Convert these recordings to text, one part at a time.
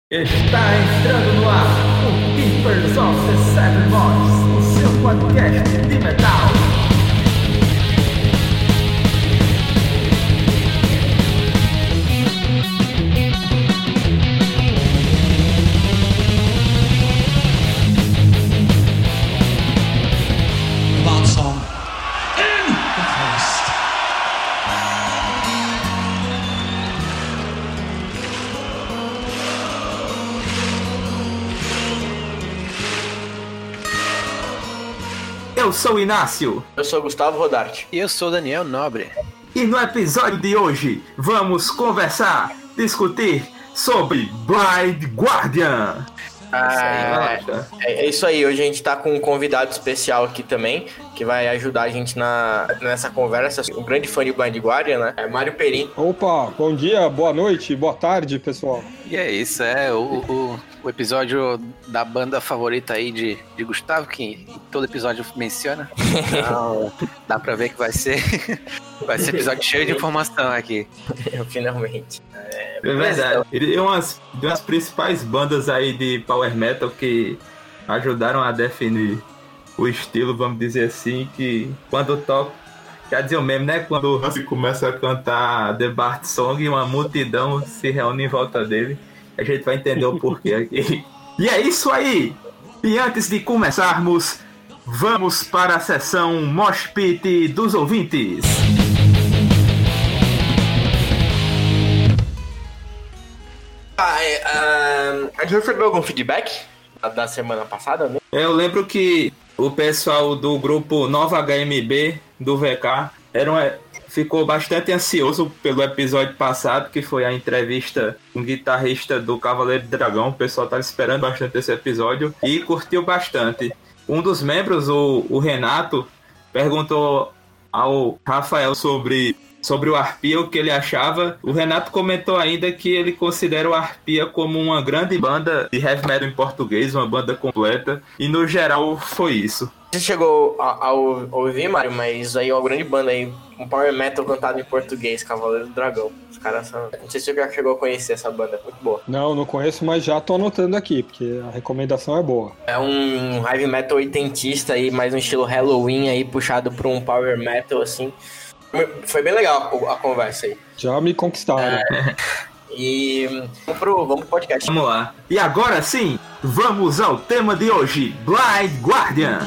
Está entrando no ar o Keepers of the Seven Mods, o seu podcast de metal. About song in the forest. Eu sou o Inácio Eu sou Gustavo Rodarte. E eu sou Daniel Nobre. e no episódio de hoje vamos conversar, discutir sobre Blind Guardian. É isso aí, hoje a gente tá com um convidado especial aqui também, que vai ajudar a gente nessa conversa. Um grande fã de Blind Guardian, né? É Mário Perin. Opa, bom dia, boa noite, boa tarde, pessoal. E é isso, o episódio da banda favorita aí de Gustavo, que todo episódio menciona. Então, dá pra ver que vai ser episódio cheio de informação aqui. Finalmente. É verdade. Ele é uma das principais bandas aí de power metal que ajudaram a definir o estilo, vamos dizer assim, que quando toca, já dizia o mesmo, né? Quando o Hansi começa a cantar The Bart Song, uma multidão se reúne em volta dele. A gente vai entender o porquê aqui. E é isso aí! E antes de começarmos, vamos para a sessão Mosh Pit dos ouvintes. A gente recebeu algum feedback da semana passada, né? Eu lembro que o pessoal do grupo Nova HMB do VK ficou bastante ansioso pelo episódio passado, que foi a entrevista com o guitarrista do Cavaleiro de Dragão. O pessoal estava esperando bastante esse episódio e curtiu bastante. Um dos membros, o Renato, perguntou ao Rafael sobre o Arpia, o que ele achava. O Renato comentou ainda que ele considera o Arpia como uma grande banda de heavy metal em português, uma banda completa, e no geral foi isso. Você chegou a ouvir, Mário, mas aí é uma grande banda aí, um power metal cantado em português, Cavaleiro do Dragão. Os caras são... Não sei se você já chegou a conhecer essa banda, muito boa. Não conheço, mas já tô anotando aqui, porque a recomendação é boa. É um heavy metal oitentista aí, mais um estilo Halloween aí, puxado por um power metal, assim. Foi bem legal a conversa aí. Já me conquistaram. E vamos pro podcast. Vamos lá. E agora sim, vamos ao tema de hoje, Blind Guardian.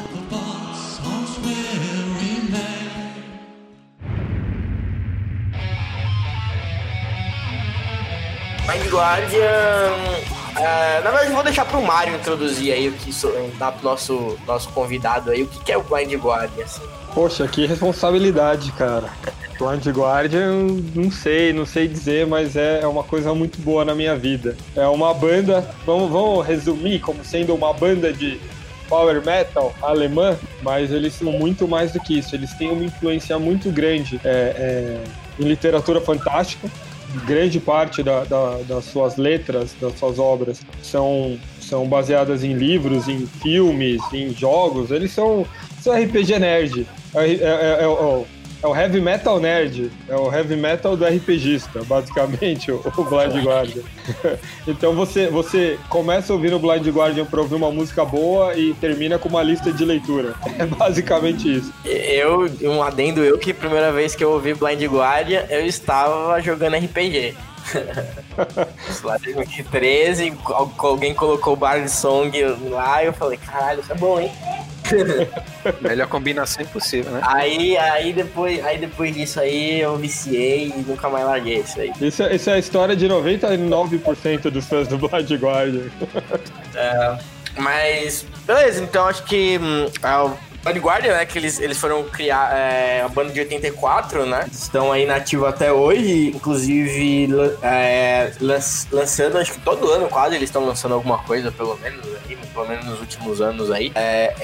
Blind Guardian... na verdade, eu vou deixar pro Mário introduzir aí, dar pro nosso convidado aí, o que é o Blind Guardian, assim. Poxa, que responsabilidade, cara. Blind Guardian, não sei dizer, mas é uma coisa muito boa na minha vida. É uma banda, vamos resumir como sendo uma banda de power metal alemã, mas eles são muito mais do que isso. Eles têm uma influência muito grande em literatura fantástica. Grande parte das suas letras, das suas obras, são baseadas em livros, em filmes, em jogos. Eles são RPG nerd. É o heavy metal nerd. É o heavy metal do RPGista, basicamente, o Blind Guardian. Então você começa ouvindo o Blind Guardian pra ouvir uma música boa e termina com uma lista de leitura. É basicamente isso. Eu que a primeira vez que eu ouvi Blind Guardian, eu estava jogando RPG. Lá em 2013, alguém colocou o Bard Song lá e eu falei, caralho, isso é bom, hein? Melhor combinação impossível, né? Aí depois disso aí eu viciei e nunca mais larguei isso aí. Isso é a história de 99% dos fãs do Blind Guardian. Mas, beleza, então acho que o Blind Guardian, né, que eles foram criar a banda de 84, né? Estão aí nativos até hoje, inclusive lançando, acho que todo ano quase eles estão lançando alguma coisa, pelo menos nos últimos anos aí.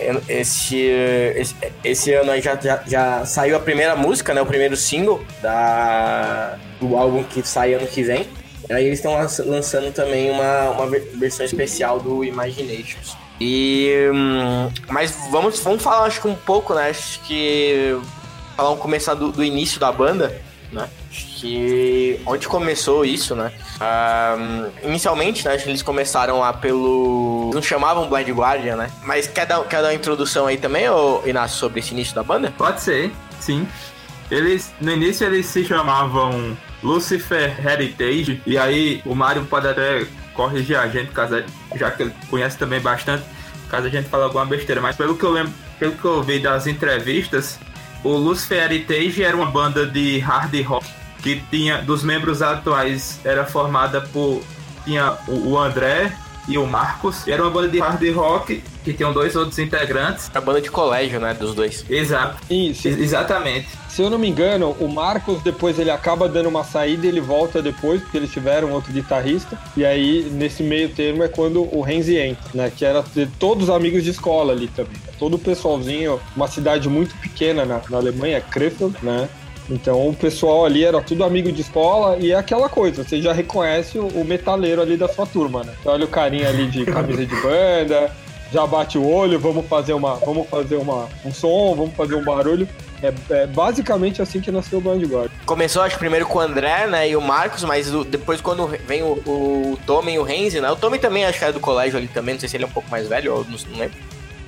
Esse ano aí já saiu a primeira música, né? O primeiro single do álbum que sai ano que vem. Aí eles estão lançando também uma versão especial do Imaginations. Mas vamos falar, acho que um pouco, né? Acho que começar do início da banda, né? que onde começou isso, né? Inicialmente, né, eles começaram lá pelo... Não chamavam Blind Guardian, né? Mas quer dar uma introdução aí também, ô Inácio, sobre esse início da banda? Pode ser, sim. No início eles se chamavam Lucifer Heritage, e aí o Mário pode até corrigir a gente, já que ele conhece também bastante, caso a gente fale alguma besteira, mas pelo que eu lembro, pelo que eu vi das entrevistas, o Lucifer Heritage era uma banda de hard rock que tinha, dos membros atuais, era formada por, tinha o André e o Marcos, era uma banda de hard rock que tinham 2 outros integrantes. A banda de colégio, né, dos dois. Exato. Isso. Exatamente. Se eu não me engano, o Marcos depois ele acaba dando uma saída e ele volta depois, porque eles tiveram outro guitarrista. E aí, nesse meio termo, é quando o Renzi entra, né? Que era todos amigos de escola ali também. Todo o pessoalzinho, uma cidade muito pequena na Alemanha, Krefeld, né? Então o pessoal ali era tudo amigo de escola e é aquela coisa, você já reconhece o metaleiro ali da sua turma, né? Então, olha o carinha ali de camisa de banda, já bate o olho, vamos fazer um som, vamos fazer um barulho. É basicamente assim que nasceu o Blind Guardian. Começou, acho, primeiro com o André, né, e o Marcos, mas depois quando vem o Tommy e o Renzi, né, o Tommy também acho que era do colégio ali também, não sei se ele é um pouco mais velho, ou não lembro.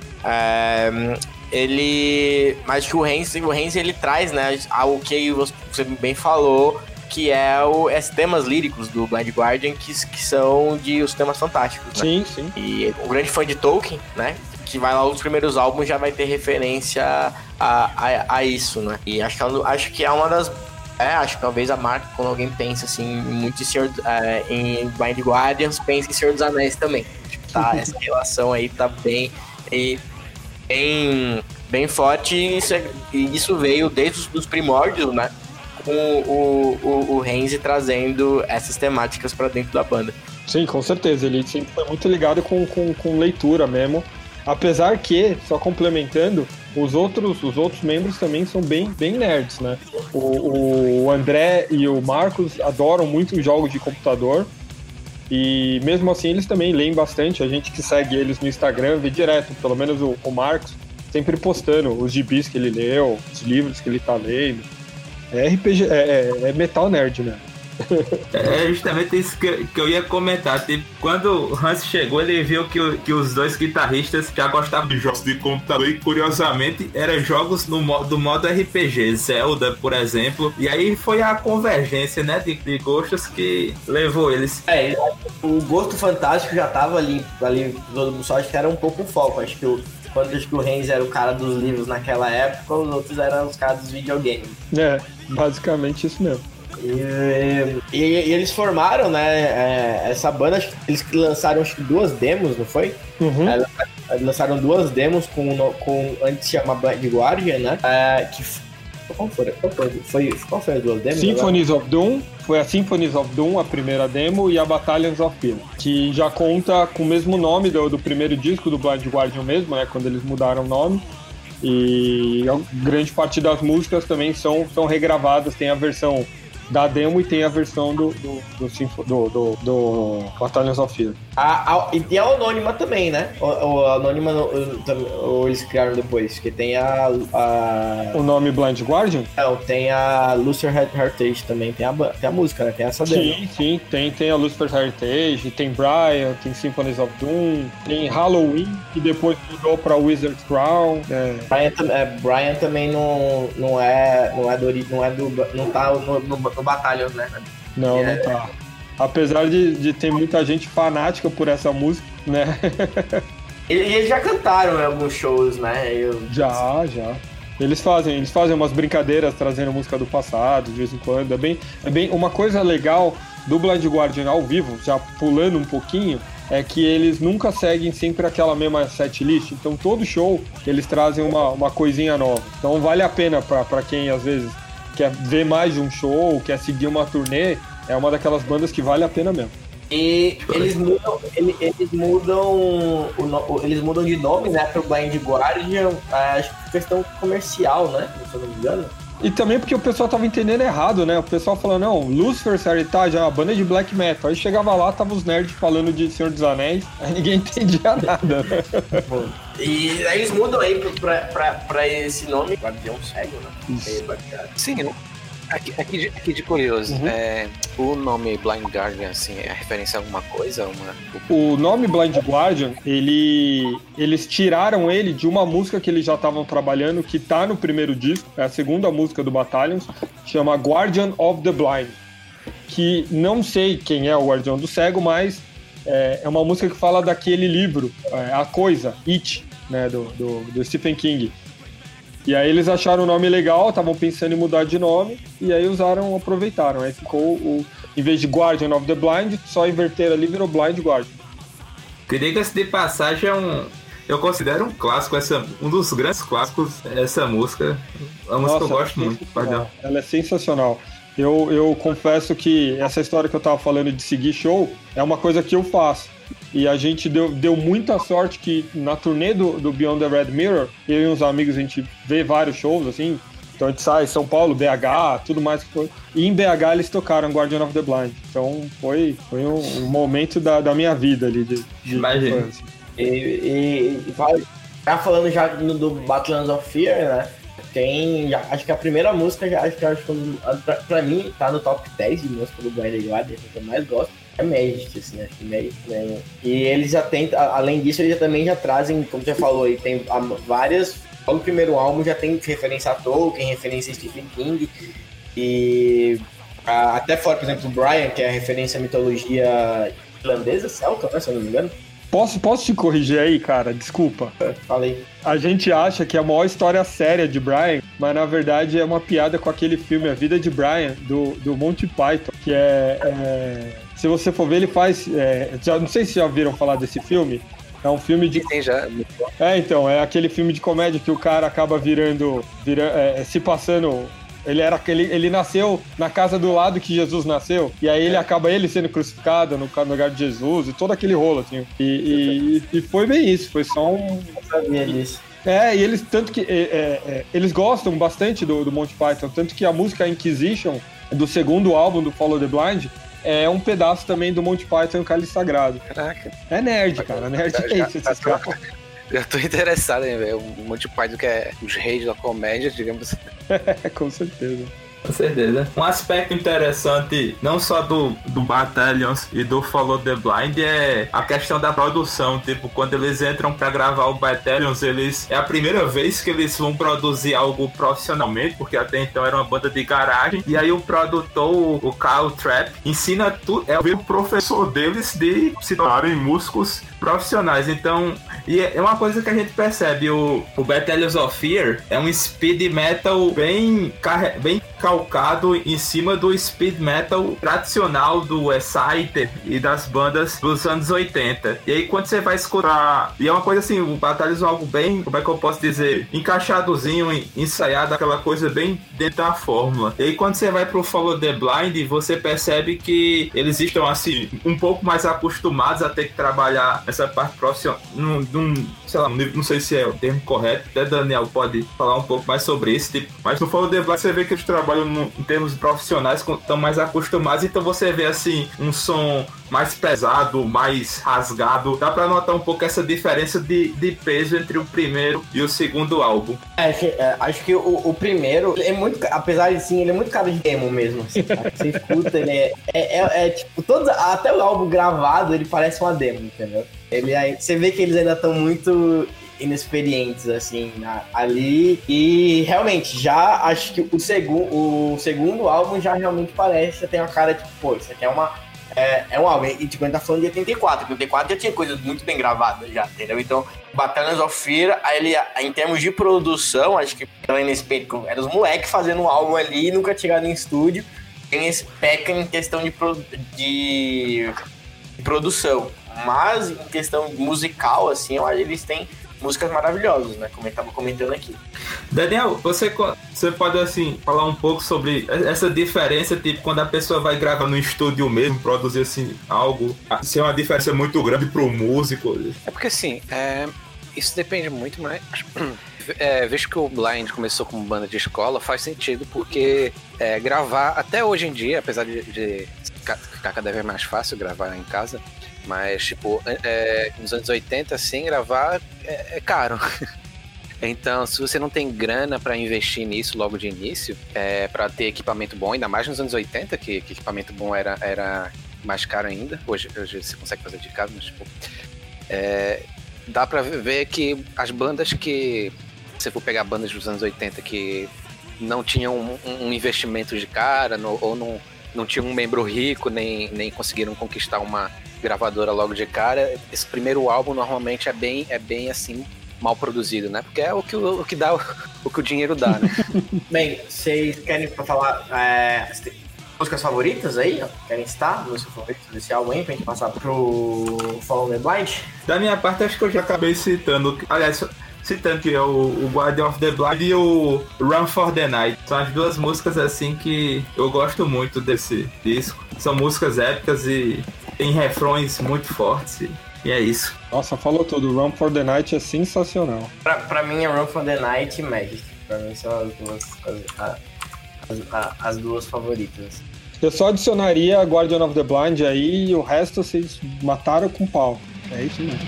Mas que o Renzi ele traz, né, algo que você bem falou, que é os temas líricos do Blind Guardian, que são os temas fantásticos, né? Sim, sim. E um grande fã de Tolkien, né, que vai lá, os primeiros álbuns já vai ter referência a isso, né? E acho que é uma das... acho que talvez a marca, quando alguém pensa assim, muito em Blind Guardians, pensa em Senhor dos Anéis também. Tá, essa relação aí tá bem forte, e isso veio desde os primórdios, né? Com o Renzi trazendo essas temáticas pra dentro da banda. Sim, com certeza. Ele sempre foi muito ligado com leitura mesmo. Apesar que, só complementando, os outros membros também são bem nerds, né? O André e o Marcos adoram muito jogos de computador. E mesmo assim eles também leem bastante. A gente que segue eles no Instagram vê direto, pelo menos o Marcos, sempre postando os gibis que ele leu, os livros que ele tá lendo. É RPG, é metal nerd, né? É justamente isso que eu ia comentar. Tipo, quando o Hans chegou, ele viu que os dois guitarristas já gostavam de jogos de computador e, curiosamente, eram jogos do modo RPG, Zelda, por exemplo. E aí foi a convergência, né, de gostos que levou eles. O gosto fantástico já tava ali todo mundo, só acho que era um pouco o foco. Acho que o Renzi era o cara dos livros naquela época, os outros eram os caras dos videogames. Basicamente isso mesmo. E eles formaram, né, essa banda. Acho que eles lançaram, acho que 2 demos, não foi? Uhum. Lançaram 2 demos com antes se chama Blind Guardian, né? Qual foi as 2 demos? Symphonies of Doom, foi a Symphonies of Doom, a primeira demo, e a Battalions of Fear, que já conta com o mesmo nome do primeiro disco do Blind Guardian mesmo, né, quando eles mudaram o nome. E a grande parte das músicas também são regravadas, tem a versão da demo e tem a versão do Battalions of Fear. E a Anônima também, né? A Anônima ou eles criaram depois, que tem o nome Blind Guardian? Não, tem a Lucifer Heritage também, tem a música, né? Tem essa demo. Sim, tem a Lucifer Heritage, tem Brian, tem Symphonies of Doom, tem Halloween, que depois mudou pra Wizard's Crown. Brian também não tá no Battalions, né? Não tá. Apesar de ter muita gente fanática por essa música, né? Eles já cantaram em alguns shows, né? Já. Eles fazem umas brincadeiras trazendo música do passado, de vez em quando. É bem uma coisa legal do Blind Guardian ao vivo, já pulando um pouquinho, é que eles nunca seguem sempre aquela mesma setlist. Então todo show eles trazem uma coisinha nova. Então vale a pena pra quem às vezes quer ver mais de um show, quer seguir uma turnê, é uma daquelas bandas que vale a pena mesmo. E eles mudam de nome, né, pro Blind Guardian, acho que questão comercial, né, se eu não me engano. E também porque o pessoal tava entendendo errado, né? O pessoal falando, não, Lucifer's Heritage é uma banda de black metal. Aí chegava lá, tava os nerds falando de Senhor dos Anéis, aí ninguém entendia nada, né? E aí eles mudam aí pra esse nome. Guardião Cego, né? Sim, Aqui de curioso, o nome Blind Guardian, assim, é referência a alguma coisa? O nome Blind Guardian, eles tiraram ele de uma música que eles já estavam trabalhando, que tá no primeiro disco, é a segunda música do Battalions, chama Guardian of the Blind, que não sei quem é o Guardião do Cego, mas é uma música que fala daquele livro, A Coisa, It, né, do Stephen King. E aí eles acharam o nome legal, estavam pensando em mudar de nome, e aí aproveitaram. Aí ficou, em vez de Guardian of the Blind, só inverter ali, virou Blind Guardian. Diga-se de passagem, eu considero um clássico, um dos grandes clássicos, essa música. É uma música que eu gosto muito. Ela é sensacional. Eu confesso que essa história que eu tava falando de seguir show é uma coisa que eu faço. E a gente deu muita sorte que na turnê do Beyond the Red Mirror, eu e uns amigos, a gente vê vários shows, assim. Então a gente sai São Paulo, BH, tudo mais que foi. E em BH eles tocaram Guardian of the Blind. Então foi um momento da minha vida ali de Imagina. E já falando já do Battlelands of Fear, né? Acho que a primeira música, pra mim, tá no top 10 de música do Blind Guardian, que eu mais gosto. É Magic, assim, acho que Magic, né? E eles já tem, além disso, eles também já trazem, como você falou aí, tem várias. O primeiro álbum já tem referência a Tolkien, referência a Stephen King. E até fora, por exemplo, o Brian, que é a referência à mitologia irlandesa, celta, né, se eu não me engano. Posso te corrigir aí, cara? Desculpa. Falei. A gente acha que é a maior história séria de Brian, mas na verdade é uma piada com aquele filme A Vida de Brian, do Monty Python, que se você for ver, ele faz... não sei se já ouviram falar desse filme. É um filme de... Sim, já. Então, é aquele filme de comédia que o cara acaba se passando... Ele nasceu na casa do lado que Jesus nasceu, e aí ele acaba sendo crucificado no lugar de Jesus, e todo aquele rolo, assim. E foi bem isso, foi só um... Eu sabia disso. E eles, tanto que eles gostam bastante do Monty Python, tanto que a música Inquisition, do segundo álbum do Follow the Blind, é um pedaço também do Monty Python e o Cálice Sagrado. Caraca. É nerd, cara, nerd é isso, esses caras. Eu tô interessado em ver o Monty Python, que é os reis da comédia, digamos assim. Com certeza. Com certeza. Um aspecto interessante, não só do Battalions e do Follow the Blind, é a questão da produção. Tipo, quando eles entram pra gravar o Battalions, é a primeira vez que eles vão produzir algo profissionalmente, porque até então era uma banda de garagem. E aí o produtor, o Kyle Trapp, ensina tudo. É o professor deles de se tornarem músicos profissionais. Então, e é uma coisa que a gente percebe, o Battalions of Fear é um speed metal bem calcado em cima do speed metal tradicional do Exciter e das bandas dos anos 80. E aí quando você vai escutar, e é uma coisa assim, o Battalions é algo bem, como é que eu posso dizer, encaixadozinho, ensaiado, aquela coisa bem dentro da fórmula. E aí quando você vai pro Follow the Blind, você percebe que eles estão assim, um pouco mais acostumados a ter que trabalhar essa parte profissional, sei lá, não sei se é o termo correto, até Daniel pode falar um pouco mais sobre isso, tipo, mas no Follow the Blind você vê que eles trabalham em termos profissionais, estão mais acostumados, então você vê assim, um som mais pesado, mais rasgado, dá pra notar um pouco essa diferença de peso entre o primeiro e o segundo álbum. Acho que o primeiro, ele é muito, apesar de sim, ele é muito cara de demo mesmo, assim, você escuta, ele tipo, até o álbum gravado, ele parece uma demo, entendeu? Você vê que eles ainda estão muito inexperientes, assim, ali, e realmente, já acho que o segundo álbum já realmente parece, tem uma cara, tipo, pô, isso aqui é um álbum, e tipo, a gente tá falando de 84 já tinha coisas muito bem gravadas já, entendeu? Então, Battalions of Fear, aí em termos de produção, acho que pela inexperiência, eram os moleques fazendo um álbum ali, nunca chegaram em estúdio, tem esse peca em questão de produção, mas em questão musical, assim, eu acho que eles têm músicas maravilhosas, né? Como eu tava comentando aqui. Daniel, você pode, assim, falar um pouco sobre essa diferença, tipo, quando a pessoa vai gravar no estúdio mesmo, produzir, assim, algo, se é uma diferença muito grande pro músico? É porque, assim, isso depende muito, mas... Vejo que o Blind começou como banda de escola, faz sentido, porque gravar, até hoje em dia, apesar de ficar cada vez mais fácil gravar em casa, mas, tipo, nos anos 80, assim, gravar é caro. Então, se você não tem grana para investir nisso logo de início, para ter equipamento bom, ainda mais nos anos 80, que equipamento bom era mais caro ainda. Hoje você consegue fazer de casa, mas tipo, dá para ver que as bandas que, se você for pegar bandas dos anos 80 que não tinham um investimento de cara, ou não tinham um membro rico, nem conseguiram conquistar uma gravadora logo de cara, esse primeiro álbum normalmente é bem assim, mal produzido, né? Porque é o que dá o que o dinheiro dá, né? Bem, vocês querem falar músicas favoritas aí? Ó? Querem citar músicas favoritas desse álbum aí pra gente passar pro Follow the Blind? Da minha parte, acho que eu já acabei citando. Aliás, citando que é o Guardian of the Blind e o Run for the Night. São as duas músicas assim que eu gosto muito desse disco. São músicas épicas e tem refrões muito fortes. E é isso. Nossa, falou tudo. Run for the Night é sensacional. Pra mim é Run for the Night e Magic. Pra mim são as duas favoritas. Eu só adicionaria Guardian of the Blind aí e o resto vocês mataram com pau. É isso mesmo.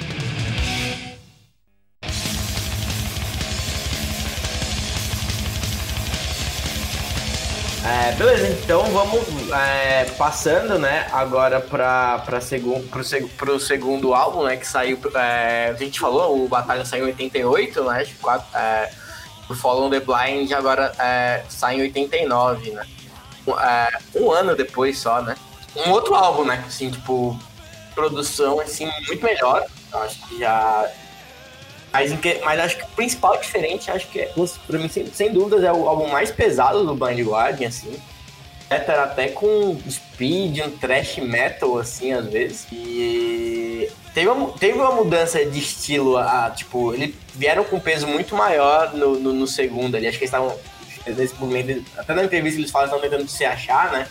Beleza, então vamos passando, né, agora pro segundo álbum, né, que saiu, a gente falou, o Batalha saiu em 88, né, o Follow the Blind agora sai em 89, né, um ano depois só, né, um outro álbum, né, assim, tipo, produção, assim, muito melhor, eu acho que já... Mas acho que o principal diferente, acho que pra mim, sem dúvidas, é o álbum mais pesado do Blind Guardian, assim. Até com speed, um thrash metal, assim, às vezes. E teve uma mudança de estilo, tipo, eles vieram com um peso muito maior no segundo ali. Acho que eles estavam, nesse momento, até na entrevista eles falam que estão tentando se achar, né?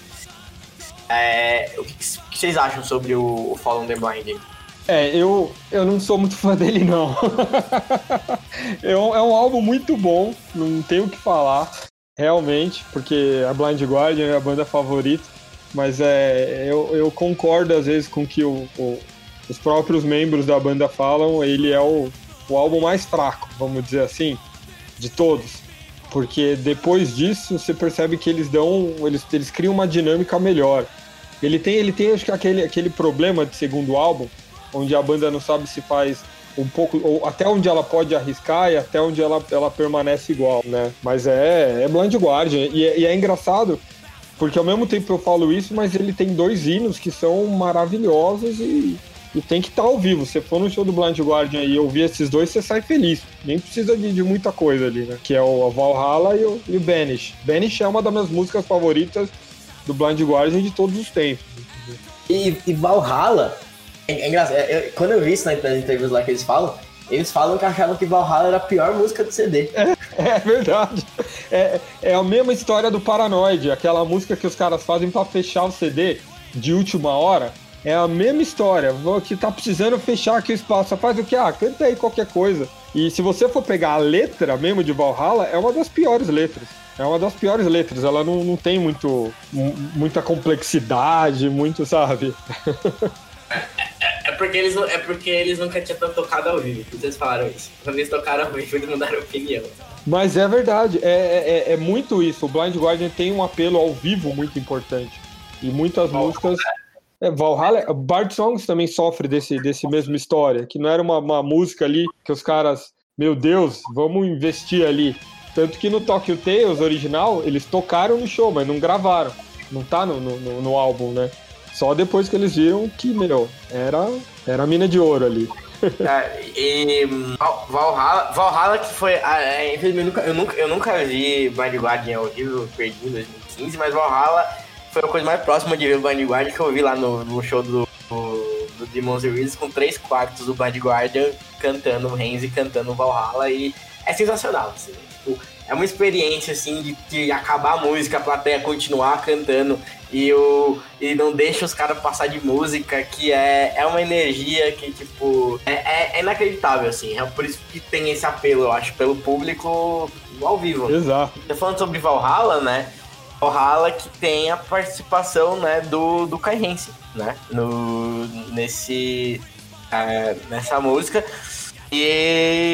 O que vocês acham sobre o Follow the Blind? Eu não sou muito fã dele, não. É um álbum muito bom, não tenho o que falar, realmente, porque a Blind Guardian é a banda favorita, mas eu concordo às vezes com o que os próprios membros da banda falam, ele é o álbum mais fraco, vamos dizer assim, de todos. Porque depois disso, você percebe que eles criam uma dinâmica melhor. Ele tem acho que aquele problema de segundo álbum, onde a banda não sabe se faz um pouco, ou até onde ela pode arriscar e até onde ela permanece igual, né? Mas é Blind Guardian, e é engraçado, porque ao mesmo tempo eu falo isso, mas ele tem 2 hinos que são maravilhosos e tem que estar ao vivo. Se for no show do Blind Guardian e ouvir esses 2, você sai feliz. Nem precisa de muita coisa ali, né? Que é o Valhalla e o Banish. Banish é uma das minhas músicas favoritas do Blind Guardian de todos os tempos. E Valhalla... É engraçado, quando eu vi isso nas entrevistas lá que eles falam que achavam que Valhalla era a pior música do CD. É verdade. É a mesma história do Paranoid, aquela música que os caras fazem pra fechar o CD de última hora. É a mesma história, que tá precisando fechar aqui o espaço. Faz o quê? Canta aí qualquer coisa. E se você for pegar a letra mesmo de Valhalla, é uma das piores letras. Ela não tem muita complexidade, muito, sabe? É porque eles nunca tinham tocado ao vivo. Vocês falaram isso. Quando eles tocaram ao vivo, eles mudaram opinião. Mas é verdade. É muito isso. O Blind Guardian tem um apelo ao vivo muito importante. E muitas músicas... Valhalla... Bard Songs também sofre desse mesmo história. Que não era uma música ali que os caras... Meu Deus, vamos investir ali. Tanto que no Tokyo Tales original, eles tocaram no show, mas não gravaram. Não tá no álbum, né? Só depois que eles viram que, era a mina de ouro ali. E Valhalla que foi... Infelizmente, eu nunca vi Blind Guardian ao vivo, eu perdi em 2015, mas Valhalla foi a coisa mais próxima de ver o Blind Guardian que eu vi lá no show do Demons Release, com 3/4 do Blind Guardian cantando Renzi, cantando Valhalla, e é sensacional, assim, tipo, é uma experiência, assim, de acabar a música, a plateia continuar cantando e não deixa os caras passar de música, que é uma energia que, tipo, é inacreditável, assim. É por isso que tem esse apelo, eu acho, pelo público ao vivo. Exato. Tô falando sobre Valhalla, né? Valhalla que tem a participação, né, do Kai Hansen, né? Nessa música. E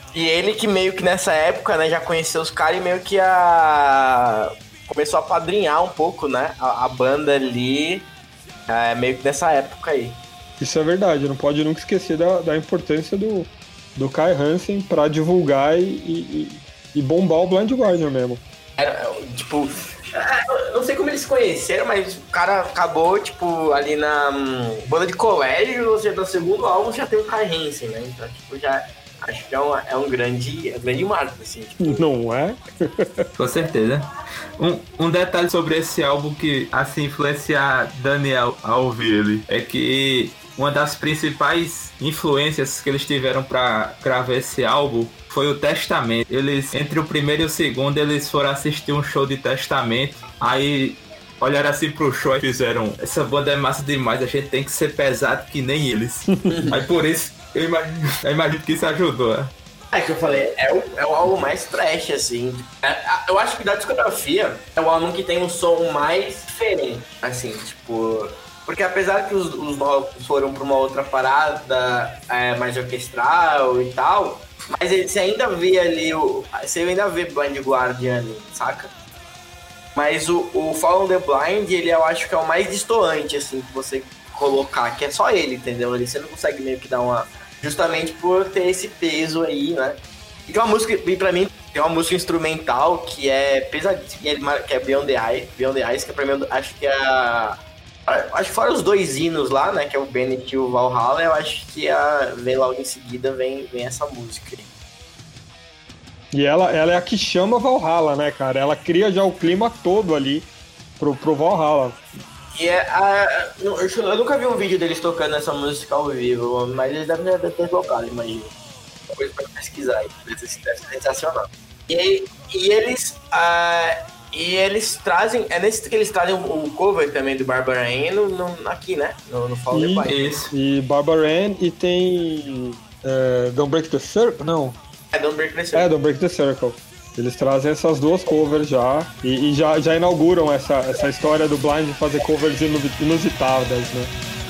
E ele que meio que nessa época, né, já conheceu os caras e meio que começou a padrinhar um pouco, né, a banda ali, meio que nessa época aí. Isso é verdade, não pode nunca esquecer da importância do Kai Hansen pra divulgar e bombar o Blind Guardian mesmo. Tipo, eu não sei como eles se conheceram, mas o cara acabou, tipo, ali na banda de colégio, ou seja, no segundo álbum já tem o Kai Hansen, né? Então, tipo, já acho que é um grande marco, assim. Tipo. Não é? Com certeza. Um detalhe sobre esse álbum que, assim, influencia Daniel a ouvir ele é que uma das principais influências que eles tiveram para gravar esse álbum foi o Testamento. Eles, entre o primeiro e o segundo, eles foram assistir um show de Testamento. Aí olharam assim pro show e fizeram: essa banda é massa demais, a gente tem que ser pesado que nem eles. Aí por isso, eu imagino que isso ajudou. É que eu falei, é o álbum mais trash, assim. Eu acho que da discografia é o álbum que tem um som mais diferente, assim, tipo. Porque apesar que os novos foram pra uma outra parada mais orquestral e tal, mas você ainda vê ali, você ainda vê Blind Guardian ali, saca? Mas o Fall on the Blind, ele eu acho que é o mais destoante, assim, que você colocar, que é só ele, entendeu? Ali você não consegue meio que dar uma... Justamente por ter esse peso aí, né? E tem uma música, e pra mim, tem uma música instrumental que é pesadíssima, que é Beyond the Ice, que pra mim, acho que acho que fora os dois hinos lá, né, que é o Bennett e o Valhalla, eu acho que vem logo em seguida, vem essa música. E ela é a que chama Valhalla, né, cara? Ela cria já o clima todo ali pro Valhalla. E eu nunca vi um vídeo deles tocando essa música ao vivo, mas eles devem ter tocado, imagino. Uma coisa pra pesquisar aí, deve ser sensacional. E eles trazem, é nesse que eles trazem o cover também do Barbara Ann aqui, né? No Fall on the Blind. E Barbara Ann e tem Don't Break the Circle? Não. Don't Break the Circle. Don't Break the Circle. Eles trazem essas duas covers já e já inauguram essa história do Blind de fazer covers inusitadas, né?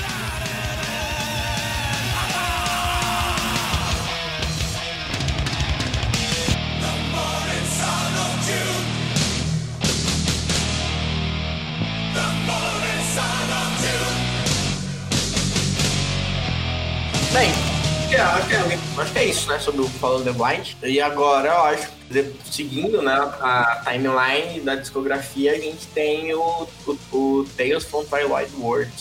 Bem, acho que é isso, né, sobre o Fall on the Blind. E agora, eu acho, seguindo, né, a timeline da discografia, a gente tem o Tales from Twilight World,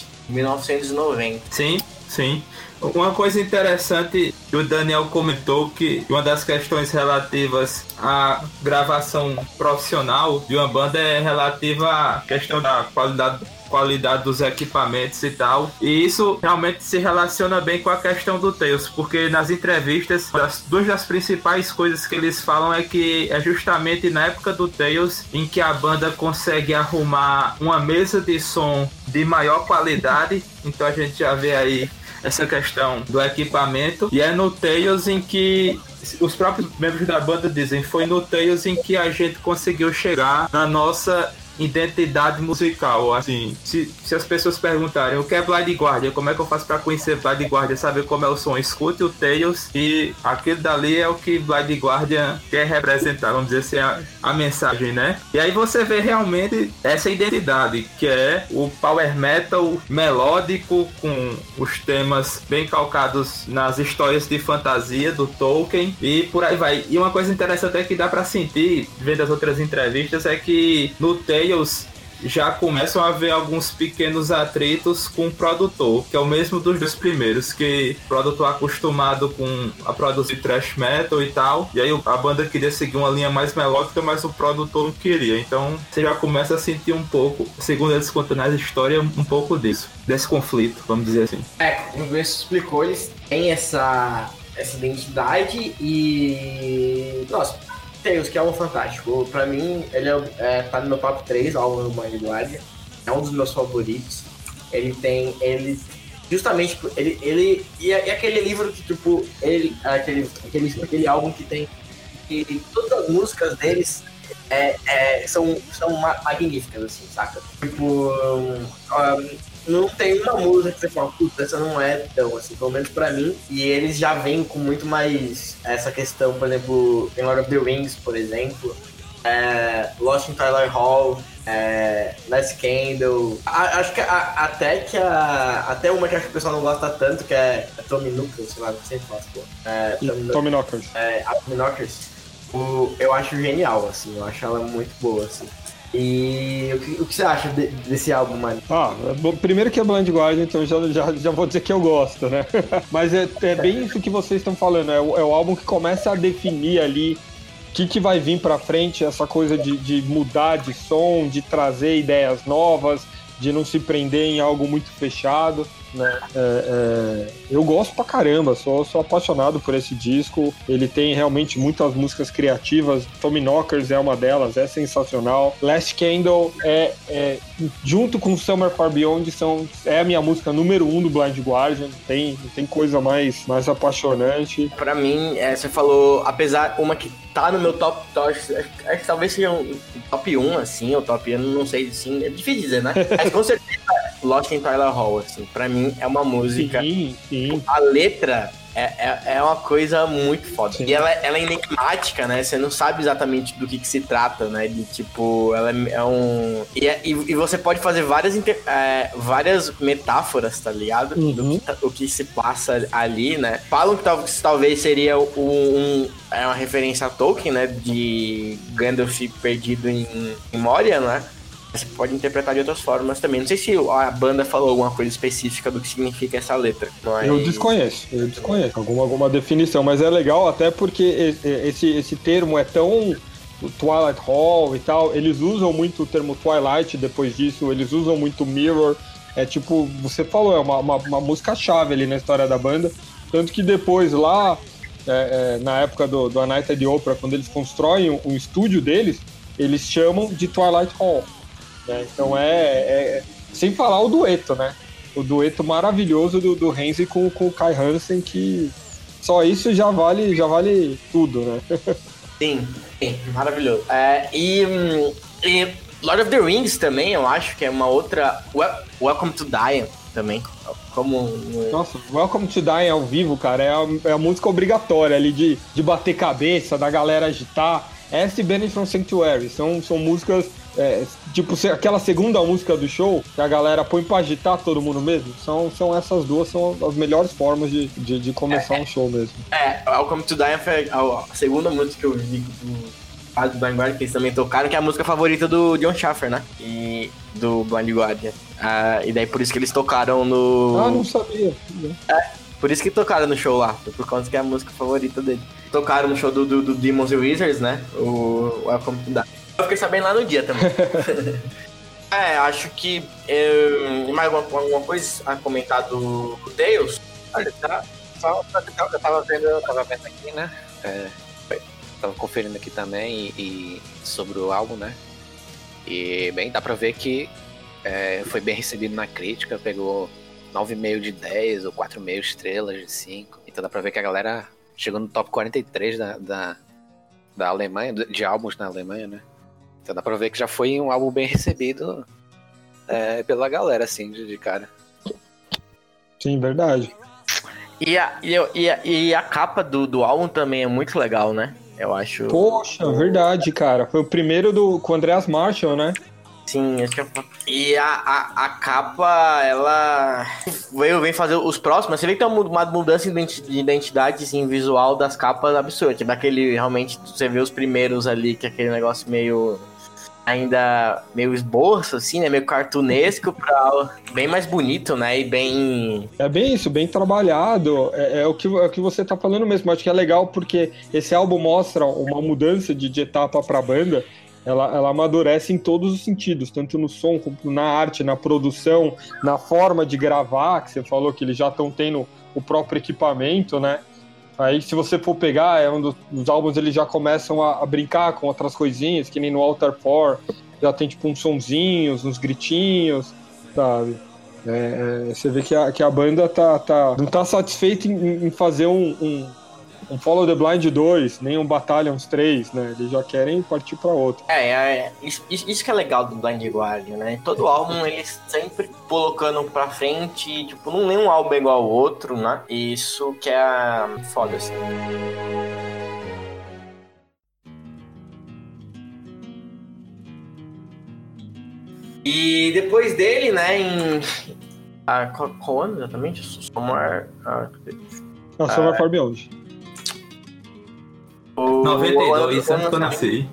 1990. Sim. Uma coisa interessante que o Daniel comentou, que uma das questões relativas à gravação profissional de uma banda é relativa à questão da qualidade dos equipamentos e tal, e isso realmente se relaciona bem com a questão do Tales, porque nas entrevistas, duas das principais coisas que eles falam é que é justamente na época do Tales em que a banda consegue arrumar uma mesa de som de maior qualidade, então a gente já vê aí essa questão do equipamento, e é no Tales em que os próprios membros da banda dizem, foi no Tales em que a gente conseguiu chegar na nossa identidade musical. Assim, se as pessoas perguntarem o que é Blind Guardian, como é que eu faço pra conhecer Blind Guardian, saber como é o som, escute o Tales, e aquele dali é o que Blind Guardian quer representar, vamos dizer assim, a mensagem, né? E aí você vê realmente essa identidade, que é o power metal melódico, com os temas bem calcados nas histórias de fantasia do Tolkien, e por aí vai. E uma coisa interessante é que dá pra sentir, vendo as outras entrevistas, é que no Tales já começam a haver alguns pequenos atritos com o produtor, que é o mesmo dos dois primeiros, que o produtor acostumado a produzir thrash metal e tal, e aí a banda queria seguir uma linha mais melódica, mas o produtor não queria, então você já começa a sentir um pouco, segundo eles contando a história, um pouco desse conflito, vamos dizer assim. Como o Vinícius explicou, eles têm essa identidade e... Nossa, Tales, que é um fantástico. Pra mim, ele tá no meu top 3, álbum do Blind Guardian. É um dos meus favoritos. Justamente, e aquele livro que, tipo, aquele álbum que tem, e todas as músicas deles são magníficas, assim, saca? Tipo, não tem uma música que você fala, puta, essa não é tão assim, pelo menos pra mim. E eles já vêm com muito mais essa questão, por exemplo, em Lord of the Rings, por exemplo, Lost in Twilight Hall, Last Candle. Acho que até uma que acho que o pessoal não gosta tanto, que é Tommy Knockers, sei lá, não sei falar, pô. Tommy Knockers. A Tommy Knockers. Eu acho genial, assim, eu acho ela muito boa, assim. E o que você acha desse álbum, mano? Primeiro que é Blind Guardian, então já vou dizer que eu gosto, né? Mas é bem isso que vocês estão falando, é o álbum que começa a definir ali o que vai vir pra frente, essa coisa de mudar de som, de trazer ideias novas, de não se prender em algo muito fechado, né? Eu gosto pra caramba, sou apaixonado por esse disco. Ele tem realmente muitas músicas criativas. Tommy Knockers é uma delas, é sensacional. Last Candle junto com Somewhere Far Beyond é a minha música número 1 do Blind Guardian. Não tem coisa mais apaixonante. Pra mim, você falou, apesar, uma que tá no meu top, acho que talvez seja um top 1, assim, ou top, eu não sei, assim, é difícil dizer, né? Mas com certeza Lost in Twilight Hall, assim, pra mim é uma música. Sim. A letra é uma coisa muito foda. Sim. E ela é enigmática, né? Você não sabe exatamente do que se trata, né? De tipo, ela é um. E você pode fazer várias metáforas, tá ligado? Uhum. O que se passa ali, né? Falam que talvez seria uma referência a Tolkien, né? De Gandalf perdido em Moria, né? Você pode interpretar de outras formas também. Não sei se a banda falou alguma coisa específica do que significa essa letra. Mas... Eu desconheço alguma definição, mas é legal até porque esse termo é tão Twilight Hall e tal, eles usam muito o termo Twilight depois disso, eles usam muito Mirror, tipo, você falou, é uma música-chave ali na história da banda, tanto que depois lá, na época do A Night at the Opera, quando eles constroem um estúdio deles, eles chamam de Twilight Hall. Então sem falar o dueto, né? O dueto maravilhoso do Hansi com o Kai Hansen, que só isso já vale tudo, né? Sim, maravilhoso. E Lord of the Rings também, eu acho que é uma outra. Welcome to Dian também. Nossa, Welcome to Dian ao vivo, cara, é a música obrigatória ali de bater cabeça, da galera agitar. Essa e Banished from Sanctuary são músicas. Tipo, aquela segunda música do show que a galera põe pra agitar todo mundo mesmo, são essas duas, são as melhores formas de começar um show mesmo. Welcome to Dian foi a segunda música que eu vi do Blind Guardian, que eles também tocaram, que é a música favorita do John Schaffer, né? E do Blind Guardian. E daí por isso que eles tocaram no... não sabia. Por isso que tocaram no show lá, por conta que é a música favorita dele. Tocaram no show do Demons and Wizards, né? O Welcome to Dian. Eu fiquei sabendo lá no dia também. Acho que... mais alguma coisa a comentar do Tails? Olha, eu tava vendo aqui, né? Tava conferindo aqui também e sobre o álbum, né? E, bem, dá pra ver que foi bem recebido na crítica, pegou 9,5 de 10 ou 4,5 estrelas de 5. Então dá pra ver que a galera chegou no top 43 da Alemanha, de álbuns na Alemanha, né? Então dá pra ver que já foi um álbum bem recebido pela galera, assim, de cara. Sim, verdade. E a capa do álbum também é muito legal, né? Eu acho... Poxa, verdade, cara. Foi o primeiro com o Andreas Marshall, né? Sim, acho que e a capa, ela vem fazer os próximos. Você vê que tem uma mudança de identidade, assim, visual das capas absurda. Daquele, realmente, você vê os primeiros ali, que é aquele negócio meio... ainda meio esboço, assim, né? Meio cartunesco, pra bem mais bonito, né? E bem... É bem isso, bem trabalhado. É o que você tá falando mesmo. Acho que é legal porque esse álbum mostra uma mudança de etapa pra banda. Ela amadurece em todos os sentidos, tanto no som, como na arte, na produção, na forma de gravar, que você falou que eles já estão tendo o próprio equipamento, né? Aí, se você for pegar, dos álbuns eles já começam a brincar com outras coisinhas, que nem no Altar 4, já tem tipo uns sonzinhos, uns gritinhos, sabe? Você vê que a banda não tá satisfeita em fazer um Follow the Blind 2, nem um Battalions 3, né? Eles já querem partir pra outro. Isso que é legal do Blind Guardian, né? Todo álbum eles sempre colocando pra frente, tipo, não nenhum álbum é igual ao outro, né? Isso que é foda, assim. E depois dele, né, qual ano exatamente? Somewhere Far Beyond. 92, ano que eu nasci.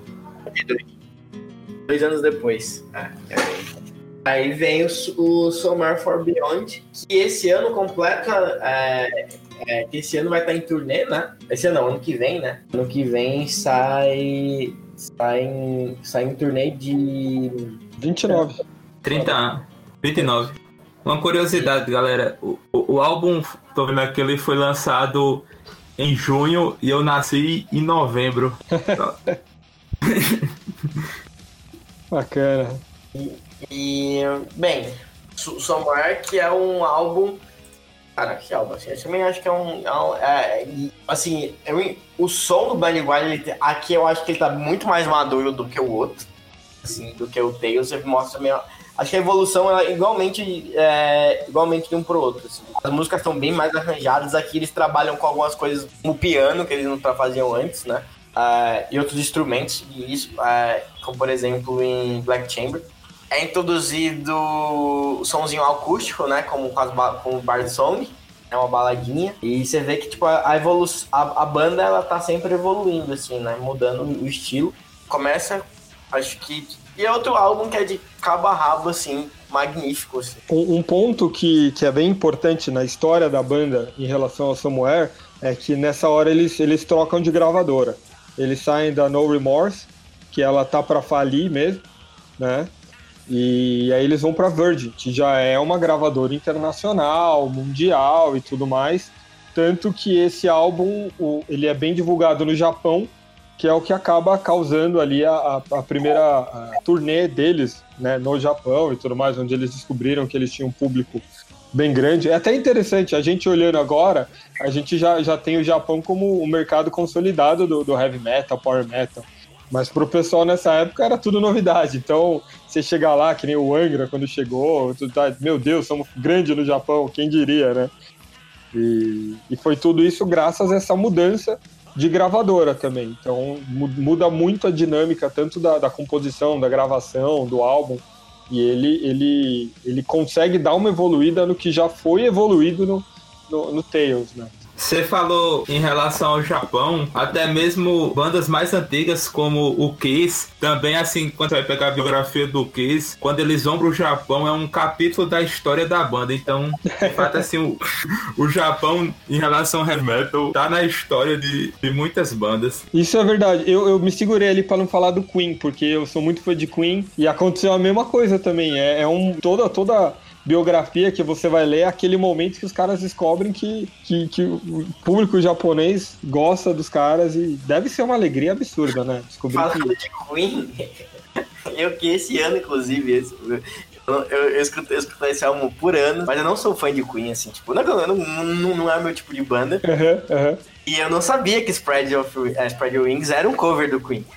2 anos depois. Aí vem o Somewhere Far Beyond, que esse ano completa... esse ano vai estar em turnê, né? Esse ano não, ano que vem, né? Ano que vem sai em turnê de... 29. 29. Uma curiosidade, galera. O álbum, tô vendo aqui, ele foi lançado em junho e eu nasci em novembro. Bacana. Bem, Somewhere, que é um álbum... Cara, que álbum, assim, eu também acho que o som do Blind Guardian, aqui eu acho que ele tá muito mais maduro do que o outro, assim, do que o Tales. Ele mostra meio... Acho que a evolução é igualmente de um pro outro, assim. As músicas estão bem mais arranjadas, aqui eles trabalham com algumas coisas como piano, que eles não faziam antes, né? E outros instrumentos, como por exemplo em Black Chamber. É introduzido o somzinho acústico, né? Como com o Bard Song, é uma baladinha. E você vê que tipo, a banda ela tá sempre evoluindo, assim, né? Mudando o estilo. Começa, acho que... E é outro álbum que é de cabo a rabo, assim, magnífico, assim. Um ponto que é bem importante na história da banda em relação ao Somewhere é que nessa hora eles trocam de gravadora. Eles saem da No Remorse, que ela tá pra falir mesmo, né? E aí eles vão pra Virgin, que já é uma gravadora internacional, mundial e tudo mais. Tanto que esse álbum, ele é bem divulgado no Japão, que é o que acaba causando ali a primeira turnê deles, né, no Japão e tudo mais, onde eles descobriram que eles tinham um público bem grande. É até interessante, a gente olhando agora, a gente já tem o Japão como o mercado consolidado do heavy metal, power metal. Mas pro pessoal nessa época era tudo novidade. Então, você chegar lá, que nem o Angra quando chegou, meu Deus, somos grandes no Japão, quem diria, né? E foi tudo isso graças a essa mudança de gravadora também. Então muda muito a dinâmica tanto da composição, da gravação, do álbum, e ele consegue dar uma evoluída no que já foi evoluído no Tales, né? Você falou em relação ao Japão, até mesmo bandas mais antigas como o Kiss, também assim, quando você vai pegar a biografia do Kiss, quando eles vão pro Japão é um capítulo da história da banda. Então, de fato, assim, o Japão em relação ao heavy metal tá na história de muitas bandas. Isso é verdade. Eu me segurei ali pra não falar do Queen, porque eu sou muito fã de Queen e aconteceu a mesma coisa também. Toda biografia que você vai ler, é aquele momento que os caras descobrem que o público japonês gosta dos caras e deve ser uma alegria absurda, né? Falando de Queen, eu que esse ano, inclusive, eu escuto esse álbum por ano, mas eu não sou fã de Queen, assim, tipo, não é meu tipo de banda. Uhum. E eu não sabia que Spread Wings era um cover do Queen.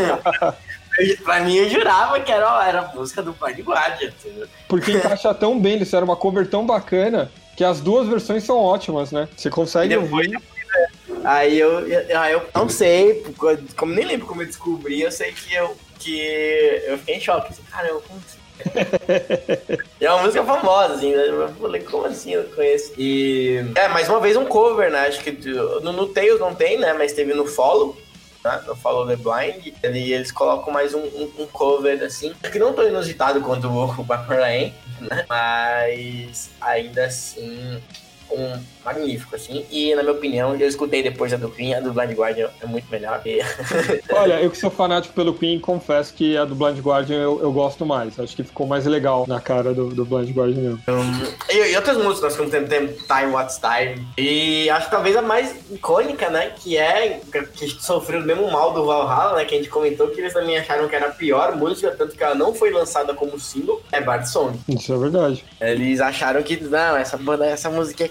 Pra mim, eu jurava que era a música do Blind Guardian. Porque encaixa tão bem, eles fizeram uma cover tão bacana que as duas versões são ótimas, né? Você consegue ouvir. Aí eu não sei, como nem lembro como eu descobri, eu sei que eu fiquei em choque. Assim, caramba, como assim? E é uma música famosa, assim, né? Eu falei, como assim eu não conheço? E mais uma vez um cover, né? Acho que no Tales não tem, né? Mas teve no Follow. No Follow the Blind, e eles colocam mais um cover assim, que não tão inusitado quanto o Backrain, né? Mas ainda assim magnífico, assim, e na minha opinião, eu escutei depois a do Queen, a do Blind Guardian é muito melhor. Olha, eu que sou fanático pelo Queen, confesso que a do Blind Guardian eu gosto mais, acho que ficou mais legal na cara do Blind Guardian mesmo. E outras músicas, como tem Time What's Time, e acho que talvez a mais icônica, né, que sofreu o mesmo mal do Valhalla, né, que a gente comentou que eles também acharam que era a pior música, tanto que ela não foi lançada como single, é Bard Song. Isso é verdade. Eles acharam que, não, essa música aqui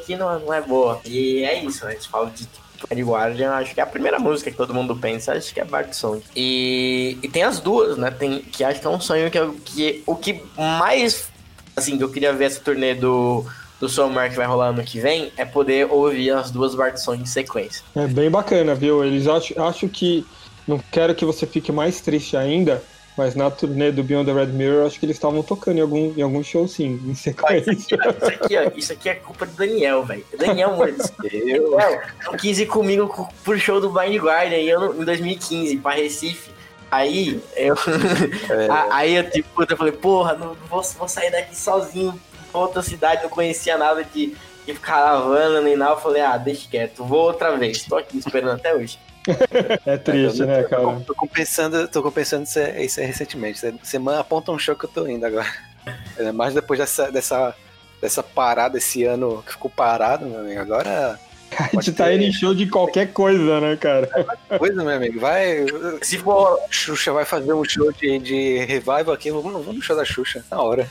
aqui não é boa. E é isso, né? A gente fala de Blind Guardian, acho que é a primeira música que todo mundo pensa, acho que é Bard Song. E tem as duas, né? Que acho que é um sonho que o que mais, assim, que eu queria ver essa turnê do Somewhere que vai rolar ano que vem, é poder ouvir as duas Bard Songs em sequência. É bem bacana, viu? Eles acho que, não quero que você fique mais triste ainda, mas na turnê do Beyond the Red Mirror, acho que eles estavam tocando em algum show, sim, em sequência. Isso aqui é culpa do Daniel, velho. Daniel, mano, não quis ir comigo pro show do Blind Guardian em 2015, pra Recife. Aí eu tipo, eu falei, porra, não vou sair daqui sozinho pra outra cidade, não conhecia nada de caravana nem nada. Eu falei, deixa quieto, vou outra vez. Tô aqui esperando até hoje. É triste, né, cara? Tô compensando isso aí recentemente. Você aponta um show que eu tô indo agora. Mas depois dessa parada esse ano que ficou parado, meu amigo, agora... A gente tá indo em show de qualquer coisa, né, cara? Coisa, meu amigo. Se for Xuxa vai fazer um show de revival aqui, vamos no show da Xuxa, na hora.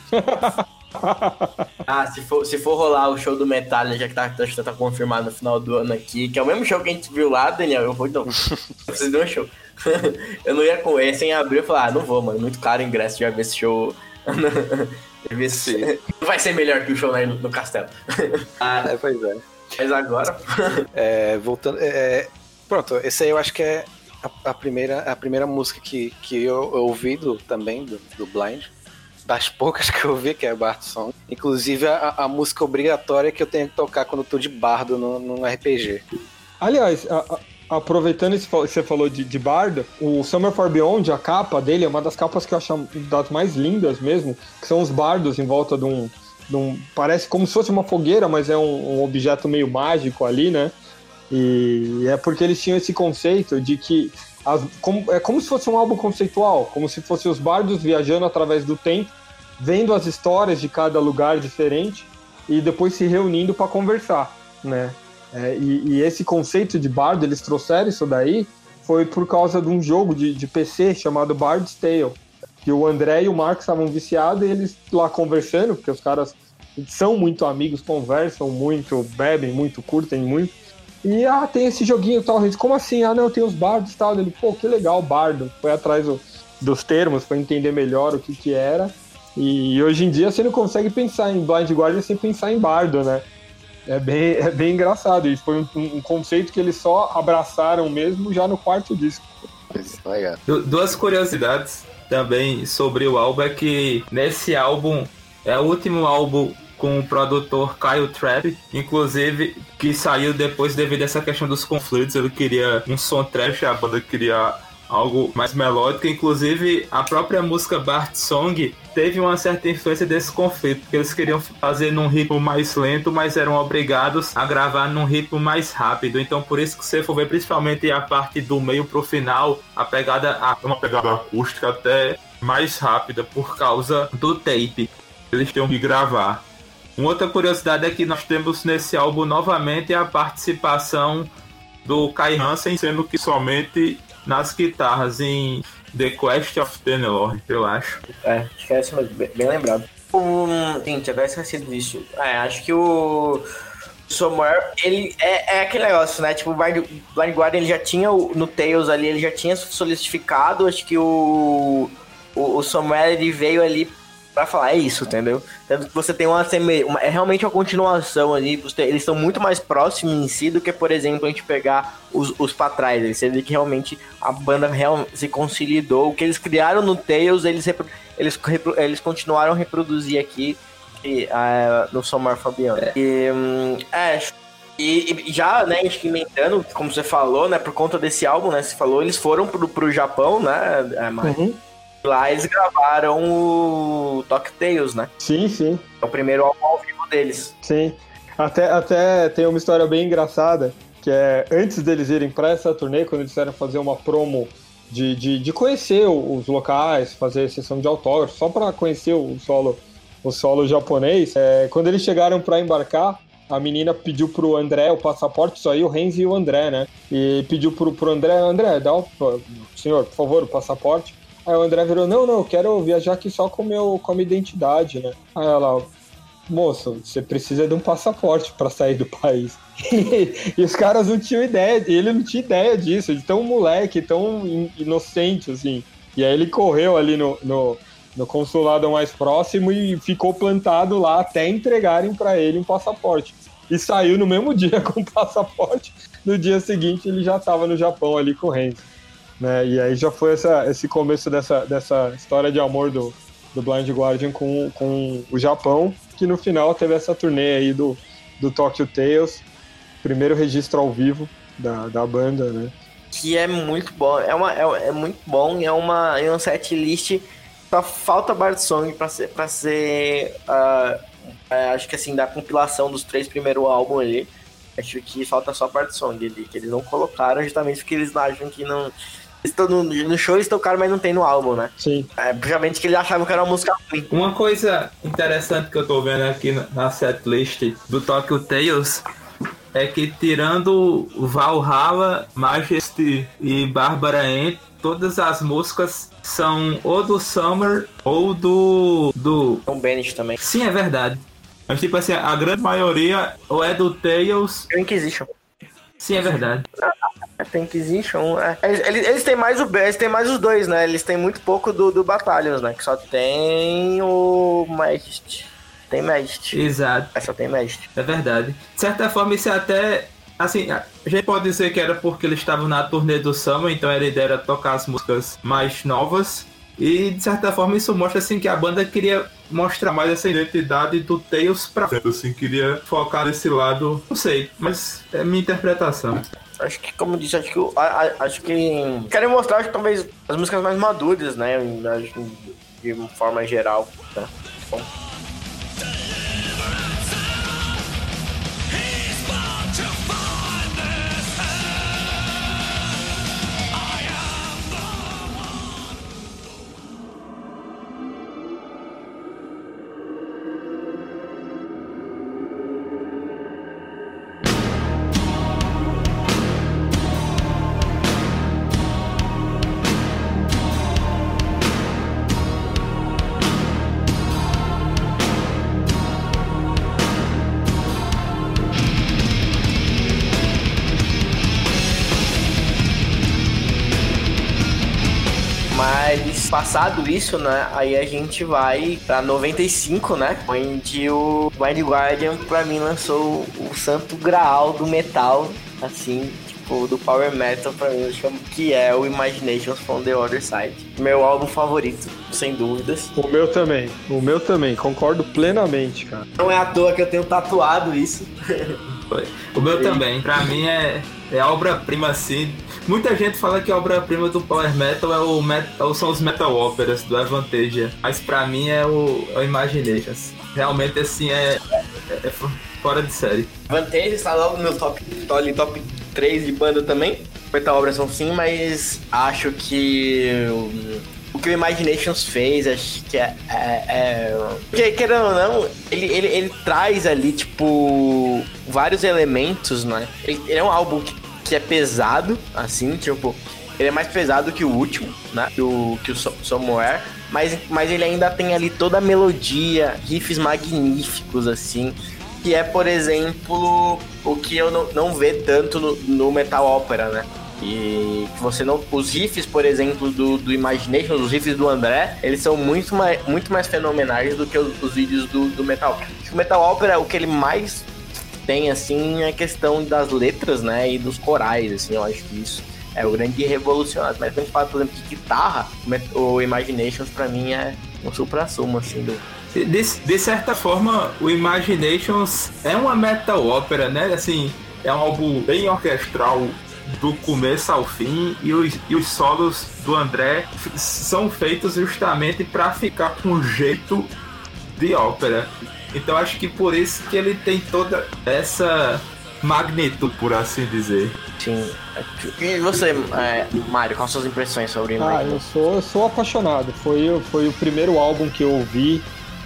Se for rolar o show do Metallica, já que tá confirmado no final do ano aqui, que é o mesmo show que a gente viu lá, Daniel, eu vou então. Eu preciso de um show. Eu não ia com esse em abril, eu falei, não vou, mano, muito caro o ingresso, já ver esse show. Não vai ser melhor que o show no castelo. Pois é. Mas agora... voltando... pronto, esse aí eu acho que é a primeira música que eu ouvi também do Blind. Das poucas que eu vi, que é Bard Song. Inclusive a música obrigatória que eu tenho que tocar quando eu tô de bardo num RPG. Aliás, aproveitando isso que você falou de bardo, o Summer Far Beyond, a capa dele é uma das capas que eu acho das mais lindas mesmo, que são os bardos em volta de um parece como se fosse uma fogueira, mas é um objeto meio mágico ali, né? E é porque eles tinham esse conceito de que é como se fosse um álbum conceitual, como se fossem os bardos viajando através do tempo, vendo as histórias de cada lugar diferente e depois se reunindo para conversar, né? E esse conceito de bardo, eles trouxeram isso daí, foi por causa de um jogo de PC chamado Bard's Tale, que o André e o Marcos estavam viciados e eles lá conversando, porque os caras são muito amigos, conversam muito, bebem muito, curtem muito. E, tem esse joguinho e tal. A gente, como assim? Não, tem os bardos e tal. Ele, pô, que legal, bardo. Foi atrás dos termos, foi entender melhor o que era. E hoje em dia você não consegue pensar em Blind Guardian sem pensar em bardo, né? É bem engraçado. Isso foi um conceito que eles só abraçaram mesmo já no quarto disco. Duas curiosidades também sobre o álbum é que nesse álbum é o último álbum com o produtor Kyle Trapp, inclusive, que saiu depois devido a essa questão dos conflitos. Ele queria um som trash, a banda queria algo mais melódico. Inclusive, a própria música Bard Song teve uma certa influência desse conflito, porque eles queriam fazer num ritmo mais lento, mas eram obrigados a gravar num ritmo mais rápido. Então, por isso que você for ver, principalmente a parte do meio pro final, uma pegada acústica até mais rápida, por causa do tape. Eles tinham que gravar. Uma outra curiosidade é que nós temos nesse álbum novamente a participação do Kai Hansen, sendo que somente nas guitarras em The Quest of Tenelor, eu acho. Acho que é isso mesmo, bem lembrado. Gente, agora esqueci disso. Acho que o Somewhere, ele é aquele negócio, né? Tipo, o Blind Guardian, ele já tinha no Tales ali, ele já tinha solidificado. Acho que o Somewhere, ele veio ali pra falar, é isso, entendeu? Tanto que você tem é realmente uma continuação ali, eles estão muito mais próximos em si do que, por exemplo, a gente pegar os pra trás. Você vê que realmente a banda se consolidou. O que eles criaram no Tales, eles continuaram a reproduzir aqui no Somewhere Far Beyond. E já, né, acho que inventando, como você falou, né, por conta desse álbum, né, você falou, eles foram pro Japão, né, Lá eles gravaram o Talk Tales, né? Sim. É o primeiro álbum ao vivo deles. Sim. Até tem uma história bem engraçada, que é antes deles irem pra essa turnê, quando eles quiseram fazer uma promo de conhecer os locais, fazer sessão de autógrafo, só pra conhecer o solo japonês, quando eles chegaram pra embarcar, a menina pediu pro André o passaporte, só aí o Renzi e o André, né? E pediu pro André, dá senhor, por favor, o passaporte. Aí o André virou, não, eu quero viajar aqui só com a minha identidade, né? Aí ela, moço, você precisa de um passaporte para sair do país. E os caras não tinham ideia, ele não tinha ideia disso, de tão moleque, tão inocente, assim. E aí ele correu ali no consulado mais próximo e ficou plantado lá até entregarem para ele um passaporte. E saiu no mesmo dia com o passaporte. No dia seguinte ele já estava no Japão ali correndo. Né? E aí já foi esse começo dessa história de amor do Blind Guardian com o Japão, que no final teve essa turnê aí do Tokyo Tales, primeiro registro ao vivo da banda, né? Que é muito bom, é muito bom, é um set list, só falta Bard Song pra ser acho que assim, da compilação dos 3 primeiros álbuns ali, acho que falta só Bard Song ali, que eles não colocaram justamente porque eles acham que não... No show eles tocaram, mas não tem no álbum, né? Sim. Principalmente que eles achavam que era uma música ruim. Uma coisa interessante que eu tô vendo aqui na setlist do Tokyo Tales é que, tirando Valhalla, Majesty e Barbara Ann, todas as músicas são ou do Summer ou do Tom Bennett também. Sim, é verdade. Mas tipo assim, a grande maioria ou é do Tales... Inquisition. Sim, é verdade. Tem Inquisition. Eles têm mais os dois, né? Eles têm muito pouco do Battalions, né? Que só tem o Majesty. Tem Majesty. Exato. Só tem Majesty. É verdade. De certa forma, isso é até... Assim, a gente pode dizer que era porque eles estavam na turnê do Summer, então a ideia era tocar as músicas mais novas. E, de certa forma, isso mostra, assim, que a banda queria mostrar mais essa identidade do Tales pra frente, assim, queria focar nesse lado, não sei, mas é minha interpretação. Acho que, como eu disse, acho que querem mostrar, acho que talvez as músicas mais maduras, né, de uma forma geral, tá? Bom. Mas passado isso, né, aí a gente vai pra 95, né, onde o Blind Guardian pra mim lançou o santo graal do metal, assim, tipo, do power metal pra mim, eu chamo que é o Imaginations from the Other Side. Meu álbum favorito, sem dúvidas. O meu também, concordo plenamente, cara. Não é à toa que eu tenho tatuado isso. O meu também, pra mim é obra-prima, assim. Muita gente fala que a obra-prima do Power Metal são os Metal Operas do Avantasia, mas pra mim é o Imaginations. Realmente, assim, é fora de série. Avantasia está logo no meu top 3 de banda também. Metal Operas são sim, mas acho que o que o Imaginations fez, acho que porque, querendo ou não, ele traz ali, tipo, vários elementos, né? Ele é um álbum que é pesado, assim, tipo, ele é mais pesado que o último, né? Que o Somewhere, mas ele ainda tem ali toda a melodia, riffs magníficos, assim, que é, por exemplo, o que eu não vê tanto no Metal Opera, né? E você não... Os riffs, por exemplo, do Imagination, os riffs do André, eles são muito mais fenomenais do que os vídeos do Metal. O Metal Opera, o que ele mais tem, assim, é a questão das letras, né, e dos corais, assim, eu acho que isso é o grande revolucionário. Mas quando a gente fala, por exemplo, de guitarra, o Imaginations, pra mim, é um supra-sumo, assim, De certa forma, o Imaginations é uma metal ópera, né, assim, é um álbum bem orquestral do começo ao fim, e os solos do André são feitos justamente para ficar com um jeito de ópera. Então acho que por isso que ele tem toda essa magnitude, por assim dizer. Sim. E você, Mário, quais são suas impressões sobre o Imaginations? Eu sou apaixonado. Foi o primeiro álbum que eu ouvi.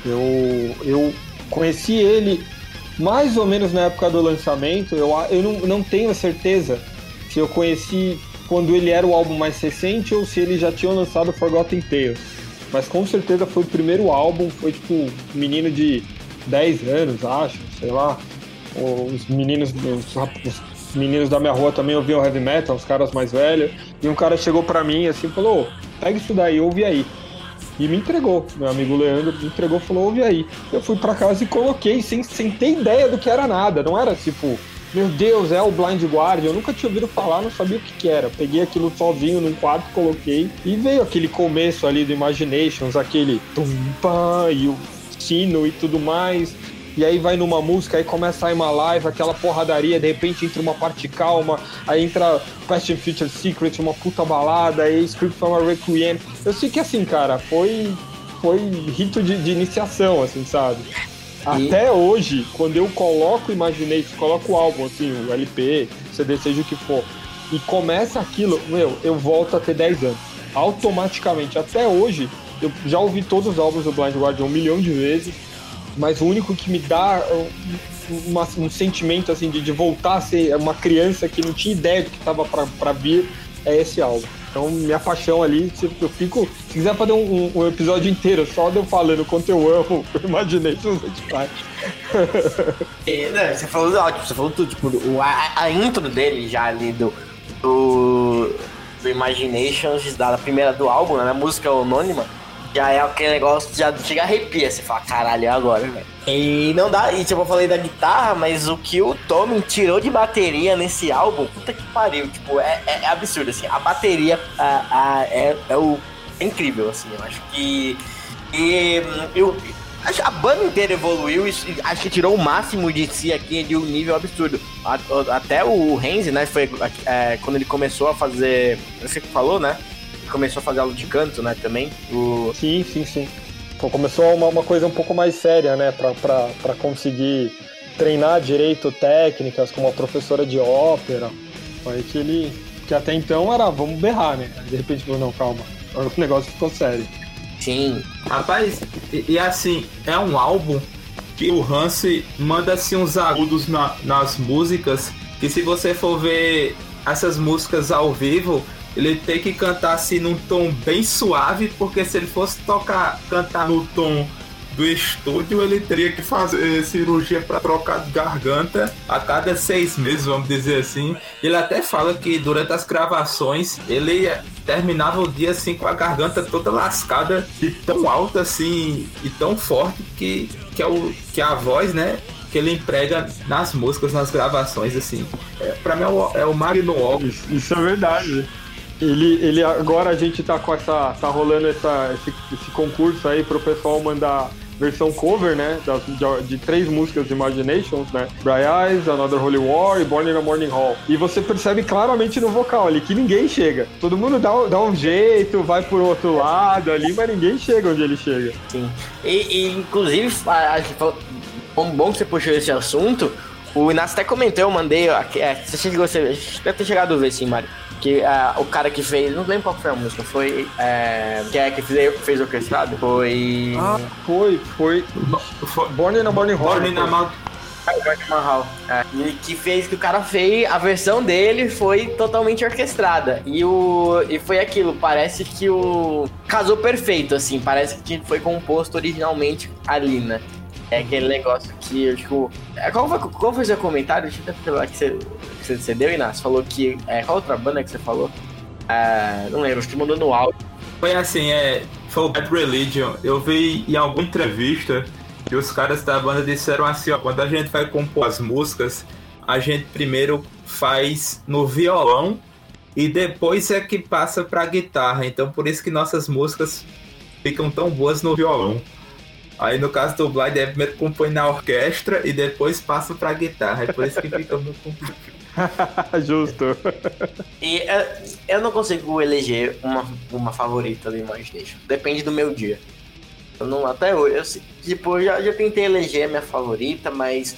Eu conheci ele mais ou menos na época do lançamento. Eu não tenho certeza se eu conheci quando ele era o álbum mais recente ou se ele já tinha lançado Forgotten Tales. Mas com certeza foi o primeiro álbum, foi tipo menino de 10 anos, acho, sei lá. Os meninos da minha rua também ouviam heavy metal, os caras mais velhos. E um cara chegou pra mim assim e falou: pega isso daí, ouve aí. E me entregou, meu amigo Leandro me entregou e falou: ouve aí. Eu fui pra casa e coloquei, sem ter ideia do que era nada. Não era tipo, meu Deus, é o Blind Guardian. Eu nunca tinha ouvido falar, não sabia o que era. Peguei aquilo sozinho num quarto, coloquei. E veio aquele começo ali do Imaginations, aquele tum-pá e o sino e tudo mais. E aí vai numa música, aí começa a ir uma live, aquela porradaria, de repente entra uma parte calma, aí entra Past and Future Secret, uma puta balada, aí Script from a Requiem. Eu sei que assim, cara, foi rito de iniciação, assim, sabe? Até hoje, quando eu coloco Imagination, coloco o álbum, assim, o LP, CD, seja o que for, e começa aquilo, eu volto a ter 10 anos. Automaticamente. Até hoje, eu já ouvi todos os álbuns do Blind Guardian 1 milhão de vezes, mas o único que me dá um sentimento assim de voltar a ser uma criança que não tinha ideia do que estava para vir é esse álbum. Então, minha paixão ali, eu fico... Se quiser fazer um episódio inteiro só de eu falando quanto eu amo o Imaginations, a gente faz. Você falou ótimo, você falou tudo. Tipo, a intro dele já ali do Imaginations, da primeira do álbum, né? A música anônima. Já é aquele negócio, já chega a arrepia, você fala, caralho, é agora, velho. E não dá, e tipo, eu falei da guitarra, mas o que o Tommy tirou de bateria nesse álbum, puta que pariu, tipo, é absurdo, assim, a bateria é incrível, assim, eu acho que... A banda inteira evoluiu e acho que tirou o máximo de si aqui de um nível absurdo. Até o Renzi, né, foi quando ele começou a fazer, você que falou, né? Começou a fazer aula de canto, né, também. Sim. Então, começou uma coisa um pouco mais séria, né, pra conseguir treinar direito técnicas com uma professora de ópera. Aí que até então era, vamos berrar, né? Aí, de repente, falou, não, calma, o negócio ficou sério. Sim. Rapaz, e assim, é um álbum que o Hansi manda assim uns agudos nas músicas, que se você for ver essas músicas ao vivo, ele tem que cantar assim num tom bem suave, porque se ele fosse cantar no tom do estúdio, ele teria que fazer cirurgia para trocar de garganta a cada 6 meses, vamos dizer assim. Ele até fala que durante as gravações ele terminava o dia assim com a garganta toda lascada, de tão alta assim e tão forte que a voz, né, que ele emprega nas músicas, nas gravações, assim. Pra mim é o Magno Opus. Isso é verdade. Ele agora a gente tá rolando esse concurso aí pro pessoal mandar versão cover, né, de 3 músicas de Imaginations, né, Dry Eyes, Another Holy War e Born in a Morning Hall. E você percebe claramente no vocal ali que ninguém chega. Todo mundo dá um jeito, vai por outro lado ali, mas ninguém chega onde ele chega. Sim. E inclusive, acho que foi bom que você puxou esse assunto. O Inácio até comentou, eu mandei, você deve ter chegado a ver, sim, Mário. Que o cara que fez, não lembro qual foi a música, foi que fez orquestrado, foi... Foi Born in a Morning Hall. Born in a Morning Hall. E que fez, que o cara fez, a versão dele foi totalmente orquestrada. E foi aquilo, parece que casou perfeito, assim, parece que foi composto originalmente ali, né? É aquele negócio que eu, tipo... Qual foi o seu comentário? Deixa eu até falar que você deu, Inácio. Falou que... qual outra banda que você falou? Não lembro, acho que mandou no áudio. Foi assim, foi o Bad Religion. Eu vi em alguma entrevista que os caras da banda disseram assim, ó, quando a gente vai compor as músicas, a gente primeiro faz no violão e depois é que passa pra guitarra. Então por isso que nossas músicas ficam tão boas no violão. Aí no caso do Blind, primeiro compõe na orquestra e depois passa pra guitarra. É por isso que fica muito complicado. Justo. E eu não consigo eleger uma favorita do Imagination. Depende do meu dia. Eu não, até hoje, eu já tentei eleger a minha favorita, mas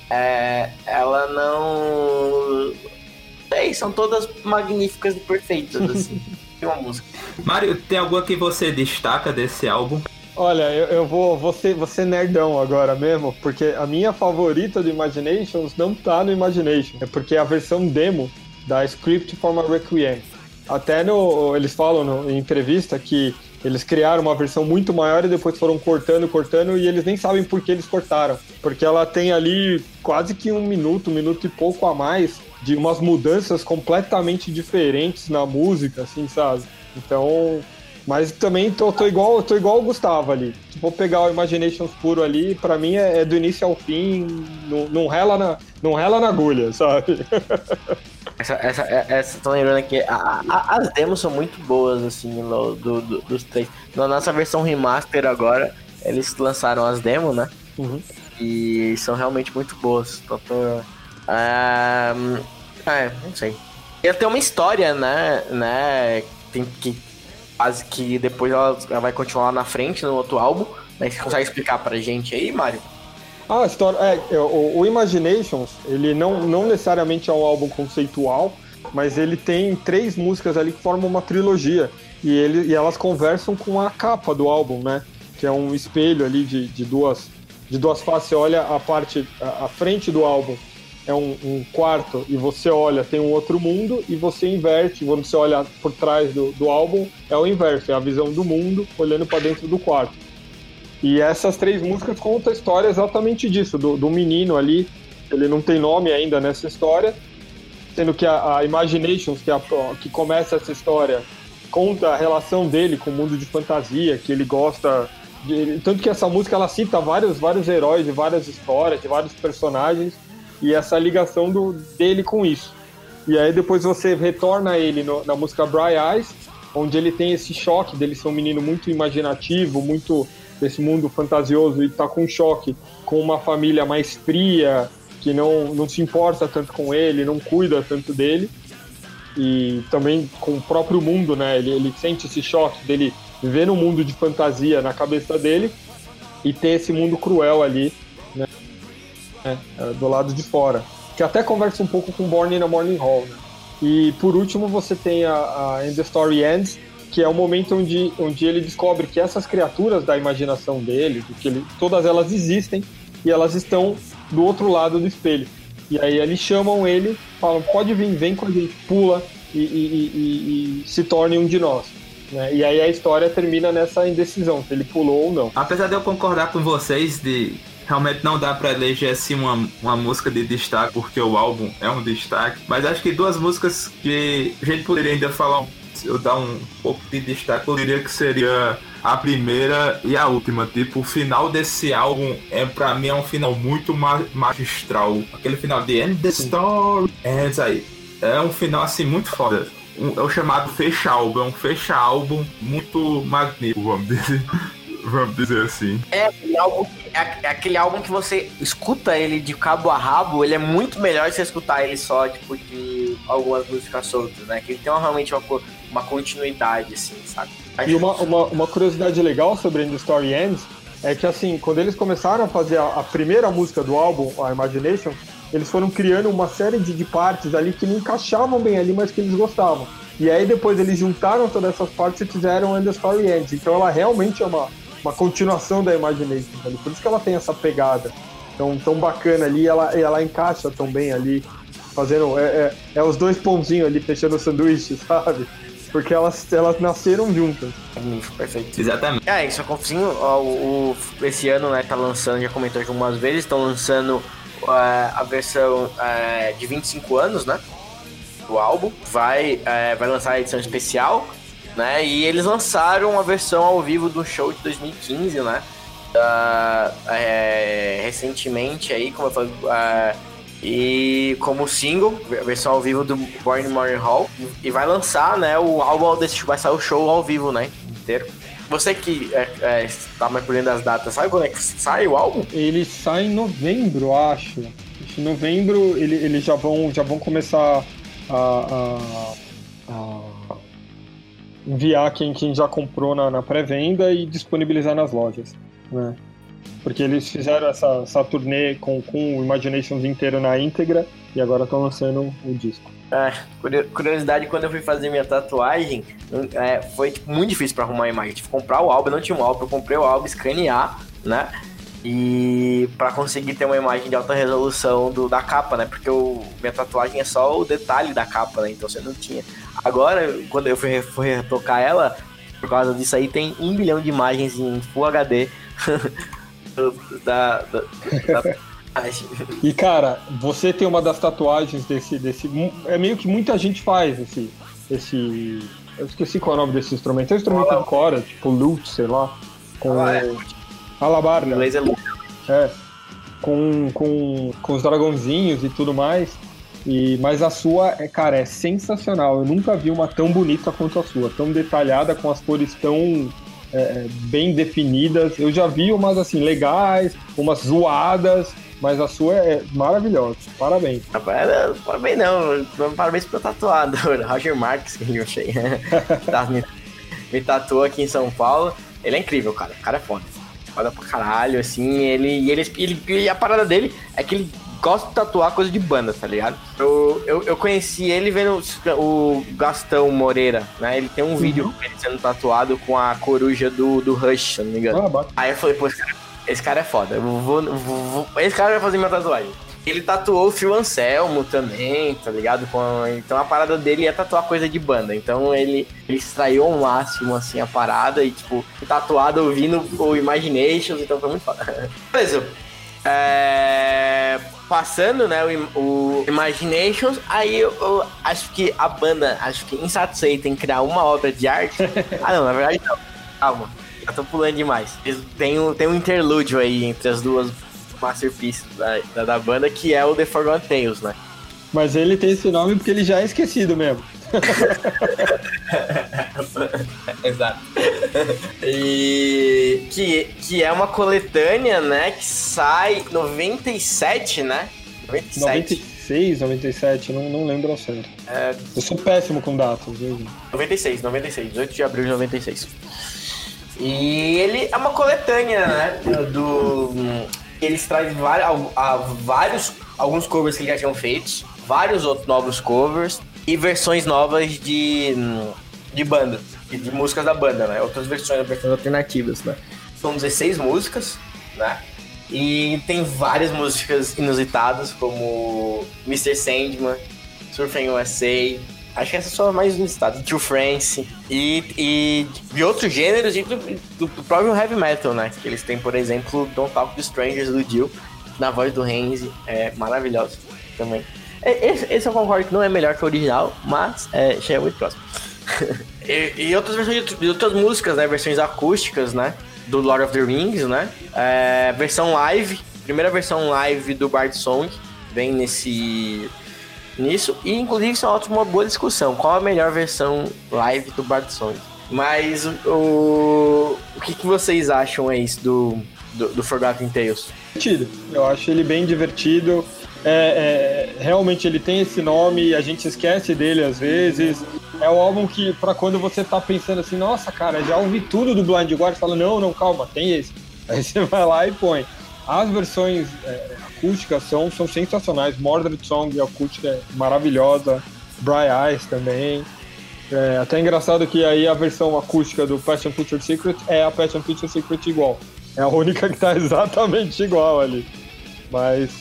ela não... são todas magníficas e perfeitas, assim. Uma música. Mário, tem alguma que você destaca desse álbum? Olha, eu vou ser nerdão agora mesmo, porque a minha favorita do Imaginations não tá no Imagination. É porque é a versão demo da Script from a Requiem. Até eles falam em entrevista que Eles criaram uma versão muito maior e depois foram cortando, e eles nem sabem por que eles cortaram. Porque ela tem ali quase que um minuto e pouco a mais de umas mudanças completamente diferentes na música, assim, sabe? Então... Mas também tô igual o Gustavo ali. Se for pegar o Imaginations puro ali, pra mim é do início ao fim, não rela na agulha, sabe? Tô lembrando que as demos são muito boas, assim, dos três. Na nossa versão remaster agora, eles lançaram as demos, né? Uhum. E são realmente muito boas. Não sei. Ia ter uma história, né? Tem quase que depois ela vai continuar lá na frente no outro álbum. Mas você consegue explicar pra gente aí, Mário? A história o Imaginations, ele não necessariamente é um álbum conceitual, mas ele tem 3 músicas ali que formam uma trilogia e elas conversam com a capa do álbum, né? Que é um espelho ali de duas faces. Você olha a frente do álbum é um quarto e você olha, tem um outro mundo e você inverte. Quando você olha por trás do álbum, é o inverso, é a visão do mundo olhando para dentro do quarto. E essas 3 músicas contam a história exatamente disso, do menino ali. Ele não tem nome ainda nessa história, sendo que a Imaginations, que começa essa história, conta a relação dele com o mundo de fantasia, que ele gosta de... Tanto que essa música ela cita vários heróis de várias histórias, de vários personagens, e essa ligação dele com isso. E aí depois você retorna ele na música Bright Eyes, onde ele tem esse choque dele ser um menino muito imaginativo, muito desse mundo fantasioso, e tá com choque com uma família mais fria, que não se importa tanto com ele, não cuida tanto dele, e também com o próprio mundo, né? Ele sente esse choque dele viver num mundo de fantasia na cabeça dele e ter esse mundo cruel ali, né? Do lado de fora, que até conversa um pouco com Born in a Morning Hall, né? E por último você tem a And the Story Ends, que é o momento onde ele descobre que essas criaturas da imaginação dele, todas elas existem e elas estão do outro lado do espelho. E aí eles chamam ele, falam, pode vir, vem com a gente, pula e se torne um de nós, né? E aí a história termina nessa indecisão, se ele pulou ou não. Apesar de eu concordar com vocês realmente não dá pra eleger assim uma música de destaque, porque o álbum é um destaque, mas acho que 2 músicas que a gente poderia ainda falar, eu dar um pouco de destaque, eu diria que seria a primeira e a última. Tipo, o final desse álbum pra mim é um final muito magistral. Aquele final de End the Story Ends aí. É um final assim muito foda. É o chamado fecha-álbum. É um fecha-álbum muito magnífico, vamos dizer assim. É aquele álbum que você escuta ele de cabo a rabo, ele é muito melhor se você escutar ele só, tipo, de algumas músicas soltas, né? Que ele tem realmente uma continuidade, assim, sabe? E uma curiosidade legal sobre The Story Ends é que, assim, quando eles começaram a fazer a primeira música do álbum, a Imagination, eles foram criando uma série de partes ali que não encaixavam bem ali, mas que eles gostavam. E aí depois eles juntaram todas essas partes e fizeram The Story Ends. Então ela realmente é uma continuação da Imagination, ali. Por isso que ela tem essa pegada tão bacana ali, ela encaixa tão bem ali, fazendo os 2 pãozinhos ali fechando o sanduíche, sabe? Porque elas nasceram juntas. Perfeito. Exatamente. Isso é esse ano, né, tá lançando, já comentou algumas vezes, estão lançando a versão de 25 anos, né, do álbum. Vai lançar a edição especial, né, e eles lançaram a versão ao vivo do show de 2015, né, recentemente aí, como eu falei, e como single, versão ao vivo do Born in Morning Hall, e vai lançar, né, o álbum, vai sair o show ao vivo, né, inteiro. Você que tá mais por dentro das datas, sabe quando é que sai o álbum? Ele sai em novembro, acho. Em novembro eles já vão começar a enviar quem já comprou na pré-venda e disponibilizar nas lojas, né? Porque eles fizeram essa turnê com o Imaginations inteiro na íntegra e agora estão lançando o disco. Curiosidade, quando eu fui fazer minha tatuagem, foi tipo, muito difícil pra arrumar a imagem. Tive que comprar o álbum, não tinha um álbum, eu comprei o álbum, escanear, né? E pra conseguir ter uma imagem de alta resolução da capa, né? Porque minha tatuagem é só o detalhe da capa, né? Então você não tinha. Agora, quando eu fui retocar ela, Por causa disso aí tem 1 bilhão de imagens em Full HD da E cara, você tem uma das tatuagens desse. É meio que muita gente faz esse. Eu esqueci qual é o nome desse instrumento. É um instrumento de corda, tipo lute, sei lá. Com alabarda. Em inglês é lute. Com os dragãozinhos e tudo mais. Mas a sua, cara, é sensacional. Eu nunca vi uma tão bonita quanto a sua. Tão detalhada, com as cores tão bem definidas. Eu já vi umas assim, legais, umas zoadas. Mas a sua é maravilhosa. Parabéns. Parabéns não. Parabéns pro tatuador. Roger Marques, que eu achei. Me tatuou aqui em São Paulo. Ele é incrível, cara. O cara é foda. Foda pra caralho, assim. E a parada dele é que ele gosta de tatuar coisa de banda, tá ligado? Eu conheci ele vendo o Gastão Moreira, né? Ele tem um vídeo ele sendo tatuado com a coruja do Rush, se eu não me engano. Aí eu falei, pô, esse cara é foda. Esse cara vai fazer minha tatuagem. Ele tatuou o Phil Anselmo também, tá ligado? Então a parada dele é tatuar coisa de banda. Então ele extraiu ao máximo, assim, a parada e, tipo, tatuado ouvindo o Imaginations, então foi muito foda. Beleza. Passando, né, o Imaginations, aí eu acho que a banda, Insatisfeita em criar uma obra de arte. Não, na verdade não. Calma. Eu tô pulando demais. Tem um interlúdio aí entre as duas masterpieces da banda, que é o The Forgotten Tales, né? Mas ele tem esse nome porque ele já é esquecido mesmo. Exato. E que é uma coletânea, né? Que sai 97, né? 96, 97, não lembro ao certo. Eu sou péssimo com datas, viu? 96, 18 de abril de 96. E ele é uma coletânea, né? Eles trazem alguns covers que eles já tinham feito, vários outros novos covers e versões novas de banda, de músicas da banda, né? Outras versões alternativas, né? São 16 músicas, né? E tem várias músicas inusitadas, como Mr. Sandman, Surfing USA. Acho que essas são as mais inusitadas. True Friends e de outros gêneros, do próprio heavy metal, né? Que eles têm, por exemplo, Don't Talk to Strangers, do Dio, na voz do Renzi. É maravilhoso também. Esse eu concordo que não é melhor que o original, mas já é muito próximo. e outras versões de outras músicas, né? Versões acústicas, né? Do Lord of the Rings, né? Versão live, primeira versão live do Bard Song, vem nisso, e inclusive isso é uma boa discussão. Qual a melhor versão live do Bard Song? Mas o que vocês acham aí do Forgotten Tales? Divertido. Eu acho ele bem divertido. Realmente ele tem esse nome, a gente esquece dele às vezes. É um álbum que, pra quando você tá pensando assim, nossa, cara, já ouvi tudo do Blind Guardian, você fala, não, calma, tem esse. Aí você vai lá e põe. As versões acústicas são sensacionais. Mordred Song acústica é maravilhosa. Dry Eyes também. Até engraçado que aí a versão acústica do Passion Future Secret é a Passion Future Secret igual. É a única que tá exatamente igual ali. Mas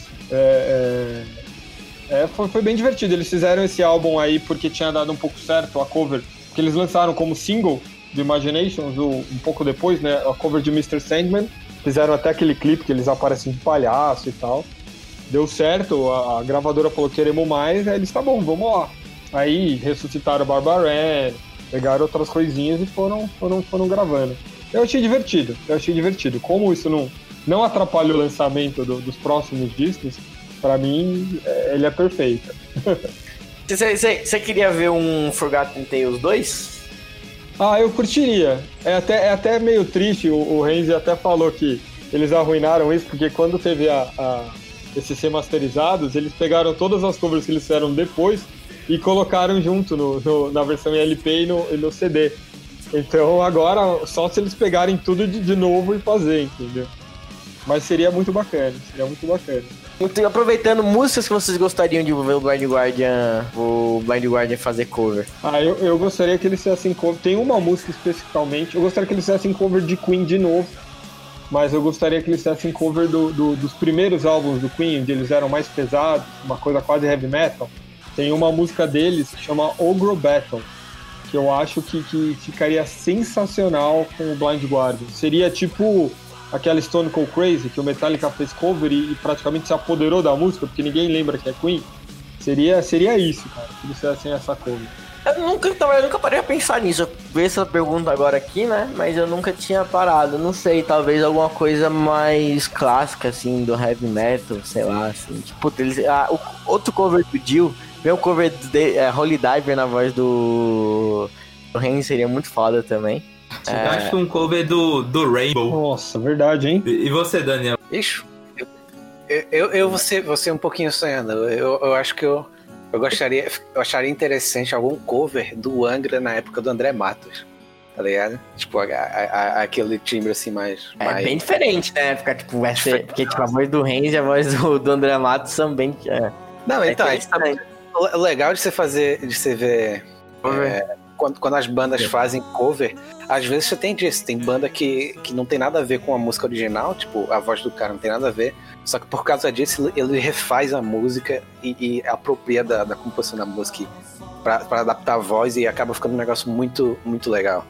foi bem divertido. Eles fizeram esse álbum aí porque tinha dado um pouco certo a cover que eles lançaram como single do Imaginations um pouco depois, né? A cover de Mr. Sandman. Fizeram até aquele clipe que eles aparecem de palhaço e tal. Deu certo, a gravadora falou queremos mais, aí eles, tá bom, vamos lá. Aí ressuscitaram Barbara Ann, pegaram outras coisinhas e foram gravando. Eu achei divertido. Como isso não atrapalha o lançamento dos próximos discos, pra mim, ele é perfeito. Você queria ver um Forgotten Tales 2? Eu curtiria. É até meio triste, o Renzi até falou que eles arruinaram isso, porque quando teve esses remasterizados, eles pegaram todas as covers que eles fizeram depois e colocaram junto na versão em LP e no CD. Então agora, só se eles pegarem tudo de novo e fazer, entendeu? Mas seria muito bacana. Então, aproveitando, músicas que vocês gostariam de ver o Blind Guardian fazer cover? Eu gostaria que eles fizessem cover. Tem uma música especificamente. Eu gostaria que eles fizessem cover de Queen de novo. Mas eu gostaria que eles fizessem cover dos primeiros álbuns do Queen, onde eles eram mais pesados, uma coisa quase heavy metal. Tem uma música deles que chama Ogre Battle. que eu acho que ficaria sensacional com o Blind Guardian. Seria tipo aquela Stone Cold Crazy, que o Metallica fez cover e praticamente se apoderou da música, porque ninguém lembra que é Queen. Seria isso, cara, se eles fizessem essa cover. Eu nunca parei a pensar nisso. Eu vi essa pergunta agora aqui, né? Mas eu nunca tinha parado. Não sei, talvez alguma coisa mais clássica, assim, do heavy metal, sei lá, assim. Tipo, outro cover do Dio, ver o cover de Holy Diver na voz do Ren seria muito foda também. Eu acho que um cover do Rainbow. Nossa, verdade, hein? E você, Daniel? Ixi, eu vou ser um pouquinho sonhando. Eu acho que eu acharia interessante algum cover do Angra na época do André Matos, tá ligado? Tipo, aquele timbre assim mais... bem diferente, né? Ficar, tipo, porque tipo, a voz do Renz e a voz do André Matos são bem... Não, então, o legal de você ver... Quando as bandas fazem cover, às vezes você tem disso. Tem banda que não tem nada a ver com a música original, tipo, a voz do cara não tem nada a ver, só que por causa disso ele refaz a música e apropria da composição da música pra adaptar a voz e acaba ficando um negócio muito, muito legal.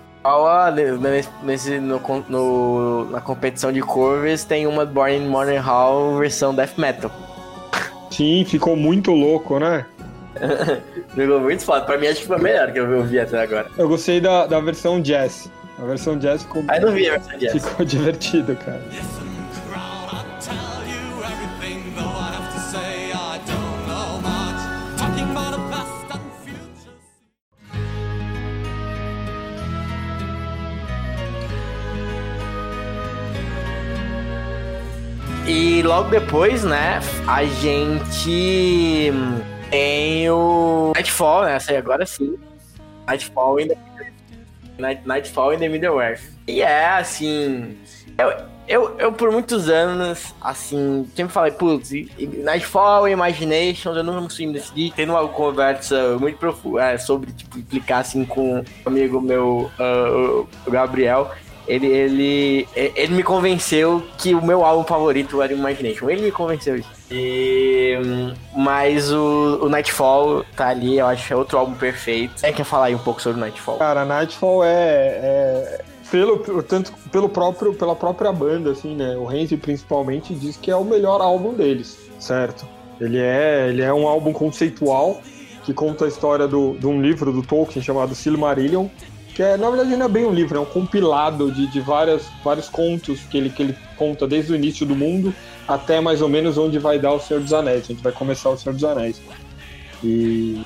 Na competição de covers tem uma Born in Morning Hall versão death metal. Sim, ficou muito louco, né? Ficou muito foda. Pra mim acho que foi a melhor que eu vi até agora. Eu gostei da versão jazz. A versão jazz ficou... Aí não vi a versão jazz. Ficou divertido, cara. E logo depois, né, a gente tem o Nightfall, né, essa aí agora sim. Nightfall in the Middle-earth. E assim, eu por muitos anos, assim, sempre falei, putz, Nightfall e Imaginations, eu nunca consegui decidir. Tendo uma conversa muito profunda sobre, tipo, implicar assim com um amigo meu, o Gabriel. Ele me convenceu que o meu álbum favorito era Imagination. Ele me convenceu isso. Mas o Nightfall tá ali, eu acho que é outro álbum perfeito. Você quer falar aí um pouco sobre o Nightfall? Cara, Nightfall pela própria banda, assim, né? O Renzi principalmente diz que é o melhor álbum deles, certo? Ele é um álbum conceitual que conta a história de um livro do Tolkien chamado Silmarillion, que na verdade não é bem um livro, é um compilado de vários contos que ele conta desde o início do mundo até mais ou menos onde vai dar o Senhor dos Anéis, onde vai começar o Senhor dos Anéis. E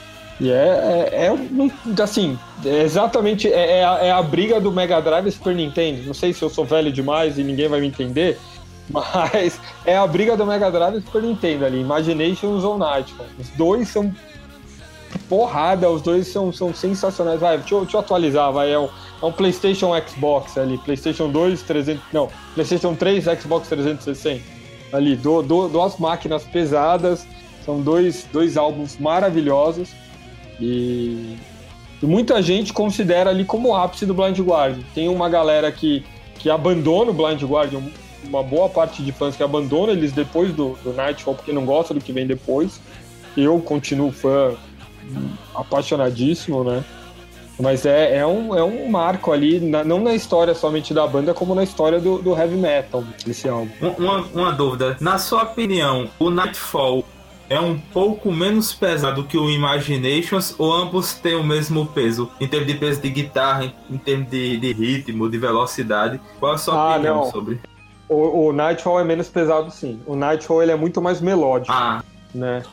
assim, exatamente, é a briga do Mega Drive e Super Nintendo. Não sei se eu sou velho demais e ninguém vai me entender, mas é a briga do Mega Drive e Super Nintendo ali, Imaginations ou Nightfall. Os dois são porrada, os dois são sensacionais. Vai, deixa eu atualizar, vai, é um PlayStation Xbox ali, PlayStation 2, PlayStation 3, Xbox 360 ali, duas máquinas pesadas, são dois álbuns maravilhosos e muita gente considera ali como o ápice do Blind Guardian. Tem uma galera que abandona o Blind Guardian, uma boa parte de fãs que abandona eles depois do Nightfall porque não gosta do que vem depois. Eu continuo fã apaixonadíssimo, né? Mas é um marco ali, não na história somente da banda, como na história do heavy metal, esse álbum. Uma dúvida, na sua opinião, o Nightfall é um pouco menos pesado que o Imaginations ou ambos têm o mesmo peso? Em termos de peso de guitarra, em termos de ritmo, de velocidade? Qual é a sua opinião sobre? O Nightfall é menos pesado, sim. O Nightfall ele é muito mais melódico, né?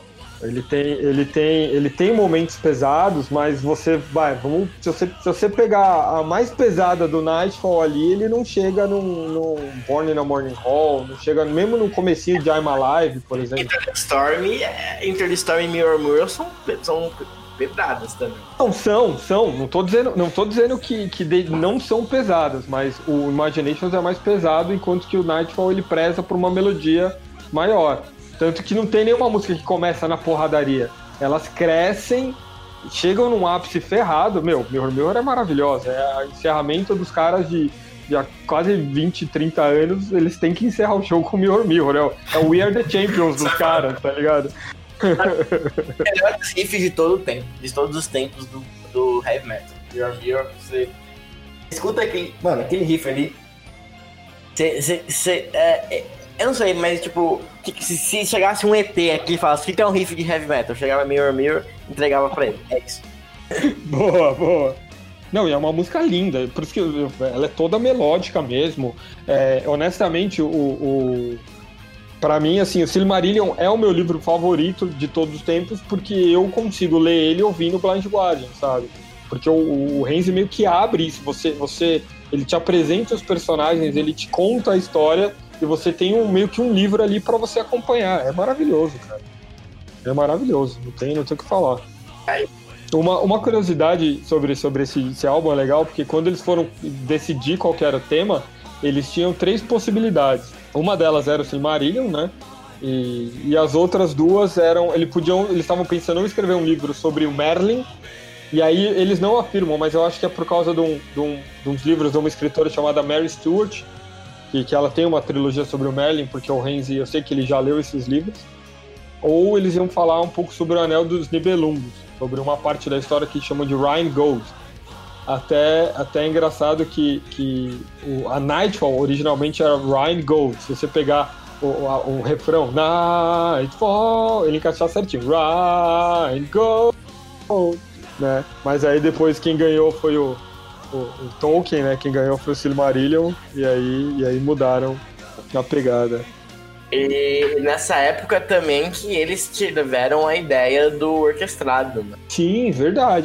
Ele tem momentos pesados, mas se você pegar a mais pesada do Nightfall ali, ele não chega no Born in a Morning Hall, não chega mesmo no comecinho de I'm Alive, por exemplo. Enter the Storm e Mirror Mirror são pesadas também. São. Não tô dizendo que não são pesadas, mas o Imaginations é mais pesado, enquanto que o Nightfall ele preza por uma melodia maior. Tanto que não tem nenhuma música que começa na porradaria. Elas crescem, chegam num ápice ferrado. Mirror Mirror é maravilhosa. É o encerramento dos caras de há quase 20, 30 anos. Eles têm que encerrar o show com Mirror Mirror. É o We Are The Champions dos caras, tá ligado? Melhor riff de todo o tempo. De todos os tempos do heavy metal. Mirror Mirror, você escuta aquele riff ali. Eu não sei, mas tipo, se chegasse um ET aqui e falasse que tem um riff de heavy metal, chegava Mirror Mirror, entregava pra ele. É isso. Boa. Não, e é uma música linda, por isso que ela é toda melódica mesmo. Honestamente, pra mim, assim, o Silmarillion é o meu livro favorito de todos os tempos, porque eu consigo ler ele ouvindo Blind Guardian, sabe? Porque o Renzi meio que abre isso, ele te apresenta os personagens, ele te conta a história, e você tem meio que um livro ali pra você acompanhar. É maravilhoso, cara. É maravilhoso, não tem o que falar. Uma curiosidade sobre esse álbum é legal, porque quando eles foram decidir qual que era o tema, eles tinham 3 possibilidades. Uma delas era o Silmarillion, né? E as outras 2 eram... Eles estavam pensando em escrever um livro sobre o Merlin, e aí eles não afirmam, mas eu acho que é por causa de uns livros de uma escritora chamada Mary Stuart, que ela tem uma trilogia sobre o Merlin, porque o Renzi, eu sei que ele já leu esses livros. Ou eles iam falar um pouco sobre o Anel dos Nibelungos, sobre uma parte da história que chamam de Rhine Gold. Até é engraçado que a Nightfall originalmente era Rhine Gold. Se você pegar o refrão Nightfall, ele encaixar certinho, Rhine Gold, né? Mas aí depois quem ganhou foi o Tolkien, né? Quem ganhou foi o Silmarillion, e aí mudaram a pegada. E nessa época também que eles tiveram a ideia do orquestrado, né? Sim, verdade.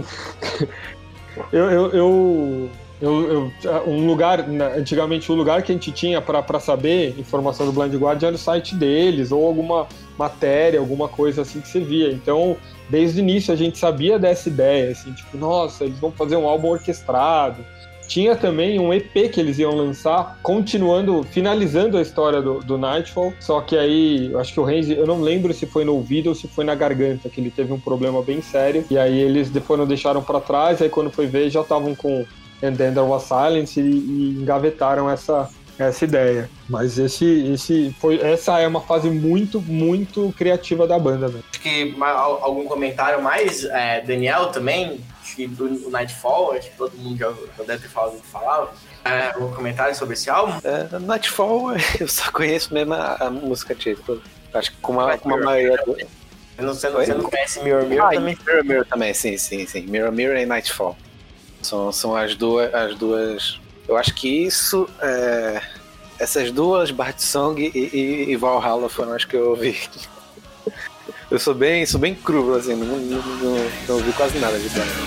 Um lugar, antigamente o lugar que a gente tinha pra saber informação do Blind Guardian era o site deles, ou alguma matéria, alguma coisa assim que você via. Então, desde o início a gente sabia dessa ideia, assim, tipo, nossa, eles vão fazer um álbum orquestrado. Tinha também um EP que eles iam lançar, finalizando a história do Nightfall, só que aí, eu acho que o Renzi, eu não lembro se foi no ouvido ou se foi na garganta, que ele teve um problema bem sério, e aí eles depois não deixaram pra trás, aí quando foi ver já estavam com And Then There Was Silence e engavetaram essa ideia. Mas essa é uma fase muito, muito criativa da banda, né? Acho que algum comentário mais, Daniel também, do Nightfall, acho que todo mundo já deve ter falado. Algum comentário sobre esse álbum? Nightfall, eu só conheço mesmo a música título. Acho que com a maioria do... Você não conhece Mirror Mirror também? Mirror Mirror também, sim. Mirror Mirror e Nightfall. São as duas. Eu acho que essas duas, Bart Song e Valhalla foram as que eu ouvi. Eu sou bem cru, assim, não ouvi quase nada de banda.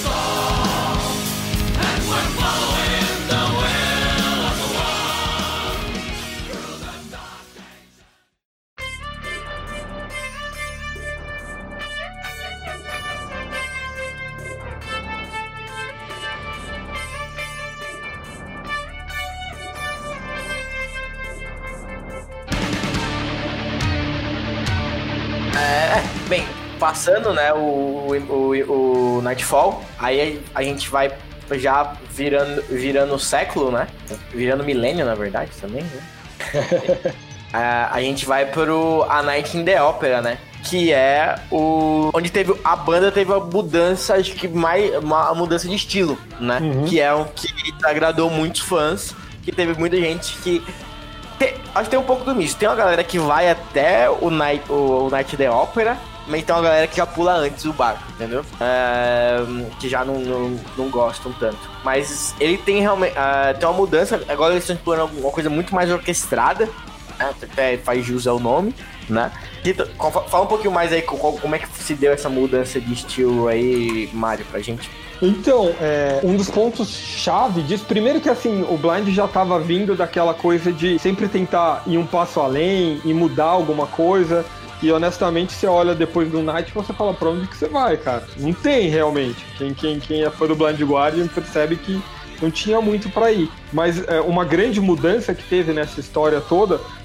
Bem, passando, né, o Nightfall, aí a gente vai já virando o século, né? Virando milênio, na verdade, também, né? A gente vai pro A Night in the Opera, né? Que é onde a banda teve a mudança, acho que uma mudança de estilo, né? Uhum. Que é o que agradou muitos fãs, que teve muita gente que... acho que tem um pouco do misto. Tem uma galera que vai até o Night in the Opera, mas tem uma galera que já pula antes do barco, entendeu? Que já não gostam tanto. Mas ele tem realmente... tem uma mudança. Agora eles estão explorando alguma coisa muito mais orquestrada, né? Até faz jus ao nome, né? Fala um pouquinho mais aí como é que se deu essa mudança de estilo aí, Mário, pra gente. Então, um dos pontos-chave disso, primeiro que assim, o Blind já tava vindo daquela coisa de sempre tentar ir um passo além e mudar alguma coisa, e honestamente você olha depois do Night e você fala, pra onde que você vai, cara? Não tem realmente. Quem é fã do Blind Guardian percebe que não tinha muito pra ir. Mas uma grande mudança que teve nessa história toda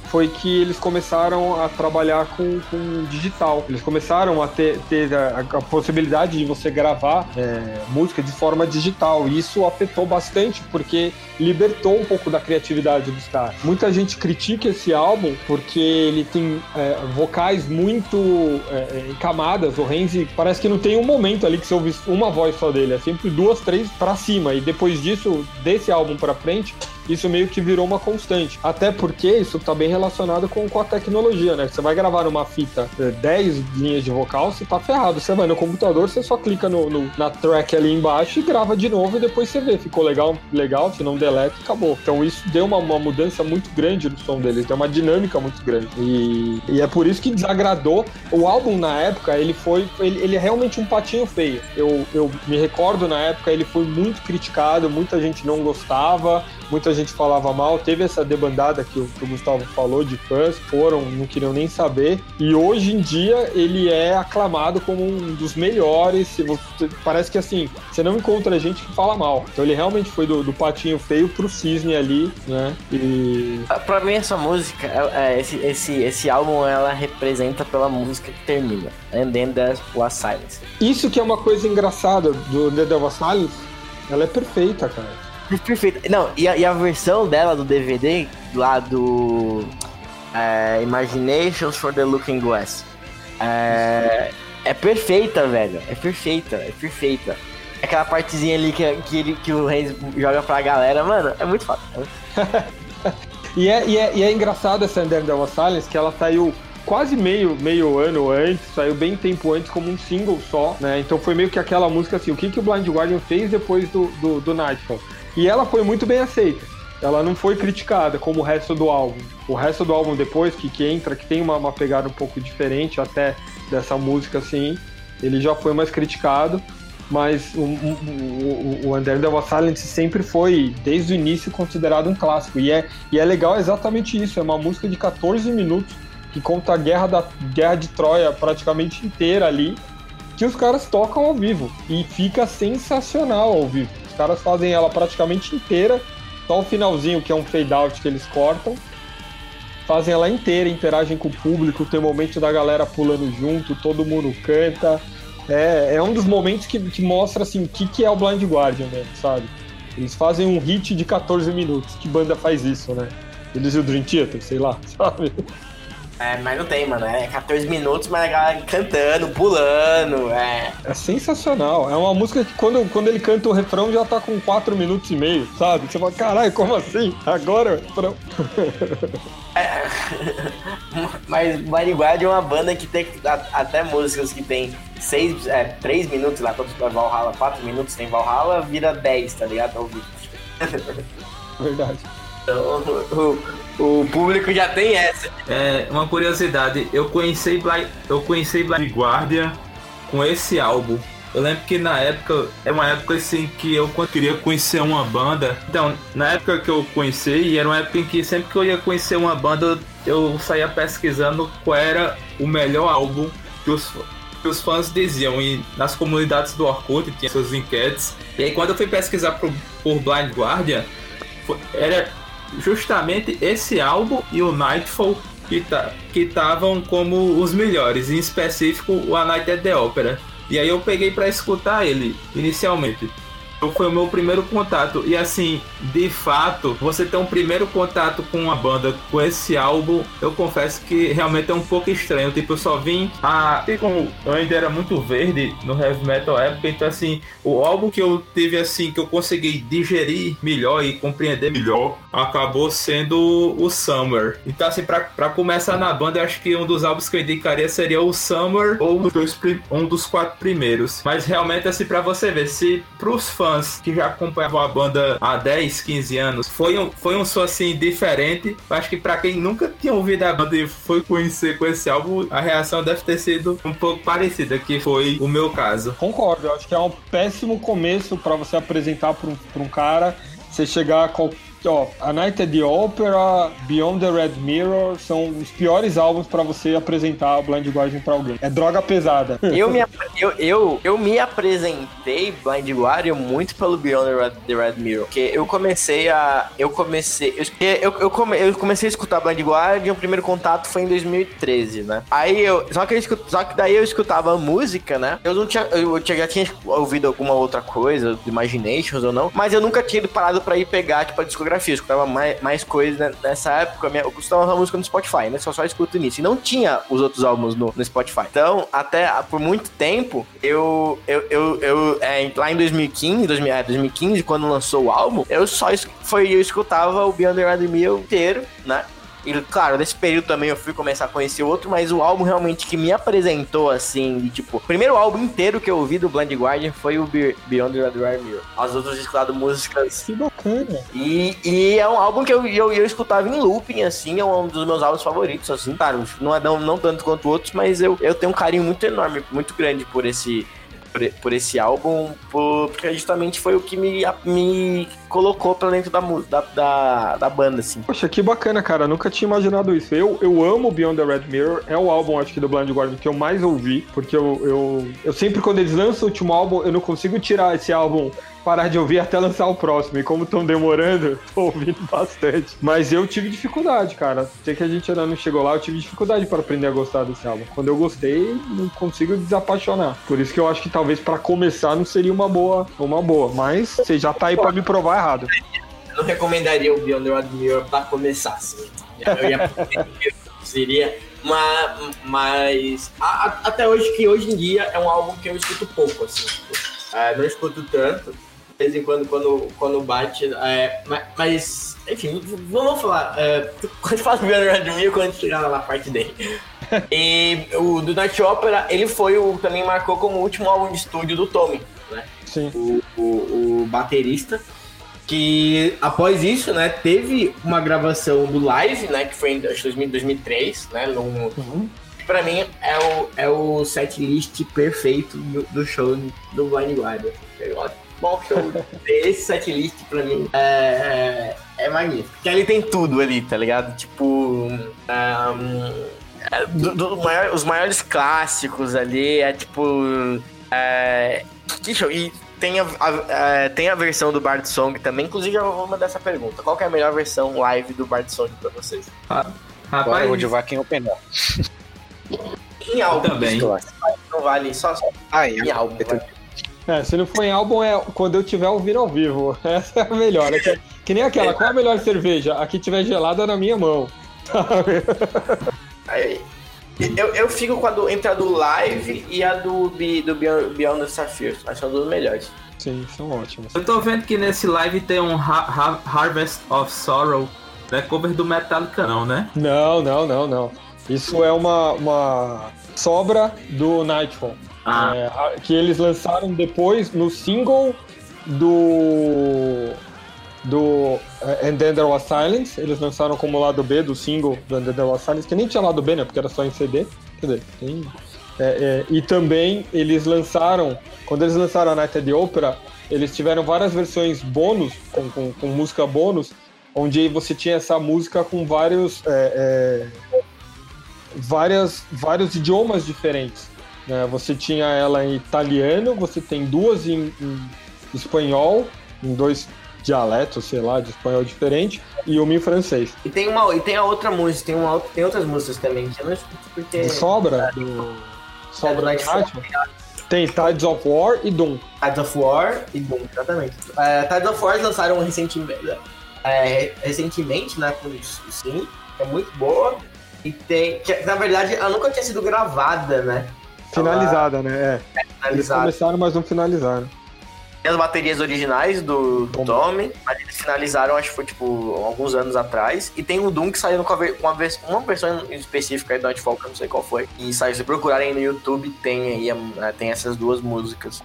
foi que eles começaram a trabalhar com digital. Eles começaram a ter a possibilidade de você gravar música de forma digital. E isso afetou bastante, porque libertou um pouco da criatividade dos caras. Muita gente critica esse álbum porque ele tem vocais muito em camadas. O Renzi parece que não tem um momento ali que você ouve uma voz só dele. É sempre 2, 3 pra cima. E depois disso, desse álbum pra frente, isso meio que virou uma constante. Até porque isso tá bem relacionado com a tecnologia, né? Você vai gravar numa fita 10 linhas de vocal, você tá ferrado. Você vai no computador, você só clica na track ali embaixo e grava de novo e depois você vê. Ficou legal, se não deleta, acabou. Então isso deu uma mudança muito grande no som dele. Tem uma dinâmica muito grande. E é por isso que desagradou. O álbum, na época, ele é realmente um patinho feio. Eu me recordo, na época, ele foi muito criticado, muita gente não gostava, muita gente falava mal, teve essa debandada que o Gustavo falou de fãs, não queriam nem saber, e hoje em dia ele é aclamado como um dos melhores. Parece que assim, você não encontra gente que fala mal, então ele realmente foi do patinho feio pro cisne ali, né? E pra mim essa música, esse álbum, ela representa pela música que termina, And Then There Was Silence. Isso que é uma coisa engraçada do The There Was Silence, ela é perfeita, cara. Perfeito. Não, e a versão dela do DVD, lá do Imaginations for the Looking Glass, é perfeita, velho. É perfeita. Aquela partezinha ali que o Reis joga pra galera, mano, é muito foda. E é engraçado essa And Then There Was Silence, que ela saiu quase meio ano antes, saiu bem tempo antes como um single só, né? Então foi meio que aquela música assim, o que o Blind Guardian fez depois do Nightfall. E ela foi muito bem aceita. Ela não foi criticada como o resto do álbum. O resto do álbum depois, que entra, que tem uma pegada um pouco diferente até dessa música, assim, ele já foi mais criticado. Mas o And Then There Was Silence sempre foi, desde o início, considerado um clássico. E é legal exatamente isso. É uma música de 14 minutos que conta a guerra de Troia praticamente inteira ali, que os caras tocam ao vivo. E fica sensacional ao vivo. Os caras fazem ela praticamente inteira, só o finalzinho, que é um fade-out que eles cortam. Fazem ela inteira, interagem com o público, tem o momento da galera pulando junto, todo mundo canta. É um dos momentos que mostra assim, o que é o Blind Guardian, né, sabe? Eles fazem um hit de 14 minutos. Que banda faz isso, né? Eles e o Dream Theater, sei lá, sabe? Mas não tem, mano. É 14 minutos, mas a galera cantando, pulando. É sensacional. É uma música que quando ele canta o refrão já tá com 4 minutos e meio, sabe? Você fala, caralho, como assim? Agora o refrão. Mas Blind Guardian é uma banda que tem até músicas que tem 3 minutos lá, quando vai Valhalla, 4 minutos tem Valhalla, vira 10, tá ligado? Ao vivo. Verdade. Então, o público já tem essa. Uma curiosidade, eu conheci Blind Guardian com esse álbum. Eu lembro que na época, é uma época assim que eu queria conhecer uma banda. Então, na época que eu conheci, era uma época em que sempre que eu ia conhecer uma banda, eu saía pesquisando qual era o melhor álbum que os fãs diziam. E nas comunidades do Orkut tinha suas enquetes. E aí quando eu fui pesquisar por Blind Guardian, era justamente esse álbum e o Nightfall que estavam como os melhores, em específico o A Night at the Opera. E aí eu peguei pra escutar ele inicialmente. Então foi o meu primeiro contato. E assim, de fato, você ter um primeiro contato com uma banda com esse álbum, eu confesso que realmente é um pouco estranho. Tipo, eu só vim como eu ainda era muito verde no heavy metal época, então assim, o álbum que eu tive assim, que eu consegui digerir melhor e compreender melhor, acabou sendo o Summer. Então assim, pra começar na banda, eu acho que um dos álbuns que eu indicaria seria o Summer ou um dos 4 primeiros. Mas realmente assim, pra você ver, se pros fãs que já acompanhavam a banda há 10, 15 anos, foi um som assim diferente. Eu acho que pra quem nunca tinha ouvido a banda e foi conhecer com esse álbum, a reação deve ter sido um pouco parecida, que foi o meu caso. Concordo, eu acho que é um péssimo começo pra você apresentar pra um cara. Você chegar ó, A Night at the Opera, Beyond the Red Mirror são os piores álbuns pra você apresentar Blind Guardian pra alguém. É droga pesada. Eu me apresentei Blind Guardian muito pelo Beyond the Red Mirror, porque eu comecei a escutar Blind Guardian, o primeiro contato foi em 2013, né? Aí só que daí eu escutava a música, né? Eu já tinha ouvido alguma outra coisa, do Imaginations ou não, mas eu nunca tinha parado pra ir pegar, tipo, a discografia. Eu escutava mais coisas, né? Nessa época, eu escutava uma música no Spotify, né? Só escuto nisso. E não tinha os outros álbuns no Spotify. Então, até por muito tempo, lá em 2015, quando lançou o álbum, eu escutava o Beyond the Red Mirror inteiro, né? E, claro, nesse período também eu fui começar a conhecer outro, mas o álbum realmente que me apresentou, assim, de tipo... O primeiro álbum inteiro que eu ouvi do Blind Guardian foi o Beyond the Red Mirror. As outras eu escutado músicas... Que bacana. E é um álbum que eu escutava em looping, assim, é um dos meus álbuns favoritos, assim. Claro, não tanto quanto outros, mas eu tenho um carinho muito enorme, muito grande por esse álbum, porque justamente foi o que me colocou pra dentro da banda, assim. Poxa, que bacana, cara, nunca tinha imaginado isso. Eu amo Beyond the Red Mirror, é o álbum, acho que, do Blind Guardian que eu mais ouvi, porque eu sempre, quando eles lançam o último álbum, eu não consigo tirar esse álbum, parar de ouvir até lançar o próximo, e como estão demorando, tô ouvindo bastante. Mas eu tive dificuldade, cara, sei que a gente ainda não chegou lá, eu tive dificuldade para aprender a gostar desse álbum. Quando eu gostei, não consigo desapaixonar. Por isso que eu acho que talvez pra começar não seria uma boa, mas você já tá aí pra me provar errado. Eu não recomendaria o Beyond the Red Mirror pra começar, assim. Seria... Mas até hoje em dia é um álbum que eu escuto pouco, assim. Não escuto tanto, de vez em quando bate, mas enfim, vamos falar, quando fala do Beyond the Red Mirror, quando a gente chegar na parte dele. E o do Night Opera, ele também marcou como o último álbum de estúdio do Tommy, né? Sim. O baterista, que após isso, né, teve uma gravação do Live, né, que foi em 2003, né, pra mim é o setlist perfeito do show do Blind Guardian. Bom show. Esse setlist pra mim é magnífico. Porque ali tem tudo ali, tá ligado? Tipo, os maiores clássicos ali, que show. E tem a versão do Bard Song também, inclusive eu vou mandar essa pergunta. Qual que é a melhor versão live do Bard Song pra vocês? Rapaz, eu vou de vaca em open air. Em álbum também. Não vale só em álbum. Se não for em álbum, é quando eu tiver ouvindo ao vivo. Essa é a melhor. Que nem aquela, qual é a melhor cerveja? A que tiver gelada na minha mão. Eu fico entre a do Live e a do Beyond the Sapphire. Acho que são duas melhores. Sim, são ótimas. Eu tô vendo que nesse live tem um Harvest of Sorrow. Não é cover do Metallica não, né? Não. Isso é uma sobra do Nightfall. Que eles lançaram depois no single do And Then There Was Silence. Eles lançaram como lado B do single do And Then There Was Silence, que nem tinha lado B, né? Porque era só em CD. Quer dizer, e também eles lançaram, quando eles lançaram a Night at the Opera, eles tiveram várias versões bônus, com música bônus, onde você tinha essa música com vários idiomas diferentes. Você tinha ela em italiano, você tem duas em espanhol, em dois dialetos, sei lá, de espanhol diferente, e uma em francês. E tem a outra música, tem outras músicas também, que eu não escuto porque... Sobra do Nightfall? Tem Tides of War e Doom. Tides of War e Doom, exatamente. Tides of War lançaram recentemente, né, com o Sim, que é muito boa, e na verdade, ela nunca tinha sido gravada, né? Finalizada, né? Finalizada. Eles começaram, mas não finalizaram. Tem as baterias originais do Tommy, mas eles finalizaram, acho que foi alguns anos atrás. E tem o Doom que saiu com uma versão específica aí do Nightfall, que eu não sei qual foi. E saiu, se procurarem no YouTube, tem essas duas músicas.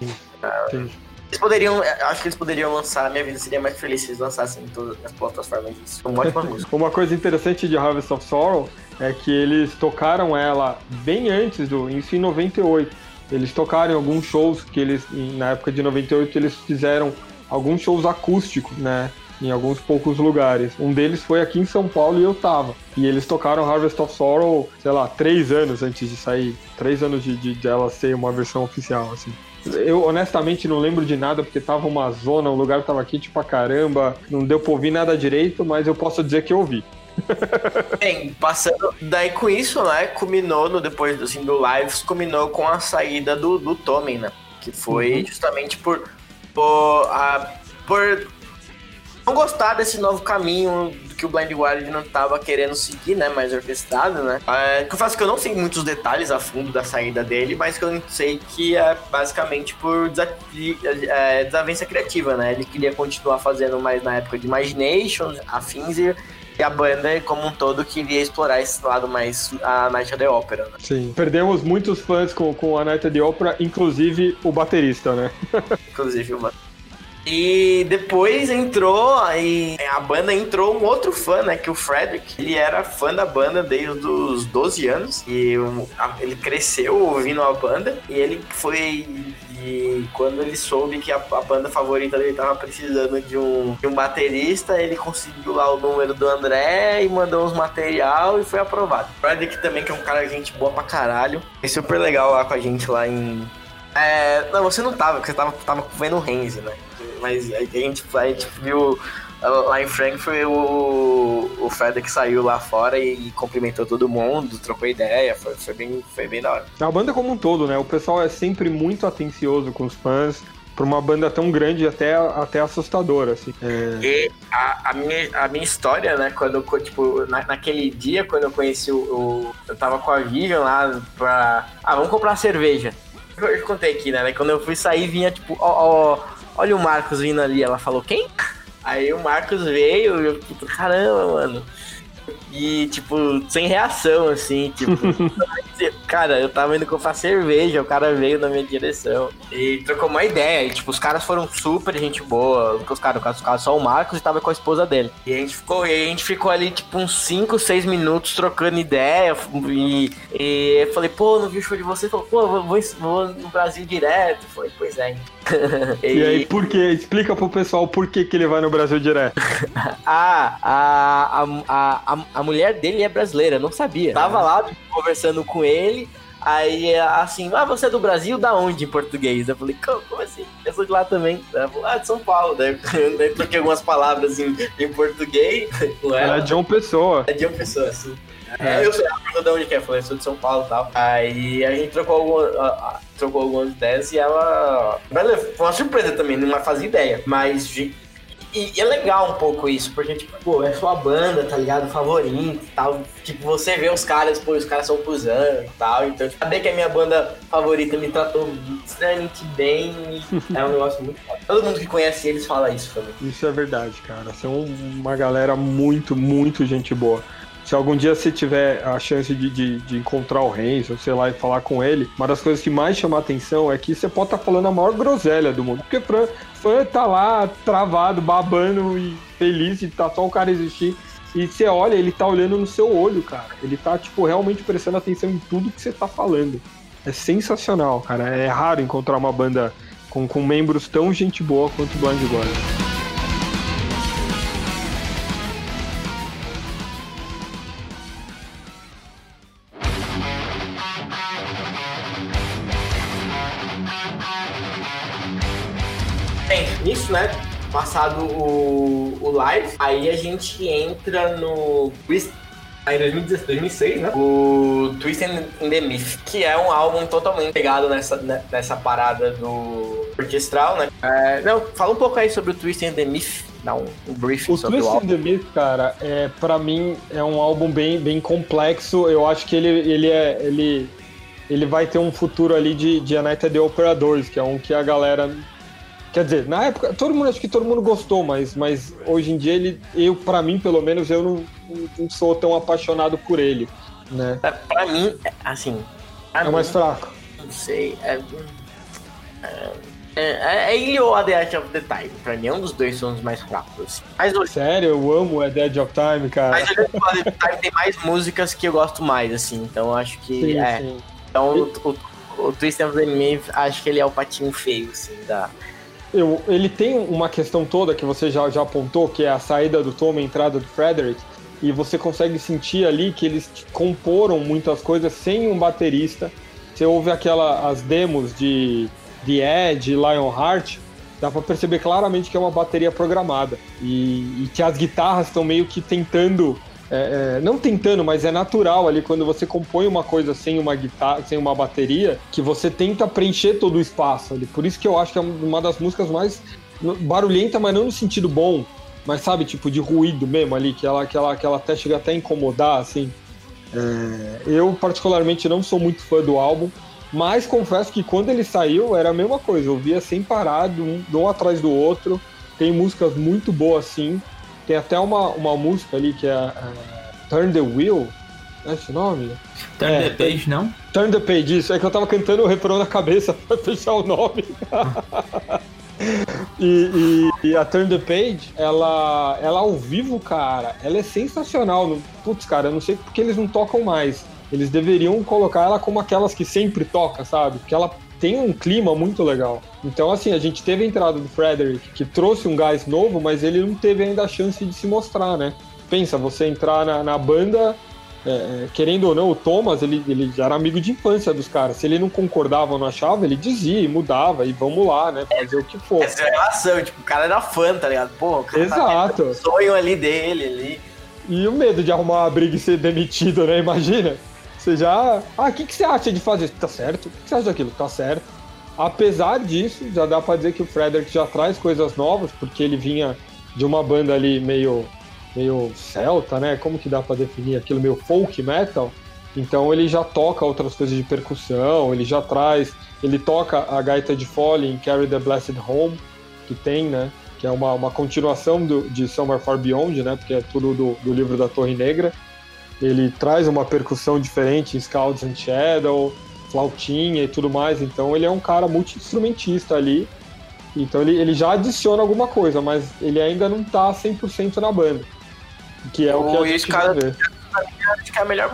Acho que eles poderiam lançar, minha vida seria mais feliz se eles lançassem em todas as plataformas. Isso é uma ótima música. Uma coisa interessante de Harvest of Sorrow é que eles tocaram ela bem antes isso em 98. Eles tocaram em alguns shows que eles, na época de 98, eles fizeram alguns shows acústicos, né? em alguns poucos lugares. Um deles foi aqui em São Paulo e eu tava. E eles tocaram Harvest of Sorrow, sei lá, 3 anos antes de sair. 3 anos de ela ser uma versão oficial, assim. Eu honestamente não lembro de nada, porque tava uma zona, o lugar tava quente pra caramba, não deu pra ouvir nada direito, mas eu posso dizer que eu ouvi. Bem, passando daí com isso, né, culminou, depois assim, do Lives, culminou com a saída do Tommen, né, que foi justamente por não gostar desse novo caminho que o Blind Guardian não estava querendo seguir, né, mais orquestrado, né. Que eu faço que eu não sei muitos detalhes a fundo da saída dele, mas que eu sei que é basicamente por desavença criativa, né. Ele queria continuar fazendo mais na época de Imagination, afins, e a banda como um todo queria explorar esse lado mais a Night at the Opera, né? Sim, perdemos muitos fãs com a Night at the Opera, inclusive o baterista, né? Inclusive o baterista. E depois a banda entrou um outro fã, né, que o Frederick. Ele era fã da banda desde os 12 anos, e ele cresceu ouvindo a banda, e quando ele soube que a banda favorita dele tava precisando de um baterista, ele conseguiu lá o número do André e mandou uns material e foi aprovado. O Frederick também, que é um cara gente boa pra caralho, é super legal lá com a gente lá em... Não, você não tava, porque você tava vendo o Renzi, né? Mas a gente viu lá em Frankfurt o Frederick saiu lá fora e cumprimentou todo mundo, trocou ideia, foi bem da hora. A banda como um todo, né? O pessoal é sempre muito atencioso com os fãs, pra uma banda tão grande até assustadora, assim. E a minha história, né, quando eu, tipo, naquele dia, quando eu conheci eu tava com a Vivian lá pra... vamos comprar uma cerveja. Eu contei aqui, né, quando eu fui sair, vinha, tipo, olha o Marcos vindo ali. Ela falou, quem? Aí o Marcos veio e eu, tipo, caramba, mano. E, tipo, sem reação, assim, tipo... Cara, eu tava indo comprar cerveja, o cara veio na minha direção. E trocou uma ideia, e, tipo, os caras foram super gente boa. Os caras só o Marcos e tava com a esposa dele. E a gente ficou ali, tipo, uns 5, 6 minutos trocando ideia. E eu falei, pô, não vi o show de vocês? Falou, pô, vou no Brasil direto. Falei, pois é. E aí, por quê? Explica pro pessoal por que ele vai no Brasil direto. A mulher dele é brasileira, não sabia. Tava lá conversando com ele, aí assim, você é do Brasil? Da onde em português? Eu falei, como assim? Eu sou de lá também. Ela falou, de São Paulo. Daí eu troquei algumas palavras em português com ela. É de João Pessoa. É de João Pessoa, sim. Eu sei, ela perguntou de onde que é, eu falei, eu sou de São Paulo e tal. Aí a gente trocou algumas ideias e ela... Foi uma surpresa também, não fazia ideia, mas... E é legal um pouco isso, porque, tipo, pô, é sua banda, tá ligado? Favorita e tal. Tipo, você vê os caras são cuzão e tal. Então, tipo, saber que a minha banda favorita me tratou extremamente bem é um negócio muito foda. Todo mundo que conhece eles fala isso também. Isso é verdade, cara. São uma galera muito, muito gente boa. Se algum dia você tiver a chance de encontrar o Renzo, ou sei lá, e falar com ele, uma das coisas que mais chama a atenção é que você pode estar falando a maior groselha do mundo. Porque fã tá lá travado, babando e feliz de tá só o cara existir. E você olha, ele tá olhando no seu olho, cara. Ele tá, tipo, realmente prestando atenção em tudo que você tá falando. É sensacional, cara. É raro encontrar uma banda com membros tão gente boa quanto o Blind Guardian. Nisso, né? Passado o live, aí a gente entra no Twist. Aí em 2006, né? O Twisted in the Myth, que é um álbum totalmente pegado nessa parada do orquestral, né? Não, fala um pouco aí sobre o Twisted in the Myth. Dá um briefing sobre o álbum. O Twisted in the Myth, cara, pra mim é um álbum bem complexo. Eu acho que ele vai ter um futuro ali de A Night at the Opera 2, que é um que a galera... Quer dizer, na época, acho que todo mundo gostou, mas hoje em dia, pra mim, pelo menos, eu não sou tão apaixonado por ele, né? Pra mim, assim... É mais fraco? Não sei, ele ou A The Edge of the Time. Pra mim, é um dos dois sons mais fracos, assim. Sério? Eu amo A The Edge of Time, cara. Mas A The Edge of the Time tem mais músicas que eu gosto mais, assim, então eu acho que... Sim. Então, o Twisted in the Myth, acho que ele é o patinho feio, assim, Ele tem uma questão toda que você já apontou, que é a saída do Tom e a entrada do Frederick, e você consegue sentir ali que eles comporam muitas coisas sem um baterista. Você ouve as demos de The Edge e Lionheart, dá pra perceber claramente que é uma bateria programada, e que as guitarras estão meio que tentando, não tentando, mas é natural ali quando você compõe uma coisa sem uma guitarra, sem uma bateria, que você tenta preencher todo o espaço ali. Por isso que eu acho que é uma das músicas mais barulhenta, mas não no sentido bom, mas sabe, tipo de ruído mesmo ali, que ela até chega até a incomodar, assim. Eu particularmente não sou muito fã do álbum, mas confesso que quando ele saiu era a mesma coisa, eu via sem parar, um atrás do outro. Tem músicas muito boas assim, tem até uma música ali que é Turn the Wheel, é esse nome? Turn the Page, não? Turn the Page, isso, é que eu tava cantando o refrão na cabeça pra fechar o nome. E a Turn the Page, ela ao vivo, cara, ela é sensacional. Putz, cara, eu não sei porque eles não tocam mais. Eles deveriam colocar ela como aquelas que sempre toca, sabe? Porque ela tem um clima muito legal. Então, assim, a gente teve a entrada do Frederick, que trouxe um gás novo, mas ele não teve ainda a chance de se mostrar, né? Pensa, você entrar na banda, querendo ou não, o Thomas, ele já era amigo de infância dos caras. Se ele não concordava ou não achava, ele dizia e mudava, e vamos lá, né? Fazer o que for. Essa é a relação, tipo, o cara era fã, tá ligado? Pô, o cara Exato. Tá o sonho ali dele, ali. E o medo de arrumar uma briga e ser demitido, né? Imagina. Você já... o que você acha de fazer? Tá certo. O que você acha daquilo? Tá certo. Apesar disso, já dá pra dizer que o Frederick já traz coisas novas, porque ele vinha de uma banda ali meio celta, né? Como que dá pra definir aquilo? Meio folk metal. Então ele já toca outras coisas de percussão, ele toca a gaita de fole em Carry the Blessed Home, que tem, né? Que é uma continuação de Somewhere Far Beyond, né? Porque é tudo do livro da Torre Negra. Ele traz uma percussão diferente em Scouts and Shadow, flautinha e tudo mais. Então ele é um cara multi-instrumentista ali. Então ele já adiciona alguma coisa, mas ele ainda não tá 100% na banda. Que é o que a gente vê. Acho que é a melhor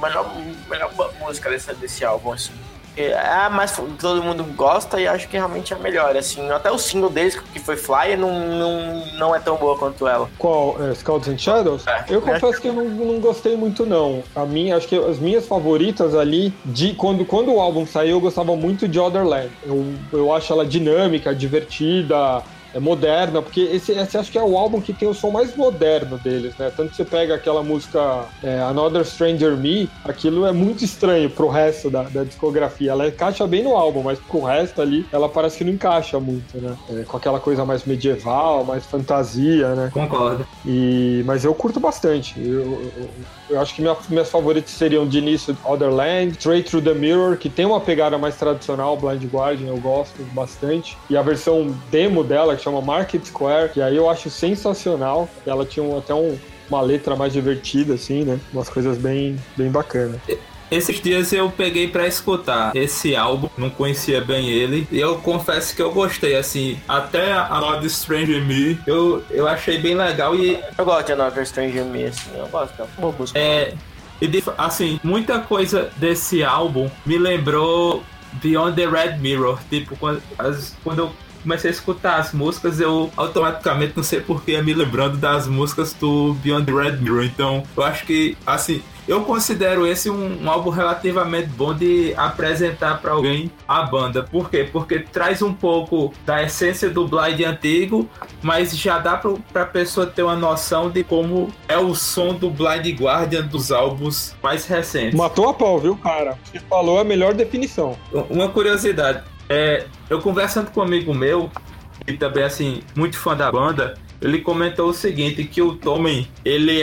música desse álbum, assim. Mas todo mundo gosta e acho que realmente é a melhor, assim. Até o single deles, que foi Fly, não é tão boa quanto ela. Qual? Scouts and Shadows? Eu confesso que eu não gostei muito, não. Acho que as minhas favoritas ali, quando o álbum saiu, eu gostava muito de Otherland. Eu acho ela dinâmica, divertida, moderna, porque esse acho que é o álbum que tem o som mais moderno deles, né? Tanto que você pega aquela música Another Stranger Me, aquilo é muito estranho pro resto da discografia. Ela encaixa bem no álbum, mas pro resto ali, ela parece que não encaixa muito, né? Com aquela coisa mais medieval, mais fantasia, né? Concordo. Mas eu curto bastante. Eu acho que minhas favoritas seriam de início Otherland, Straight Through the Mirror, que tem uma pegada mais tradicional, Blind Guardian, eu gosto bastante. E a versão demo dela, que chama Market Square, que aí eu acho sensacional. Ela tinha até uma letra mais divertida, assim, né? Umas coisas bem bacanas. Esses dias eu peguei pra escutar esse álbum, não conhecia bem ele, e eu confesso que eu gostei, assim, até Another Stranger Me, eu achei bem legal e... Eu gosto de Another Stranger Me, assim, eu gosto, é uma boa música. Assim, muita coisa desse álbum me lembrou Beyond the Red Mirror, tipo, quando eu comecei a escutar as músicas, eu automaticamente, não sei porquê, ia me lembrando das músicas do Beyond the Red Mirror. Então, eu acho que, assim, eu considero esse um álbum relativamente bom de apresentar para alguém a banda. Por quê? Porque traz um pouco da essência do Blind antigo, mas já dá pra pessoa ter uma noção de como é o som do Blind Guardian dos álbuns mais recentes. Matou a pau, viu, cara? Você falou a melhor definição. Uma curiosidade. Eu conversando com um amigo meu, que também, assim, muito fã da banda, ele comentou o seguinte, que o Tommy, ele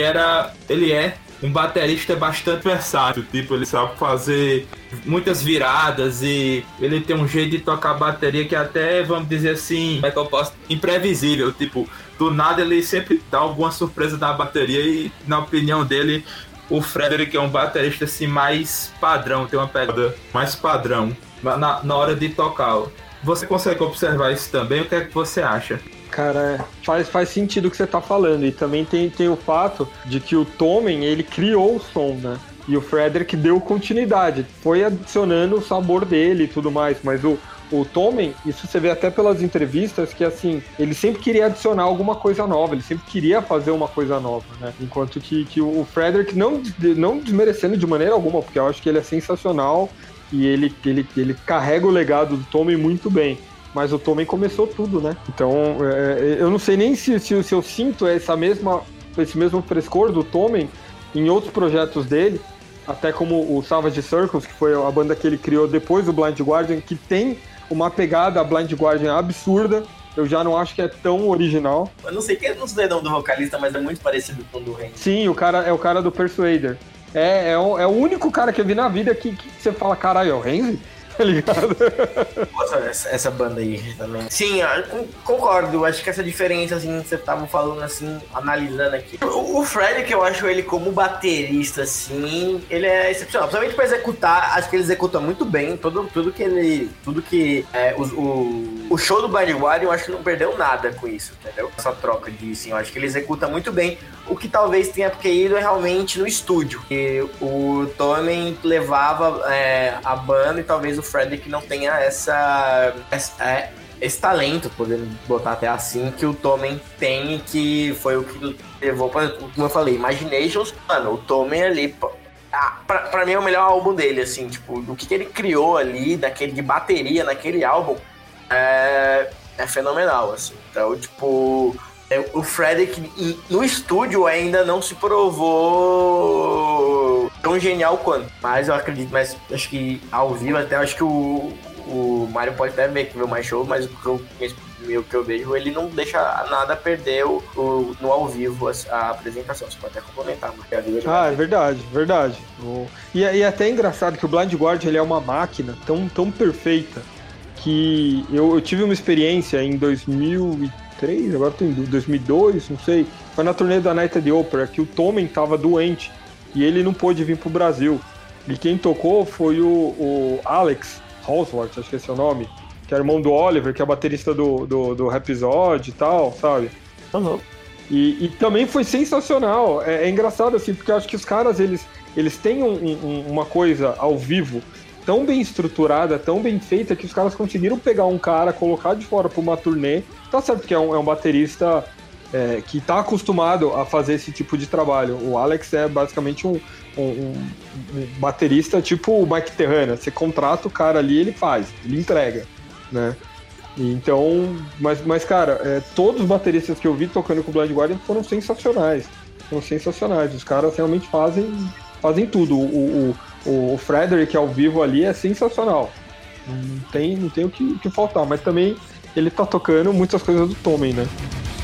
é um baterista bastante versátil, tipo, ele sabe fazer muitas viradas e ele tem um jeito de tocar bateria que até, vamos dizer assim, como é que eu posso, imprevisível, tipo, do nada ele sempre dá alguma surpresa na bateria e, na opinião dele, o Frederick é um baterista, assim, mais padrão, tem uma pegada mais padrão na hora de tocar. Você consegue observar isso também? O que é que você acha? Cara, faz sentido o que você tá falando. E também tem o fato de que o Tommen, ele criou o som, né? E o Frederick deu continuidade. Foi adicionando o sabor dele e tudo mais. Mas o o Tommen, isso você vê até pelas entrevistas, que assim, ele sempre queria adicionar alguma coisa nova, ele sempre queria fazer uma coisa nova, né? Enquanto que o Frederick, não desmerecendo de maneira alguma, porque eu acho que ele é sensacional e ele carrega o legado do Tommen muito bem. Mas o Tommen começou tudo, né? Então, eu não sei nem se eu sinto esse mesmo frescor do Tommen em outros projetos dele, até como o Savage Circles, que foi a banda que ele criou depois do Blind Guardian, que tem uma pegada a Blind Guardian absurda. Eu já não acho que é tão original. Eu não sei quem é o nome do vocalista, mas é muito parecido com o do Randy. Sim, é o cara do Persuader. É o único cara que eu vi na vida que você fala, caralho, é o Randy? Tá ligado? Nossa, essa banda aí também. Sim, eu concordo. Acho que essa diferença, assim, você tava falando assim, analisando aqui. O Frederick, eu acho ele como baterista, assim, ele é excepcional. Principalmente pra executar, acho que ele executa muito bem. Tudo que o show do Blind Guardian, eu acho que não perdeu nada com isso, entendeu? Essa troca de, assim, eu acho que ele executa muito bem. O que talvez tenha caído é realmente no estúdio. E o Tommen levava a banda e talvez o Frederick não tenha esse talento, podemos botar até assim, que o Tommen tem, que foi o que levou para, como eu falei, Imaginations. Mano, o Tommen ali, pra mim é o melhor álbum dele, assim, tipo, o que ele criou ali, de bateria naquele álbum, é fenomenal, assim. Então, tipo, o Frederick no estúdio ainda não se provou tão genial quanto. Mas eu acredito, acho que ao vivo até, acho que o Mário pode até ver que viu mais show, mas o que eu vejo, ele não deixa nada perder no ao vivo a apresentação. Você pode até complementar, mas é verdade. E é até engraçado que o Blind Guardian, ele é uma máquina tão perfeita que eu tive uma experiência em 2003, agora tem 2002, não sei, foi na turnê da Night at the Opera, que o Tommen tava doente e ele não pôde vir pro Brasil. E quem tocou foi o Alex Hallsworth, acho que esse é o nome, que é irmão do Oliver, que é baterista do Rhapsody e tal, sabe? Uhum. E também foi sensacional. É engraçado, assim, porque eu acho que os caras, eles têm uma coisa ao vivo tão bem estruturada, tão bem feita, que os caras conseguiram pegar um cara, colocar de fora pra uma turnê. Tá certo que é um baterista que tá acostumado a fazer esse tipo de trabalho. O Alex é basicamente um baterista tipo o Mike Terrana. Você contrata o cara ali, ele faz, ele entrega, né? Então, mas cara, todos os bateristas que eu vi tocando com o Blind Guardian foram sensacionais. Os caras realmente fazem tudo. O Frederick ao vivo ali é sensacional. Não tem o que faltar, mas também ele tá tocando muitas coisas do Tommen, né?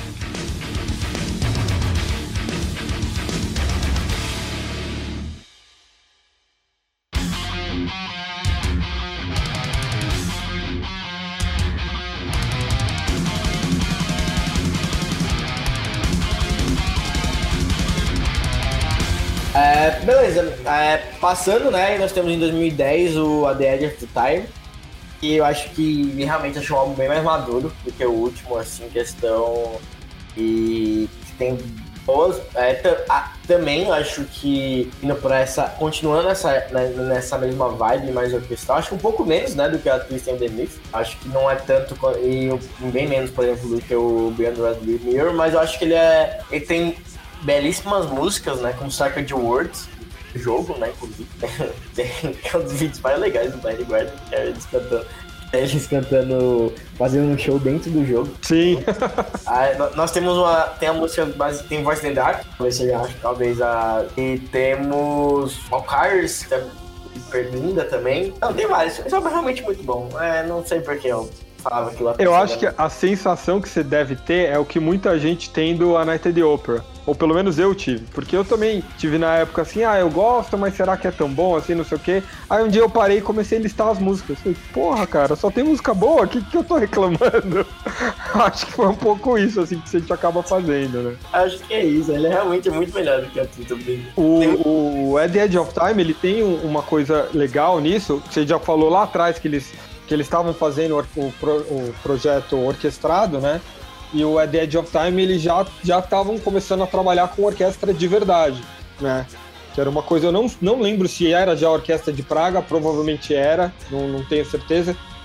Beleza, passando, né, nós temos em 2010 o A The Edge of the Time, e eu acho que realmente achei um álbum bem mais maduro do que o último, assim, questão, e tem boas, também acho que indo pra continuando nessa mesma vibe mais orquestral, acho que um pouco menos, né, do que a Twisted and the Myth, acho que não é tanto, e bem menos, por exemplo, do que o Beyond Red Mirror, mas eu acho que ele tem belíssimas músicas, né, como Sacred Words, jogo, né, inclusive, tem um dos vídeos mais legais do Blind Guardian, que é eles cantando, fazendo um show dentro do jogo. Sim. Nós temos tem a música base, tem Voice in the Dark, talvez e temos Valkyries, que é linda também. Não, tem vários, esse álbum é realmente muito bom, não sei porque eu falava aquilo. Eu acho que a sensação que você deve ter é o que muita gente tem do A Night at the Opera. Ou pelo menos eu tive. Porque eu também tive na época assim, eu gosto, mas será que é tão bom assim, não sei o quê. Aí um dia eu parei e comecei a listar as músicas. Falei, porra, cara, só tem música boa? O que eu tô reclamando? Acho que foi um pouco isso, assim, que a gente acaba fazendo, né? Acho que é isso. Ele é realmente muito melhor do que a Twitter dele. O At the Edge of Time, ele tem uma coisa legal nisso. Você já falou lá atrás que eles estavam fazendo o projeto orquestrado, né? E o At the Edge of Time, eles já estavam começando a trabalhar com orquestra de verdade, né? Que era uma coisa, eu não lembro se era já a orquestra de Praga, provavelmente era, não tenho certeza.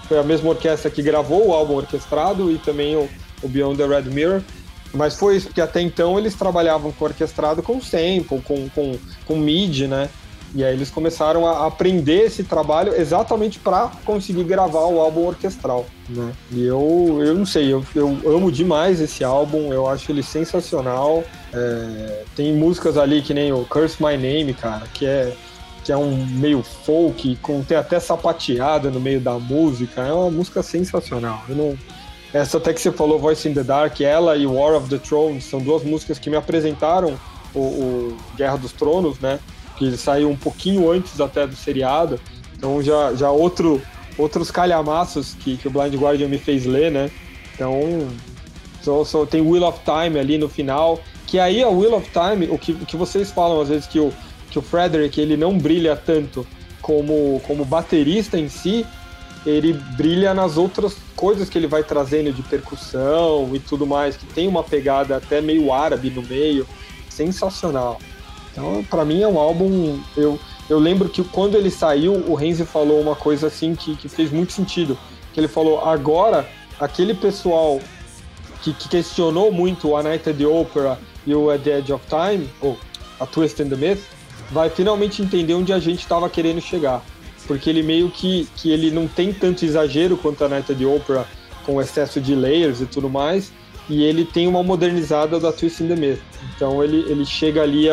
foi a mesma orquestra que gravou o álbum orquestrado e também o Beyond the Red Mirror. Mas foi isso, porque até então eles trabalhavam com orquestrado com sample, com MIDI, né? E aí eles começaram a aprender esse trabalho exatamente para conseguir gravar o álbum orquestral, né? E eu não sei, eu amo demais esse álbum, eu acho ele sensacional. Tem músicas ali que nem o Curse My Name, cara, que é um meio folk, tem até sapateada no meio da música, é uma música sensacional. Essa até que você falou, Voice in the Dark, ela e War of the Thrones, são duas músicas que me apresentaram o Guerra dos Tronos, né? Que ele saiu um pouquinho antes até do seriado, então já outros calhamaços que o Blind Guardian me fez ler, né? Então, só tem Wheel of Time ali no final, que aí a Wheel of Time, o que vocês falam às vezes que o Frederick, ele não brilha tanto como baterista em si, ele brilha nas outras coisas que ele vai trazendo de percussão e tudo mais, que tem uma pegada até meio árabe no meio, sensacional. Então, pra mim é um álbum... Eu lembro que quando ele saiu, o Renzi falou uma coisa assim que fez muito sentido. Que ele falou, agora, aquele pessoal que questionou muito o A Night at the Opera e o At the Edge of Time, ou A Twist in the Myth, vai finalmente entender onde a gente estava querendo chegar. Porque ele meio que ele não tem tanto exagero quanto a Night at the Opera, com excesso de layers e tudo mais, e ele tem uma modernizada da Twist in the Myth. Então ele chega ali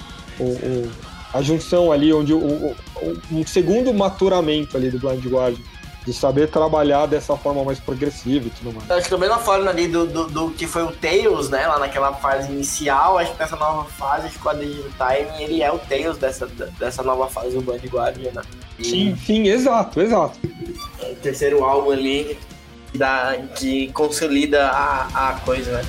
a junção ali, onde um segundo maturamento ali do Blind Guardian, de saber trabalhar dessa forma mais progressiva e tudo mais. Acho que da mesma forma ali do que foi o Tails, né, lá naquela fase inicial, acho que nessa nova fase, acho que o A Digital Time, ele é o Tails dessa nova fase do Blind Guardian, né? Sim, exato. O terceiro álbum ali que consolida a coisa, né?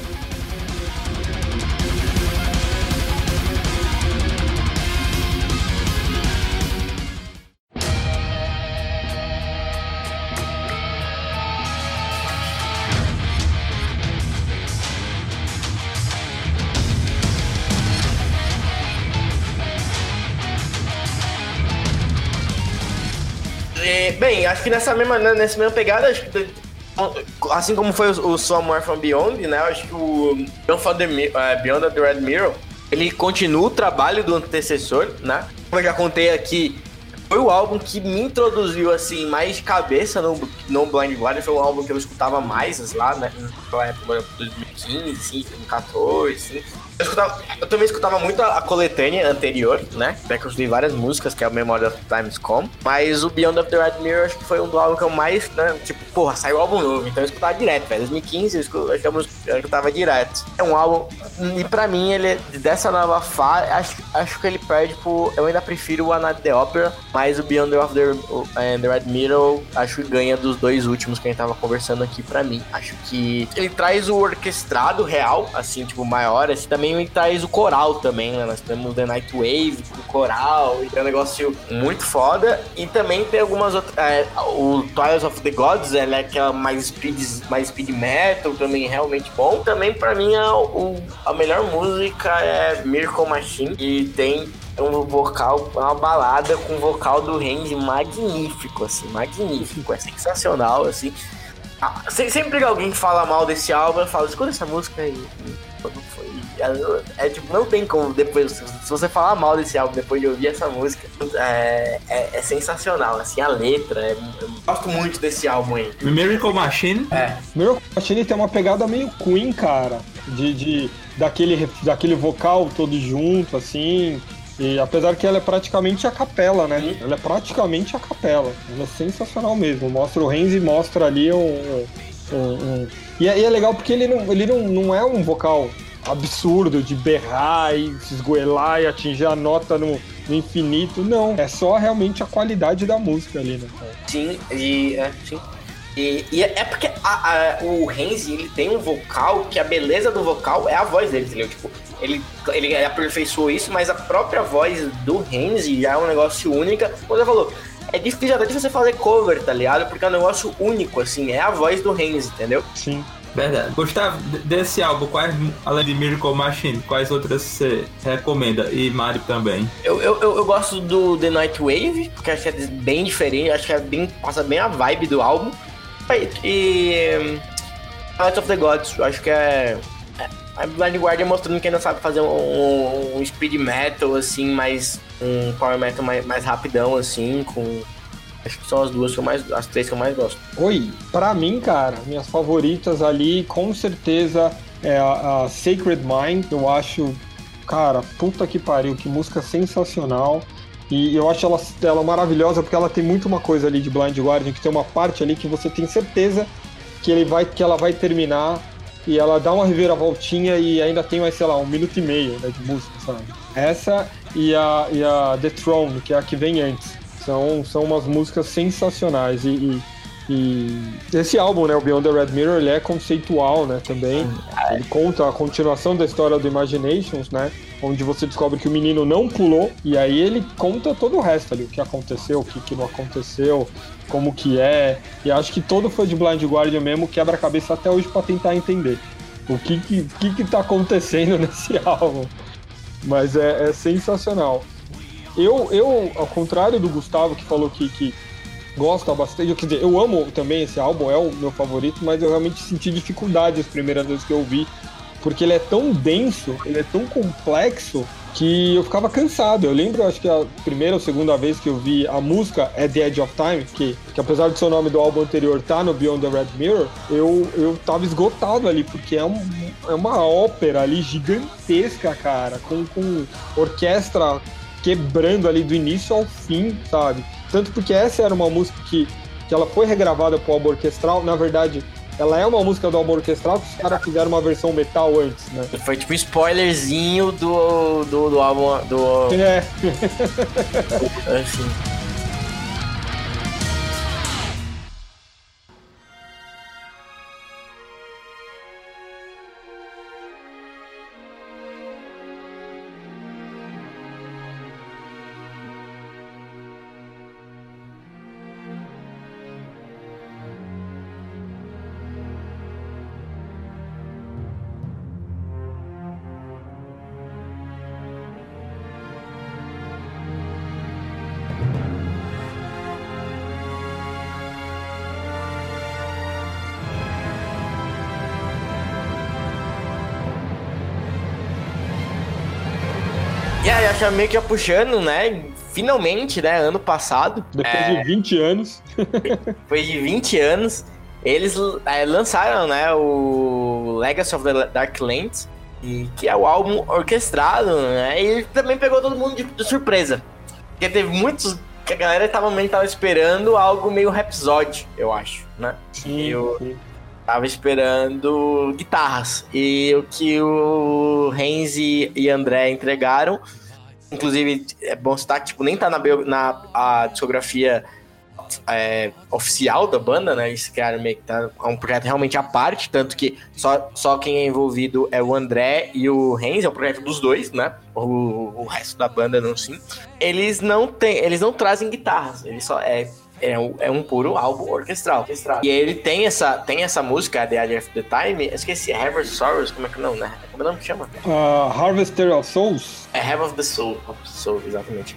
Bem, acho que nessa mesma pegada, acho que, assim como foi o Somewhere From Beyond, né, acho que o Beyond the Red Mirror, ele continua o trabalho do antecessor, né? Como eu já contei aqui, foi o álbum que me introduziu, assim, mais de cabeça no Blind Guardian, foi um álbum que eu escutava mais lá, né, naquela época, 2015, assim, 2014, assim. Eu também escutava muito a coletânea anterior, né? Até que eu estudei várias músicas, que é o Memory of Times Come. Mas o Beyond of the Red Mirror, acho que foi um do álbum que eu mais, né? Tipo, porra, saiu álbum novo, então eu escutava direto, velho. 2015 eu escutava direto. É um álbum, e pra mim, ele, dessa nova fase, acho que ele perde por... Eu ainda prefiro o A Night at the Opera, mas o Beyond of the Red Mirror, acho que ganha dos dois últimos que a gente tava conversando aqui pra mim. Acho que ele traz o orquestrado real, assim, tipo, maior, assim, também ele traz o coral também, né? Nós temos The Night Wave, o coral, e é um negócio muito foda. E também tem algumas outras... o Trials of the Gods, ela é aquela mais speed metal, também realmente bom. Também, pra mim, a melhor música é Miracle Machine, e tem um vocal, uma balada com o vocal do Randy magnífico, assim, magnífico, é sensacional, assim. Sempre que alguém fala mal desse álbum, eu falo, escuta essa música aí. Tipo, não tem como depois, se você falar mal desse álbum depois de ouvir essa música, é sensacional, assim, a letra, eu gosto muito desse álbum aí. Miracle Machine? Miracle Machine tem uma pegada meio Queen, cara, daquele vocal todo junto, assim, e apesar que ela é praticamente a capela, né? Ela é praticamente a capela, ela é sensacional mesmo, o Renzi mostra ali E é legal porque ele não é um vocal absurdo de berrar e se esgoelar e atingir a nota no infinito, não. É só realmente a qualidade da música ali, né? Sim, sim. E é porque o Renzi, ele tem um vocal que a beleza do vocal é a voz dele, entendeu? Tipo, ele aperfeiçoou isso, mas a própria voz do Renzi já é um negócio único. Como você falou, é difícil até de você fazer cover, tá ligado? Porque é um negócio único, assim, é a voz do Renzi, entendeu? Sim. Verdade. Gustavo, desse álbum, além de Miracle Machine, quais outras você recomenda? E Mário também. Eu gosto do The Night Wave, porque acho que é bem diferente, acho que passa bem a vibe do álbum. E Night of the Gods, eu acho que é a Blind Guardian mostrando que ainda sabe fazer um speed metal, assim, um power metal mais rapidão, assim, acho que são as três que eu mais gosto. Oi, pra mim, cara, minhas favoritas ali, com certeza, é a Sacred Mind. Eu acho, cara, puta que pariu, que música sensacional. E eu acho ela maravilhosa porque ela tem muito uma coisa ali de Blind Guardian, que tem uma parte ali que você tem certeza que ela vai terminar e ela dá uma reviravoltinha e ainda tem mais, sei lá, 1 minuto e meio, né, de música, sabe? Essa e a The Throne, que é a que vem antes. São umas músicas sensacionais e esse álbum, né, o Beyond the Red Mirror, ele é conceitual, né, também. Ele conta a continuação da história do Imaginations, né, onde você descobre que o menino não pulou, e aí ele conta todo o resto ali, o que aconteceu, o que não aconteceu, como que é, e acho que todo fã de Blind Guardian mesmo quebra a cabeça até hoje pra tentar entender o que tá acontecendo nesse álbum. Mas é sensacional. Eu, ao contrário do Gustavo, que falou que gosta bastante, quer dizer, eu amo também esse álbum, é o meu favorito, mas eu realmente senti dificuldade as primeiras vezes que eu ouvi, porque ele é tão denso, ele é tão complexo, que eu ficava cansado. Eu lembro, acho que a primeira ou segunda vez que eu vi a música At the Edge of Time, que apesar do seu nome do álbum anterior tá no Beyond the Red Mirror, eu tava esgotado ali, porque é uma ópera ali gigantesca, cara, com orquestra quebrando ali do início ao fim, sabe? Tanto porque essa era uma música que ela foi regravada pro álbum orquestral, na verdade, ela é uma música do álbum orquestral que os caras fizeram uma versão metal antes, né? Foi tipo um spoilerzinho do álbum do... É. Assim. E aí, acho meio que já puxando, né? Finalmente, né? Ano passado. Depois de 20 anos. Depois de 20 anos, eles lançaram, né? O Legacy of the Darklands, que é o álbum orquestrado, né? E também pegou todo mundo de surpresa. Porque teve muitos que a galera tava esperando algo meio Rhapsody, eu acho, né? Sim. Tava esperando guitarras. E o que o Renzi e André entregaram, inclusive, é bom citar que tipo, nem tá na discografia oficial da banda, né? Eles criaram meio que tá um projeto realmente à parte, tanto que só quem é envolvido é o André e o Renzi, é um projeto dos dois, né? O resto da banda não, sim. Eles não trazem guitarras, eles só é um puro álbum orquestral. E ele tem essa música, The Edge of the Time, eu esqueci, Harvest Sorrows, como é que não, né? Como é o nome que chama? Harvester of Souls? É Heaven of the Soul, exatamente.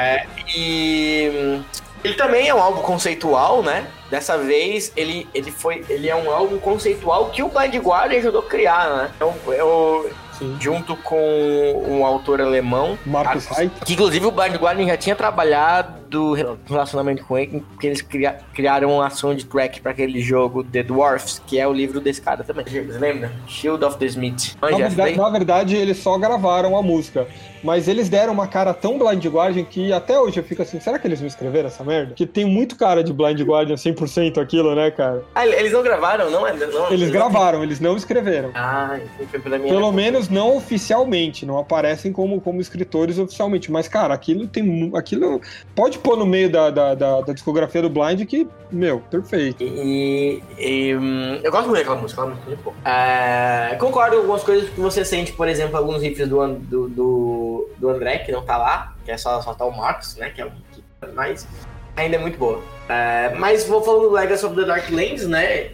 E ele também é um álbum conceitual, né? Dessa vez, ele é um álbum conceitual que o Blind Guardian ajudou a criar, né? Então, junto com um autor alemão, Markus Reich, que inclusive o Blind Guardian já tinha trabalhado relacionamento com ele, porque eles criaram uma soundtrack para aquele jogo The Dwarfs, que é o livro desse cara também. Você lembra? Shield of the Smith. Na verdade, eles só gravaram a música, mas eles deram uma cara tão Blind Guardian que até hoje eu fico assim, será que eles não escreveram essa merda? Que tem muito cara de Blind Guardian 100% aquilo, né, cara? Eles não gravaram, não? Eles gravaram, eles não escreveram. Foi pela minha... Pelo menos não oficialmente, não aparecem como escritores oficialmente, mas, cara, aquilo pode pôr no meio da discografia do Blind que, meu, perfeito. Eu gosto muito daquela música, ela é muito boa. Concordo com algumas coisas que você sente, por exemplo, alguns riffs do André, que não tá lá, que é só tá o Marcos, né, que é mas ainda é muito boa. Mas vou falando do Legacy of the Darklands, né,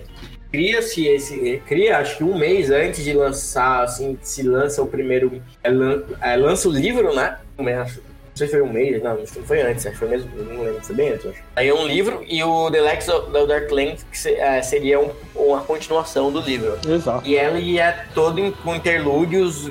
acho que um mês antes de lançar, assim, se lança o primeiro, lança o livro, né, sei se foi um mês, não foi antes, acho que foi mesmo, não lembro, foi bem antes, acho. Aí é um livro e o The Legacy of the Dark Lane seria uma continuação do livro. Exato. E ele é todo com interlúdios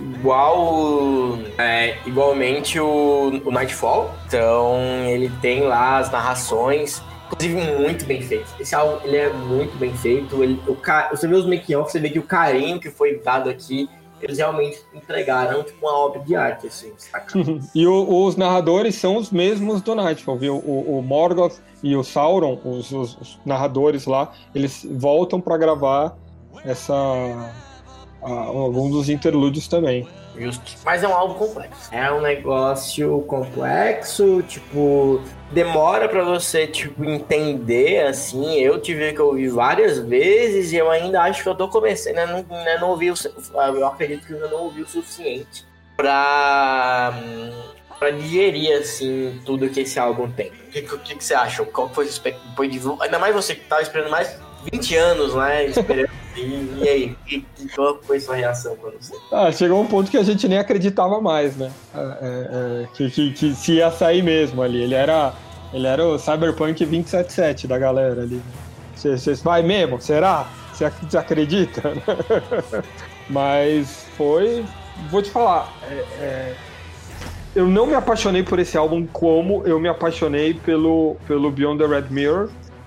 igualmente o Nightfall. Então ele tem lá as narrações, inclusive muito bem feito. Esse álbum ele é muito bem feito. Você vê os making-of, você vê que o carinho que foi dado aqui, eles realmente entregaram tipo uma obra de arte, assim, saca? E os narradores são os mesmos do Nightfall, viu? O Morgoth e o Sauron, os narradores lá, eles voltam pra gravar alguns dos interlúdios também. Justo. Mas é um álbum complexo. É um negócio complexo, tipo, demora pra você, tipo, entender, assim. Eu tive que ouvir várias vezes e eu ainda acho que eu tô começando, não ouvi eu acredito que eu ainda não ouvi o suficiente pra digerir, assim, tudo que esse álbum tem. O que você acha? Qual foi ainda mais você que tava esperando mais 20 anos, né, esperando. E aí, qual foi sua reação quando você... Chegou um ponto que a gente nem acreditava mais, né? Que se ia sair mesmo ali. Ele era o Cyberpunk 2077 da galera ali. Você vai mesmo? Será? Você acredita? Mas foi... Vou te falar, eu não me apaixonei por esse álbum como eu me apaixonei pelo Beyond the Red Mirror,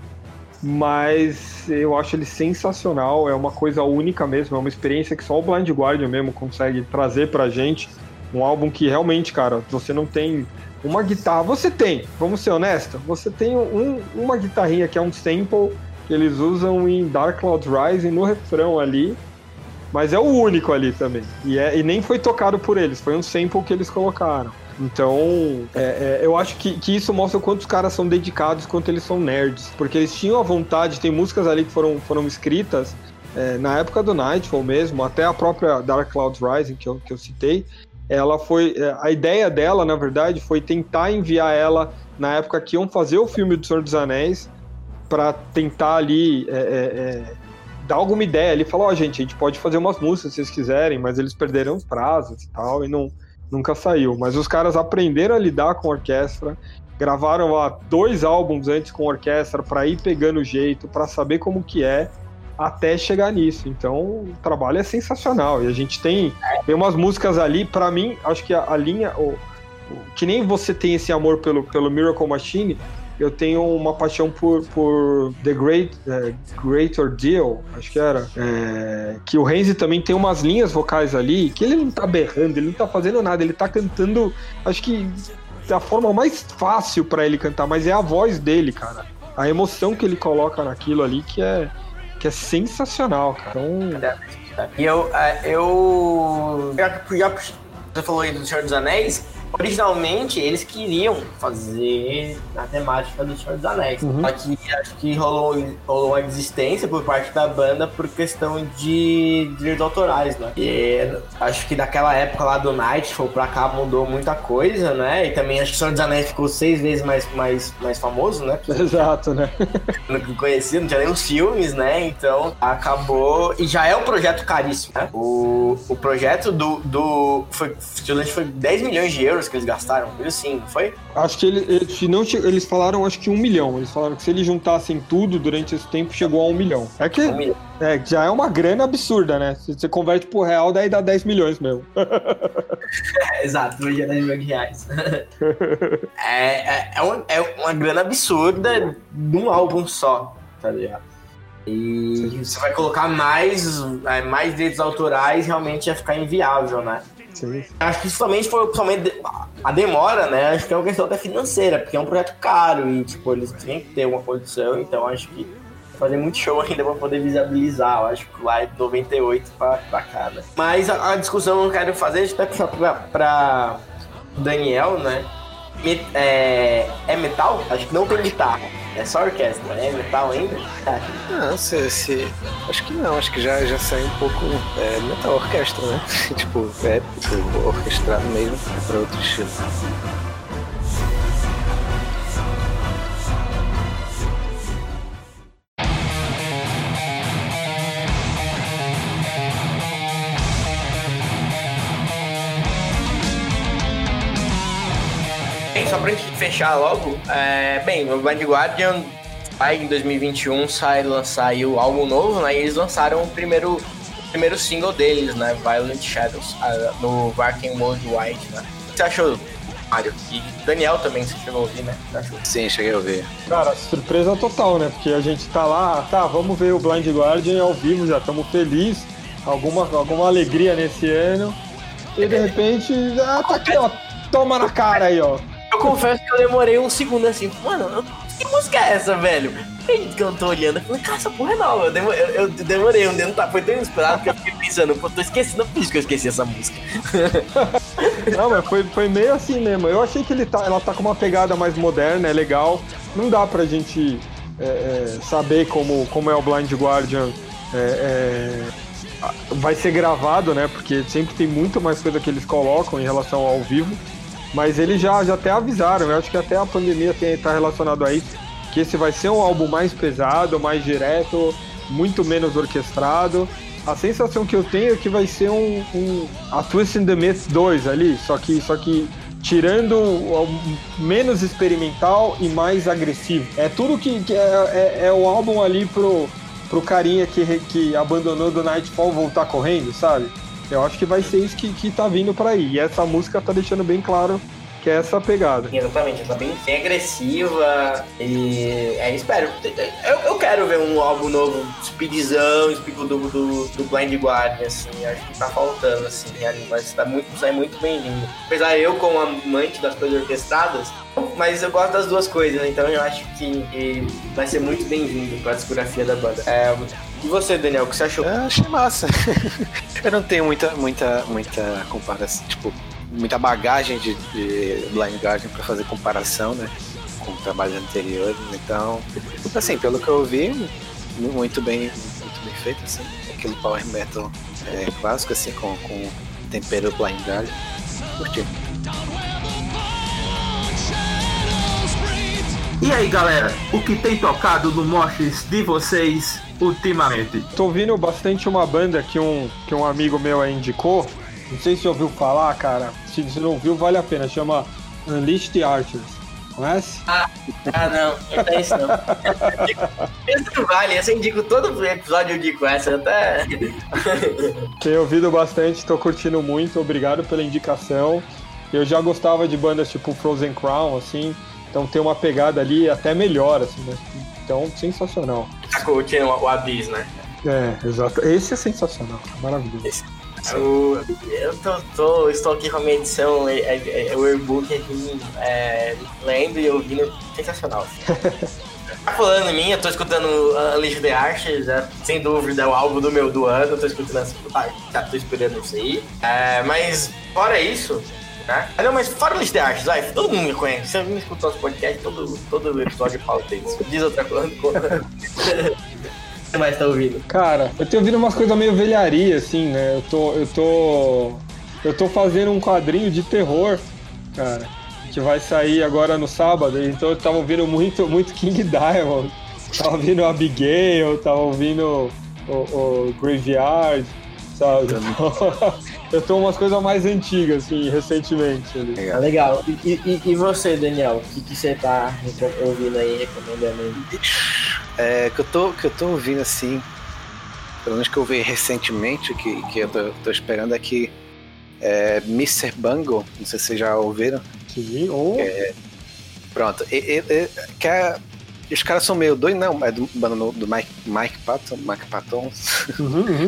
mas eu acho ele sensacional, é uma coisa única mesmo, é uma experiência que só o Blind Guardian mesmo consegue trazer pra gente, um álbum que realmente, cara, você não tem uma guitarra, você tem, vamos ser honestos, você tem uma guitarrinha que é um sample que eles usam em Dark Cloud Rising no refrão ali, mas é o único ali também, e nem foi tocado por eles, foi um sample que eles colocaram. Então, eu acho que isso mostra o quanto os caras são dedicados, quanto eles são nerds. Porque eles tinham a vontade, tem músicas ali que foram escritas na época do Nightfall mesmo, até a própria Dark Cloud Rising, que eu citei, ela foi... a ideia dela, na verdade, foi tentar enviar ela na época que iam fazer o filme do Senhor dos Anéis, para tentar ali... dar alguma ideia. Ele falou, gente, a gente pode fazer umas músicas se vocês quiserem, mas eles perderam os prazos e tal, e nunca saiu. Mas os caras aprenderam a lidar com orquestra, gravaram lá 2 álbuns antes com orquestra para ir pegando o jeito, para saber como que é, até chegar nisso. Então, o trabalho é sensacional. E a gente tem umas músicas ali, para mim, acho que a linha... que nem você tem esse amor pelo Miracle Machine, eu tenho uma paixão por The Great Ordeal, acho que era. Que o Renzi também tem umas linhas vocais ali, que ele não tá berrando, ele não tá fazendo nada, ele tá cantando, acho que a forma mais fácil pra ele cantar, mas é a voz dele, cara. A emoção que ele coloca naquilo ali que é sensacional, cara. Então... E já você falou aí do Senhor dos Anéis. Originalmente, eles queriam fazer a temática do Senhor dos Anéis. Só que acho que rolou uma desistência por parte da banda por questão de direitos autorais, né? E acho que daquela época lá do Nightfall pra cá mudou muita coisa, né? E também acho que o Senhor dos Anéis ficou 6 vezes mais famoso, né? Exato, né? Não conhecia, não tinha nem os filmes, né? Então acabou... E já é um projeto caríssimo, né? O projeto foi 10 milhões de euros que eles gastaram, assim, não foi? Acho que eles falaram, acho que 1 milhão. Eles falaram que se eles juntassem tudo durante esse tempo, chegou a 1 milhão. Já é uma grana absurda, né? Se você converte pro real, daí dá 10 milhões mesmo. Exato, hoje é 10 milhões de reais. É uma grana absurda num álbum só, tá ligado? E você vai colocar mais direitos autorais, realmente ia ficar inviável, né? Sim. Acho que isso somente foi a demora, né? Acho que é uma questão até financeira, porque é um projeto caro e, tipo, eles têm que ter uma condição, então acho que fazer muito show ainda pra poder viabilizar. Eu acho que lá é de 98 pra cá, né? Mas a discussão eu não quero fazer, a gente vai puxar pra Daniel, né? É metal? Acho que não tem guitarra. É só orquestra, é metal ainda? Não, acho que não, acho que já saiu um pouco metal orquestra, né? Tipo, orquestrado mesmo pra outro estilo. Bem, só pra gente fechar logo, bem, o Blind Guardian vai em 2021 lançar aí o álbum novo, né? E eles lançaram o primeiro single deles, né? Violent Shadows, no Varken Worldwide, né? O que você achou, Mário? E Daniel também, você chegou a ouvir, né? Sim, cheguei a ouvir. Cara, surpresa total, né? Porque a gente tá lá, vamos ver o Blind Guardian ao vivo, já estamos felizes, alguma alegria nesse ano. E de repente, tá aqui, ó, toma na cara aí, ó. Eu confesso que eu demorei um segundo assim, mano, que música é essa, velho? Que eu não tô olhando, eu falei, cara, essa porra é nova. Eu demorei, foi tão inesperado que eu fiquei pensando, pô, tô esquecendo, por isso que eu esqueci essa música. Não, mas foi meio assim mesmo. Eu achei que ela tá com uma pegada mais moderna, é legal. Não dá pra gente saber como é o Blind Guardian vai ser gravado, né? Porque sempre tem muito mais coisa que eles colocam em relação ao vivo. Mas eles já até avisaram, eu acho que até a pandemia tá relacionado a isso, que esse vai ser um álbum mais pesado, mais direto, muito menos orquestrado. A sensação que eu tenho é que vai ser a Twist in the Myth 2 ali, só que tirando menos experimental e mais agressivo. É tudo que é o álbum ali pro carinha que abandonou do Nightfall voltar correndo, sabe? Eu acho que vai ser isso que tá vindo pra aí. E essa música tá deixando bem claro que é essa pegada. Exatamente, ela tá bem agressiva e espero. Eu quero ver um álbum novo, speedzão, do Blind Guardian, assim, acho que tá faltando, assim, mas sai muito bem-vindo. Apesar eu, como amante das coisas orquestradas, mas eu gosto das duas coisas, né? Então eu acho que vai ser muito bem-vindo pra discografia da banda. E você, Daniel, o que você achou? Eu achei massa. Eu não tenho muita comparação, tipo, muita bagagem de Blind Guardian pra fazer comparação, né, com trabalhos anteriores, então, assim, pelo que eu vi, muito bem feito, assim, aquele power metal clássico, assim, com tempero Blind Guardian, curti. E aí, galera, o que tem tocado no Moshes de vocês ultimamente? Tô ouvindo bastante uma banda que um amigo meu aí indicou. Não sei se você ouviu falar, cara. Se você não ouviu, vale a pena. Chama Unleash the Archers. Conhece? Não é isso não. Esse não vale, essa eu indico todo episódio, eu indico essa até. Tenho ouvido bastante, tô curtindo muito. Obrigado pela indicação. Eu já gostava de bandas tipo Frozen Crown, assim. Então tem uma pegada ali até melhor, assim, né? Então, sensacional. Tá curtindo o Abyss, né? Exato. Esse é sensacional, maravilhoso. Estou aqui com a minha edição, o e-book aqui, lendo e ouvindo, sensacional. Tá falando em mim, eu tô escutando Unleash the Archers, sem dúvida é o álbum do ano, eu tô escutando assim, tô esperando isso aí. Mas fora isso, né? Não, mas fora Unleash the Archers, vai, todo mundo me conhece, você me escuta nos podcasts, todo episódio fala deles. Diz outra coisa. Você mais tá ouvindo? Cara, eu tenho ouvido umas coisas meio velharia, assim, né? Eu tô fazendo um quadrinho de terror, cara, que vai sair agora no sábado, então eu tava ouvindo muito King Diamond, tava ouvindo Abigail, tava ouvindo o Graveyard, sabe? Eu tô umas coisas mais antigas, assim, recentemente. Ali. Legal. E você, Daniel? O que você tá ouvindo aí, recomendando aí? Que eu tô ouvindo, assim, pelo menos que eu vi recentemente, que eu tô esperando é que Mr. Bungle, não sei se vocês já ouviram. Sim, pronto. Os caras são meio doidos, não, é do Mike Patton. Uhum.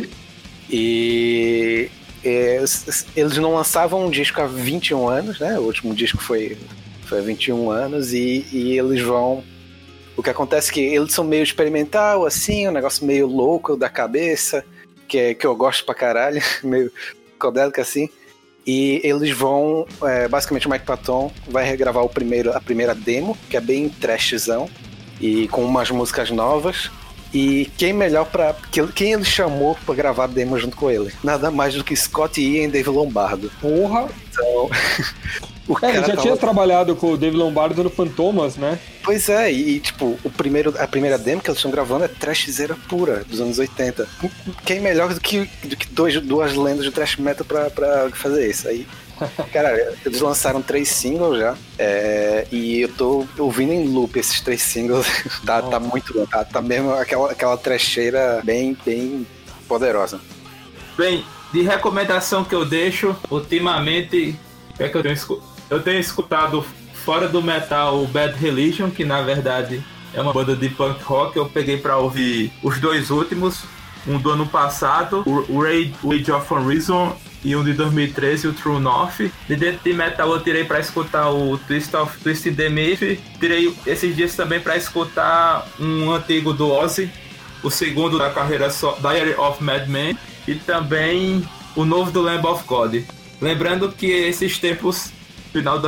E eles não lançavam um disco há 21 anos, né? O último disco foi há 21 anos e eles vão... O que acontece é que eles são meio experimental, assim, um negócio meio louco da cabeça, que eu gosto pra caralho, meio psicodélico assim. E eles vão... basicamente o Mike Patton vai regravar a primeira demo, que é bem trashzão, e com umas músicas novas. E quem ele chamou pra gravar a demo junto com ele? Nada mais do que Scott Ian e Dave Lombardo. Porra! Então... Ele já tinha trabalhado com o Dave Lombardo no Fantomas, né? Pois é, e tipo, a primeira demo que eles estão gravando é trashzeira pura, dos anos 80. Quem melhor do que duas lendas de thrash metal pra fazer isso? Aí, cara, eles lançaram 3 singles já, e eu tô ouvindo em loop esses 3 singles. Tá muito bom, tá mesmo aquela trasheira bem poderosa. Bem, de recomendação que eu deixo, ultimamente, é que eu tenho escutado fora do metal o Bad Religion, que na verdade é uma banda de punk rock. Eu peguei pra ouvir os 2 últimos, um do ano passado, o Rage of Unreason, e um de 2013, o True North. De dentro de metal eu tirei pra escutar o Twisted the Myth. Tirei esses dias também pra escutar um antigo do Ozzy, o segundo da carreira Diary of Madman, e também o novo do Lamb of God. Lembrando que esses tempos, final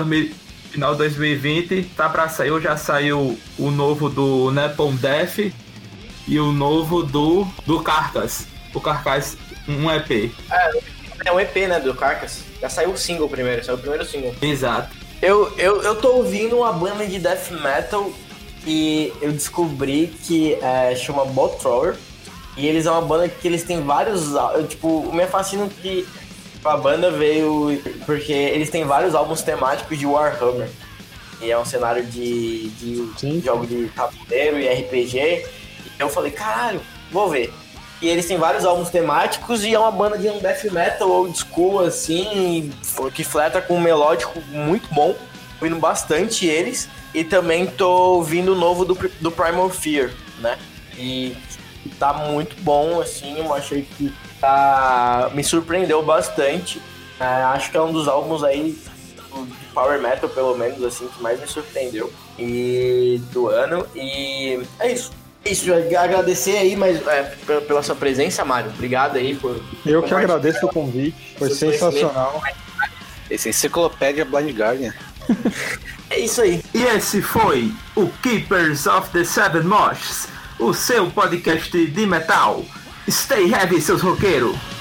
2020, tá pra sair, ou já saiu o novo do Napalm Death e o novo do Carcass. O Carcass, um EP. É um EP, né, do Carcass. Já saiu o single primeiro, saiu o primeiro single. Exato. Eu tô ouvindo uma banda de death metal e eu descobri que chama Bot Thrower. E eles é uma banda que eles têm vários... Tipo, me fascina que a banda veio porque eles têm vários álbuns temáticos de Warhammer. E é um cenário de jogo de tabuleiro e RPG. E eu falei, caralho, vou ver. E eles têm vários álbuns temáticos e é uma banda de um death metal old school, assim, que fleta com um melódico muito bom. Tô ouvindo bastante eles. E também tô ouvindo o novo do Primal Fear, né? E tá muito bom, assim, eu achei que me surpreendeu bastante. Acho que é um dos álbuns aí de Power Metal, pelo menos, assim, que mais me surpreendeu do ano. E é isso. Agradecer aí pela sua presença, Mário. Obrigado aí por... Eu que agradeço o convite, foi sensacional. Esse enciclopédia Blind Guardian. É isso aí. E esse foi o Keepers of the Seven Moshs, o seu podcast de metal. Stay heavy, seus roqueiros!